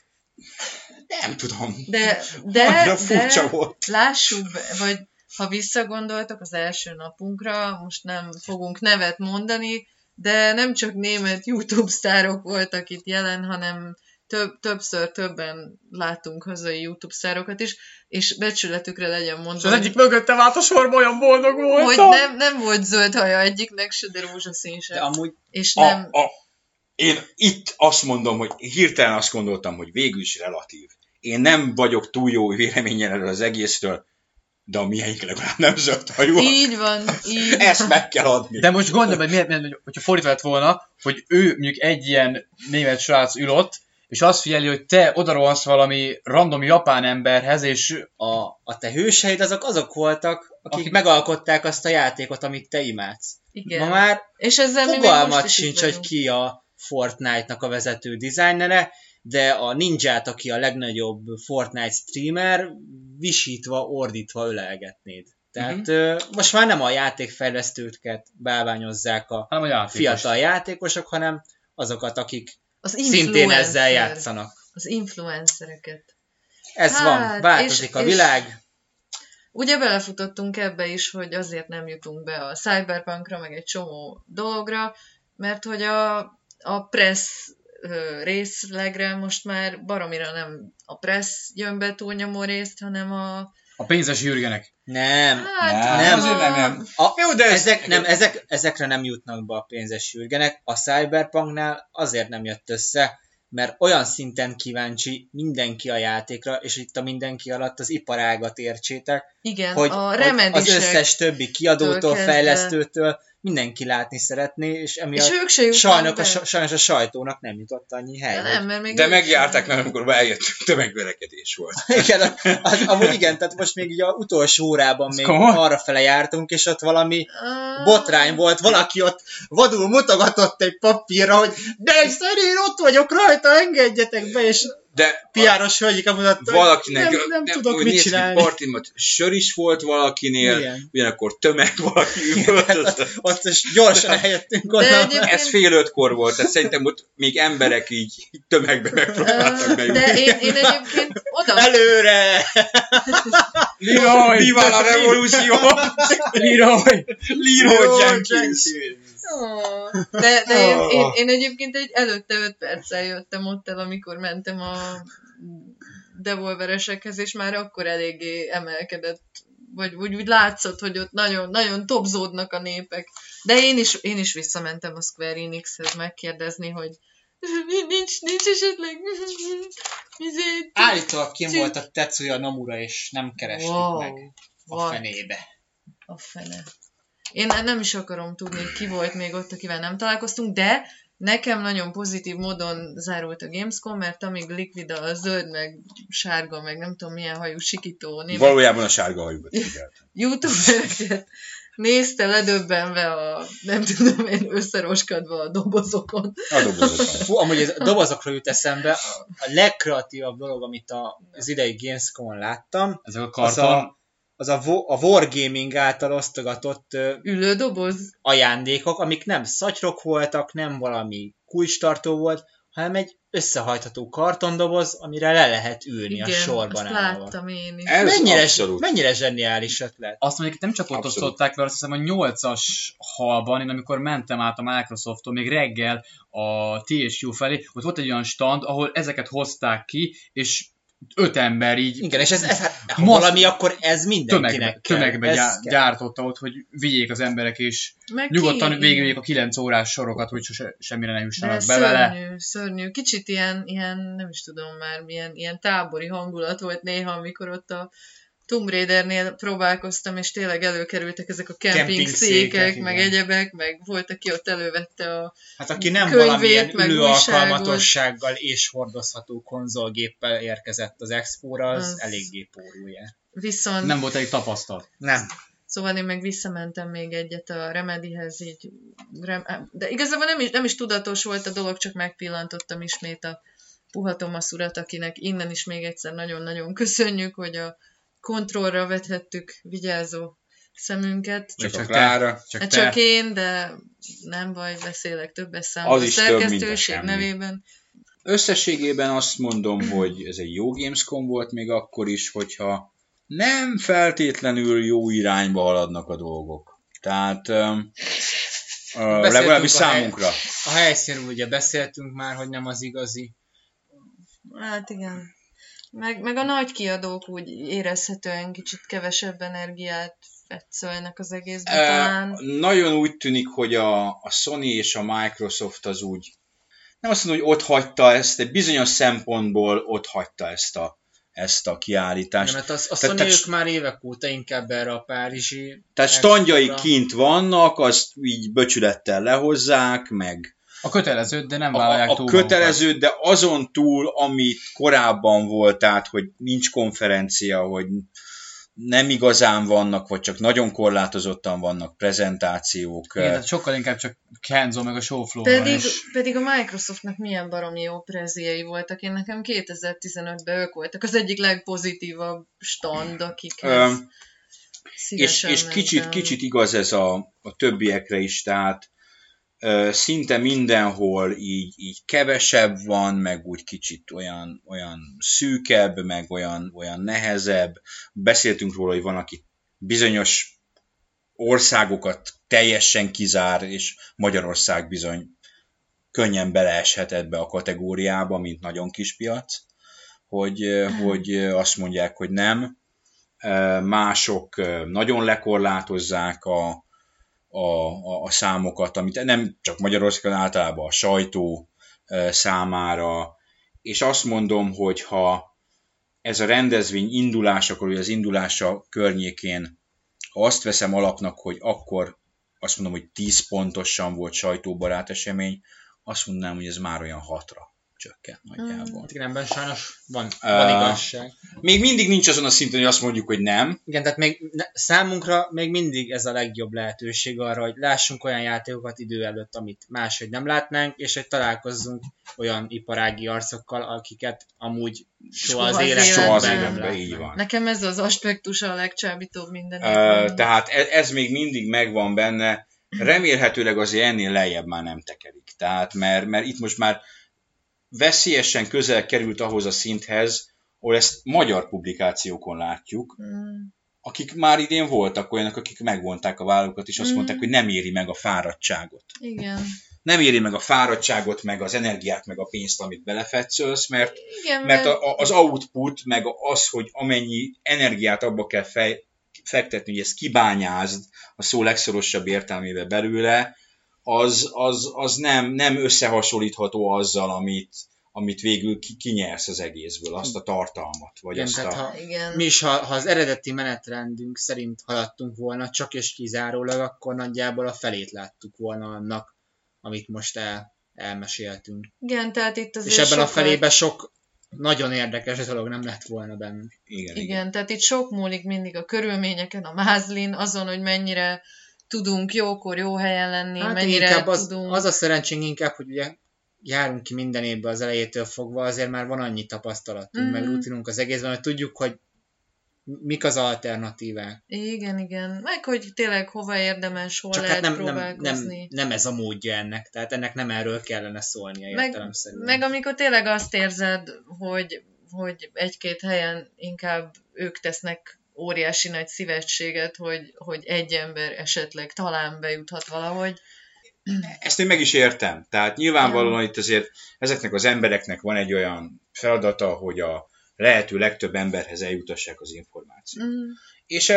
nem tudom. De furcsa volt. Lássuk, vagy ha visszagondoltak az első napunkra, most nem fogunk nevet mondani, de nem csak német YouTube sztárok voltak itt jelen, hanem többször többen láttunk hazai YouTube sztárokat is, és becsületükre legyen mondva. És az egyik mögöttem át a sorban olyan boldog voltam. Hogy nem volt zöld haja egyiknek se, de rózsaszín se. De amúgy és nem... Én itt azt mondom, hogy hirtelen azt gondoltam, hogy végül is relatív. Én nem vagyok túl jó véleménnyel erről az egészről, de a miénk legalább nem zöld hajúak. Így van. Ezt meg kell adni. De most gondolj, hogy hogyha fordítva lett volna, hogy ő mondjuk egy ilyen német srác ül ott, és azt figyeli, hogy te odarohansz valami random japán emberhez, és a te hőseid azok voltak, akik megalkották azt a játékot, amit te imádsz. Igen. Ma már és ezzel fogalmat sincs, hogy ki a Fortnite-nak a vezető dizájnere, de a Ninját, aki a legnagyobb Fortnite streamer, visítva, ordítva ölelgetnéd. Tehát most már nem a játékfejlesztőket bálványozzák a fiatal játékosok, hanem azokat, akik szintén ezzel játszanak. Az influencereket. Ez van, változik a világ. Ugye belefutottunk ebbe is, hogy azért nem jutunk be a Cyberpunkra, meg egy csomó dologra, mert hogy a press részlegre most már baromira nem a press jön be túlnyomó részt, hanem A pénzes Jürgenek. Nem. Nem, azért nem. Jó, de Ezekre nem jutnak be a pénzes Jürgenek. A Cyberpunknál azért nem jött össze, mert olyan szinten kíváncsi mindenki a játékra, és itt a mindenki alatt az iparágat értsétek, igen, hogy a az remedisek összes többi kiadótól, kezdve. Fejlesztőtől mindenki látni szeretné, és és emiatt ők se jutnak be. sajnos a sajtónak nem jutott annyi hely. Nem, mert még de ők megjárták, sem. mert amikor már eljöttünk, tömegverekedés volt. Igen, amúgy igen, tehát most még így a utolsó órában még komoly? arrafele jártunk, és ott valami Ah, botrány volt, valaki ott vadul mutogatott egy papírra, hogy de én ott vagyok rajta, engedjetek be, és De piáros hölgyike mutatta, valakinek, nem tudok úgy mit néz ki, csinálni. partimat, sör is volt valakinél, Igen. ugyanakkor tömeg valaki üvöltött. Ott is gyorsan eljöttünk De oda. egyébként- Ez 4:30-kor volt, tehát szerintem ott még emberek így tömegbe megpróbáltak bejutni. de én egyébként oda... Előre! Leroy! Viva la revolution! Leroy! Leroy Jenkins! De én egyébként előtte 5 perccel jöttem ott el, amikor mentem a devolveresekhez, és már akkor eléggé emelkedett, vagy úgy látszott, hogy ott nagyon, nagyon topzódnak a népek. De én is visszamentem a Square Enixhez megkérdezni, hogy nincs esetleg... Állítólag kim volt a Tetsuya Nomura, és nem kerestük meg a What? fenébe. A fene. Én nem is akarom tudni, ki volt még ott, akivel nem találkoztunk, de nekem nagyon pozitív módon zárult a Gamescom, mert amíg Liquid a zöld, meg sárga, meg nem tudom milyen hajú sikító német Valójában a sárga hajukat figyelt. youtubereket nézte ledöbbenve a, nem tudom én, összeroskadva a dobozokon. A dobozokon. Fú, amúgy ez a dobozokról jut eszembe, a legkreatívabb dolog, amit az idei Gamescom-on láttam, Ezek a az karton. a Wargaming által osztogatott Ülődoboz. ajándékok, amik nem szatyrok voltak, nem valami kulcstartó volt, hanem egy összehajtható kartondoboz, amire le lehet ülni a Igen, sorban azt állva. láttam én is. Ez abszolút. Mennyire zseniális ötlet. Azt mondjuk, nem csak ott Abszolút. osztották, mert azt hiszem a 8-as halban, én amikor mentem át a Microsofttól, még reggel a THQ felé, ott volt egy olyan stand, ahol ezeket hozták ki, és 5 ember így Igen, és ez hát, ha Most- valami, akkor ez mindenkinek tömegbe kell. Ez kell. gyártotta ott, hogy vigyék az emberek, és Meg nyugodtan ki- végigvigyék a 9 órás sorokat, hogy semmire ne De jussanak be vele. szörnyű. Kicsit ilyen, nem is tudom már, ilyen tábori hangulat volt néha, amikor ott a Tomb Raidernél próbálkoztam, és tényleg előkerültek ezek a camping székek, igen. meg egyebek, meg volt, aki ott elővette a... Hát aki nem könyvét, valamilyen meg ülőalkalmatossággal és hordozható konzolgéppel érkezett az expóra, az Az- eléggé pórulja. Viszont... Nem volt elég tapasztalt. Nem. Szóval én meg visszamentem még egyet a Remedyhez, így, de igazából nem is tudatos volt a dolog, csak megpillantottam ismét a Puha Thomas urat, akinek innen is még egyszer nagyon-nagyon köszönjük, hogy a kontrollra vethettük vigyázó szemünket. Csak a Csak Klára. Csak Csak én, de nem baj, beszélek többes számban Az a is több, mint a szerkesztőség semmi. nevében. Összességében azt mondom, hogy ez egy jó Gamescom volt még akkor is, hogyha nem feltétlenül jó irányba haladnak a dolgok. Tehát legalábbis a hely- számunkra. A helyszínről ugye beszéltünk már, hogy nem az igazi. Hát igen. Meg a nagy kiadók úgy érezhetően kicsit kevesebb energiát fetszölnek az egészben talán. Nagyon úgy tűnik, hogy a Sony és a Microsoft az úgy, nem azt mondom, hogy ott hagyta ezt, de bizonyos szempontból ott hagyta ezt a kiállítást. Nem, mert a Tehát- Sony ők már évek óta inkább erre a párizsi... Tehát standjai extra- kint vannak, azt így becsülettel lehozzák, meg A kötelezőt, de nem vállalják a túl kötelező, de azon túl, amit korábban volt, tehát, hogy nincs konferencia, hogy nem igazán vannak, vagy csak nagyon korlátozottan vannak prezentációk. Igen, tehát sokkal inkább csak Kenzo meg a showfloor van, Pedig a Microsoftnak milyen baromi jó preziei voltak. Én nekem 2015-ben ők voltak az egyik legpozitívabb stand, akikhez és szívesen kicsit igaz ez a többiekre is, tehát szinte mindenhol így kevesebb van, meg úgy kicsit olyan szűkebb, meg olyan nehezebb. Beszéltünk róla, hogy van, aki bizonyos országokat teljesen kizár, és Magyarország bizony könnyen beleeshet ebbe a kategóriába, mint nagyon kis piac, hogy azt mondják, hogy nem. Mások nagyon lekorlátozzák a számokat, amit nem csak Magyarországon, általában a sajtó számára, és azt mondom, hogy ha ez a rendezvény indulásakor, vagy az indulása környékén, ha azt veszem alapnak, hogy akkor azt mondom, hogy 10 pontosan volt sajtóbarát esemény, azt mondanám, hogy ez már olyan 6-ra csökkent nagyjából. Igen, ebben sajnos van igazság. Még mindig nincs azon a szinten, hogy azt mondjuk, hogy nem. Igen, tehát számunkra még mindig ez a legjobb lehetőség arra, hogy lássunk olyan játékokat idő előtt, amit máshogy nem látnánk, és hogy találkozzunk olyan iparági arcokkal, akiket amúgy soha az életben nem így van. Nekem ez az aspektusa a legcsábítóbb minden. Tehát ez még mindig megvan benne. Remélhetőleg azért ennél lejjebb már nem tekerik. Tehát, mert itt most már veszélyesen közel került ahhoz a szinthez, ahol ezt magyar publikációkon látjuk, akik már idén voltak olyanok, akik megvonták a vállókat, és azt mondták, hogy nem éri meg a fáradtságot. Igen. Nem éri meg a fáradtságot, meg az energiát, meg a pénzt, amit belefetszölsz, mert az output, meg az, hogy amennyi energiát abba kell fektetni, hogy ezt kibányázd a szó legszorosabb értelmébe belőle, az nem összehasonlítható azzal, amit végül kinyersz az egészből, azt a tartalmat. Vagy igen, azt igen. Mi is, ha az eredeti menetrendünk szerint haladtunk volna, csak és kizárólag, akkor nagyjából a felét láttuk volna annak, amit most elmeséltünk. Igen, tehát itt azért és ebben a felében sok nagyon érdekes dolog nem lett volna benne. Igen, tehát itt sok múlik mindig a körülményeken, a mázlin, azon, hogy mennyire tudunk jókor jó helyen lenni, hát mennyire tudunk. Az a szerencsénk inkább, hogy ugye járunk ki minden évben az elejétől fogva, azért már van annyi tapasztalatunk, meg rutinunk az egészben, hogy tudjuk, hogy mik az alternatívák. Igen. Meg, hogy tényleg hova érdemes, hol csak lehet hát próbálkozni. Nem ez a módja ennek, tehát ennek nem erről kellene szólnia értelemszerűen. Meg amikor tényleg azt érzed, hogy egy-két helyen inkább ők tesznek óriási nagy szívettséget, hogy egy ember esetleg talán bejuthat valahogy. Ezt én meg is értem. Tehát nyilvánvalóan itt azért ezeknek az embereknek van egy olyan feladata, hogy a lehető legtöbb emberhez eljutassák az információt. És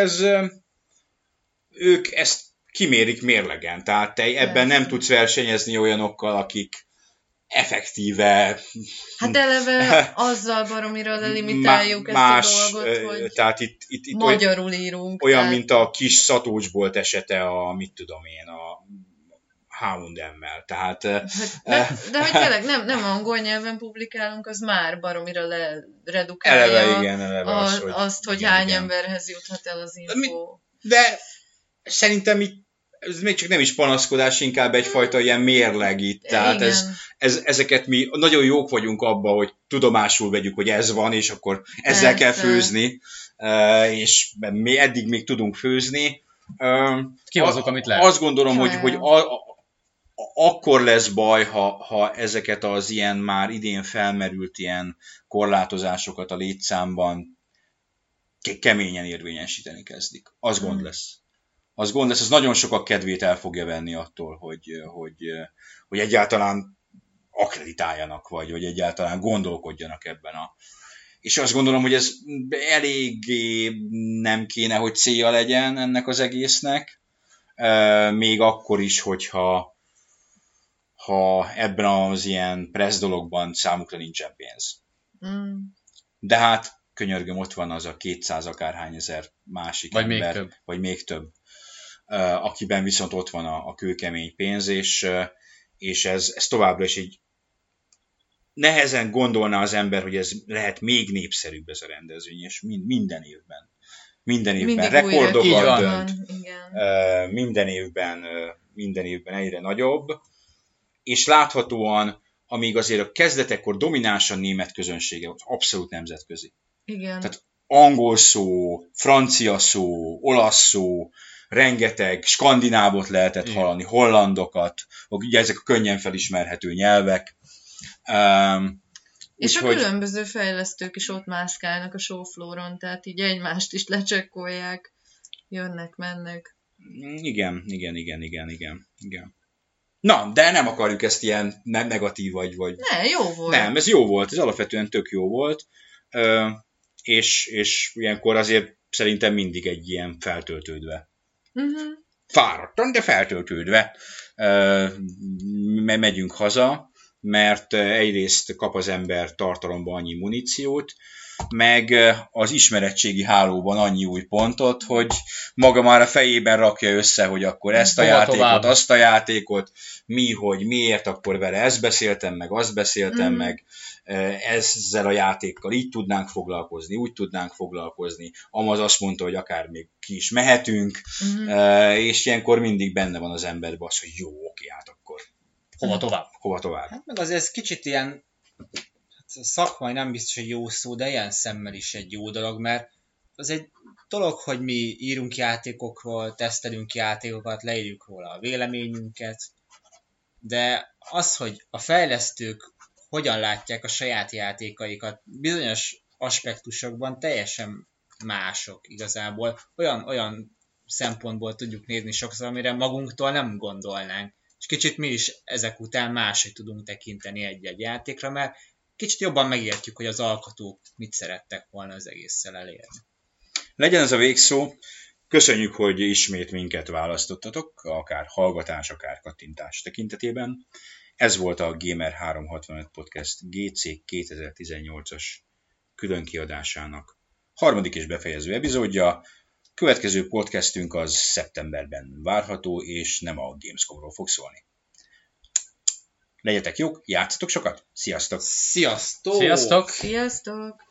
ők ezt kimérik mérlegen. Tehát te ebben nem tudsz versenyezni olyanokkal, akik effektíve... Hát eleve azzal baromira lelimitáljuk ezt a dolgot, hogy tehát itt magyarul írunk. Olyan, mint a kis szatócsbolt esete a H&M-mel. Tehát... De hogy tényleg nem angol nyelven publikálunk, az már baromira leredukálja eleve azt, hogy hány emberhez juthat el az info. De szerintem itt ez még csak nem is panaszkodás, inkább egyfajta ilyen mérleg itt. Tehát ezeket mi nagyon jók vagyunk abban, hogy tudomásul vegyük, hogy ez van, és akkor ezzel kell főzni, és mi eddig még tudunk főzni. Kihozzuk, amit lehet. Azt gondolom, hogy akkor lesz baj, ha ezeket az ilyen már idén felmerült ilyen korlátozásokat a létszámban keményen érvényesíteni kezdik. Az gond lesz. Az nagyon sokak kedvét el fogja venni attól, hogy egyáltalán akkreditáljanak, vagy egyáltalán gondolkodjanak ebben És azt gondolom, hogy ez eléggé nem kéne, hogy célja legyen ennek az egésznek, még akkor is, hogyha ebben az ilyen press dologban számukra nincsen pénz. De hát, könyörgöm, ott van az a 200 akárhány ezer másik vagy ember, vagy még több, akiben viszont ott van a kőkemény pénz, és ez továbbra is így nehezen gondolná az ember, hogy ez lehet még népszerűbb ez a rendezvény, és minden évben. Minden évben rekordokat dönt, minden évben egyre nagyobb, és láthatóan, amíg azért a kezdetekkor dominánsan német közönsége, abszolút nemzetközi. Igen. Tehát angol szó, francia szó, olasz szó, rengeteg skandinávot lehetett hallani, hollandokat, ugye ezek a könnyen felismerhető nyelvek. És a különböző fejlesztők is ott mászkálnak a showflooron, tehát így egymást is lecsekkolják, jönnek, mennek. Igen. Na, de nem akarjuk ezt ilyen negatív vagy... Ne, jó volt. Nem, ez jó volt, ez alapvetően tök jó volt, és ilyenkor azért szerintem mindig egy ilyen feltöltődve. Fáradtan, de feltöltődve megyünk haza, mert egyrészt kap az ember tartalomban annyi muníciót, meg az ismeretségi hálóban annyi új pontot, hogy maga már a fejében rakja össze, hogy akkor ezt a játékot, azt a játékot, mi, hogy miért, akkor vele ezt beszéltem, meg azt beszéltem, meg ezzel a játékkal így tudnánk foglalkozni, úgy tudnánk foglalkozni. Amaz azt mondta, hogy akár még ki is mehetünk, és ilyenkor mindig benne van az emberben az, hogy jó, oké, hát akkor hova tovább. Hát meg azért ez kicsit ilyen, szakmai nem biztos, hogy jó szó, de ilyen szemmel is egy jó dolog, mert az egy dolog, hogy mi írunk játékokról, tesztelünk játékokat, leírjuk róla a véleményünket, de az, hogy a fejlesztők hogyan látják a saját játékaikat, bizonyos aspektusokban teljesen mások igazából. Olyan szempontból tudjuk nézni sokszor, amire magunktól nem gondolnánk. És kicsit mi is ezek után máshogy tudunk tekinteni egy-egy játékra, mert kicsit jobban megértjük, hogy az alkotók mit szerettek volna az egésszel elérni. Legyen ez a végszó. Köszönjük, hogy ismét minket választottatok, akár hallgatás, akár kattintás tekintetében. Ez volt a Gamer365 Podcast GC 2018-as különkiadásának harmadik és befejező epizódja. Következő podcastünk az szeptemberben várható, és nem a Gamescomról fog szólni. Legyetek jók, játszatok sokat! Sziasztok! Sziasztok! Sziasztok! Sziasztok!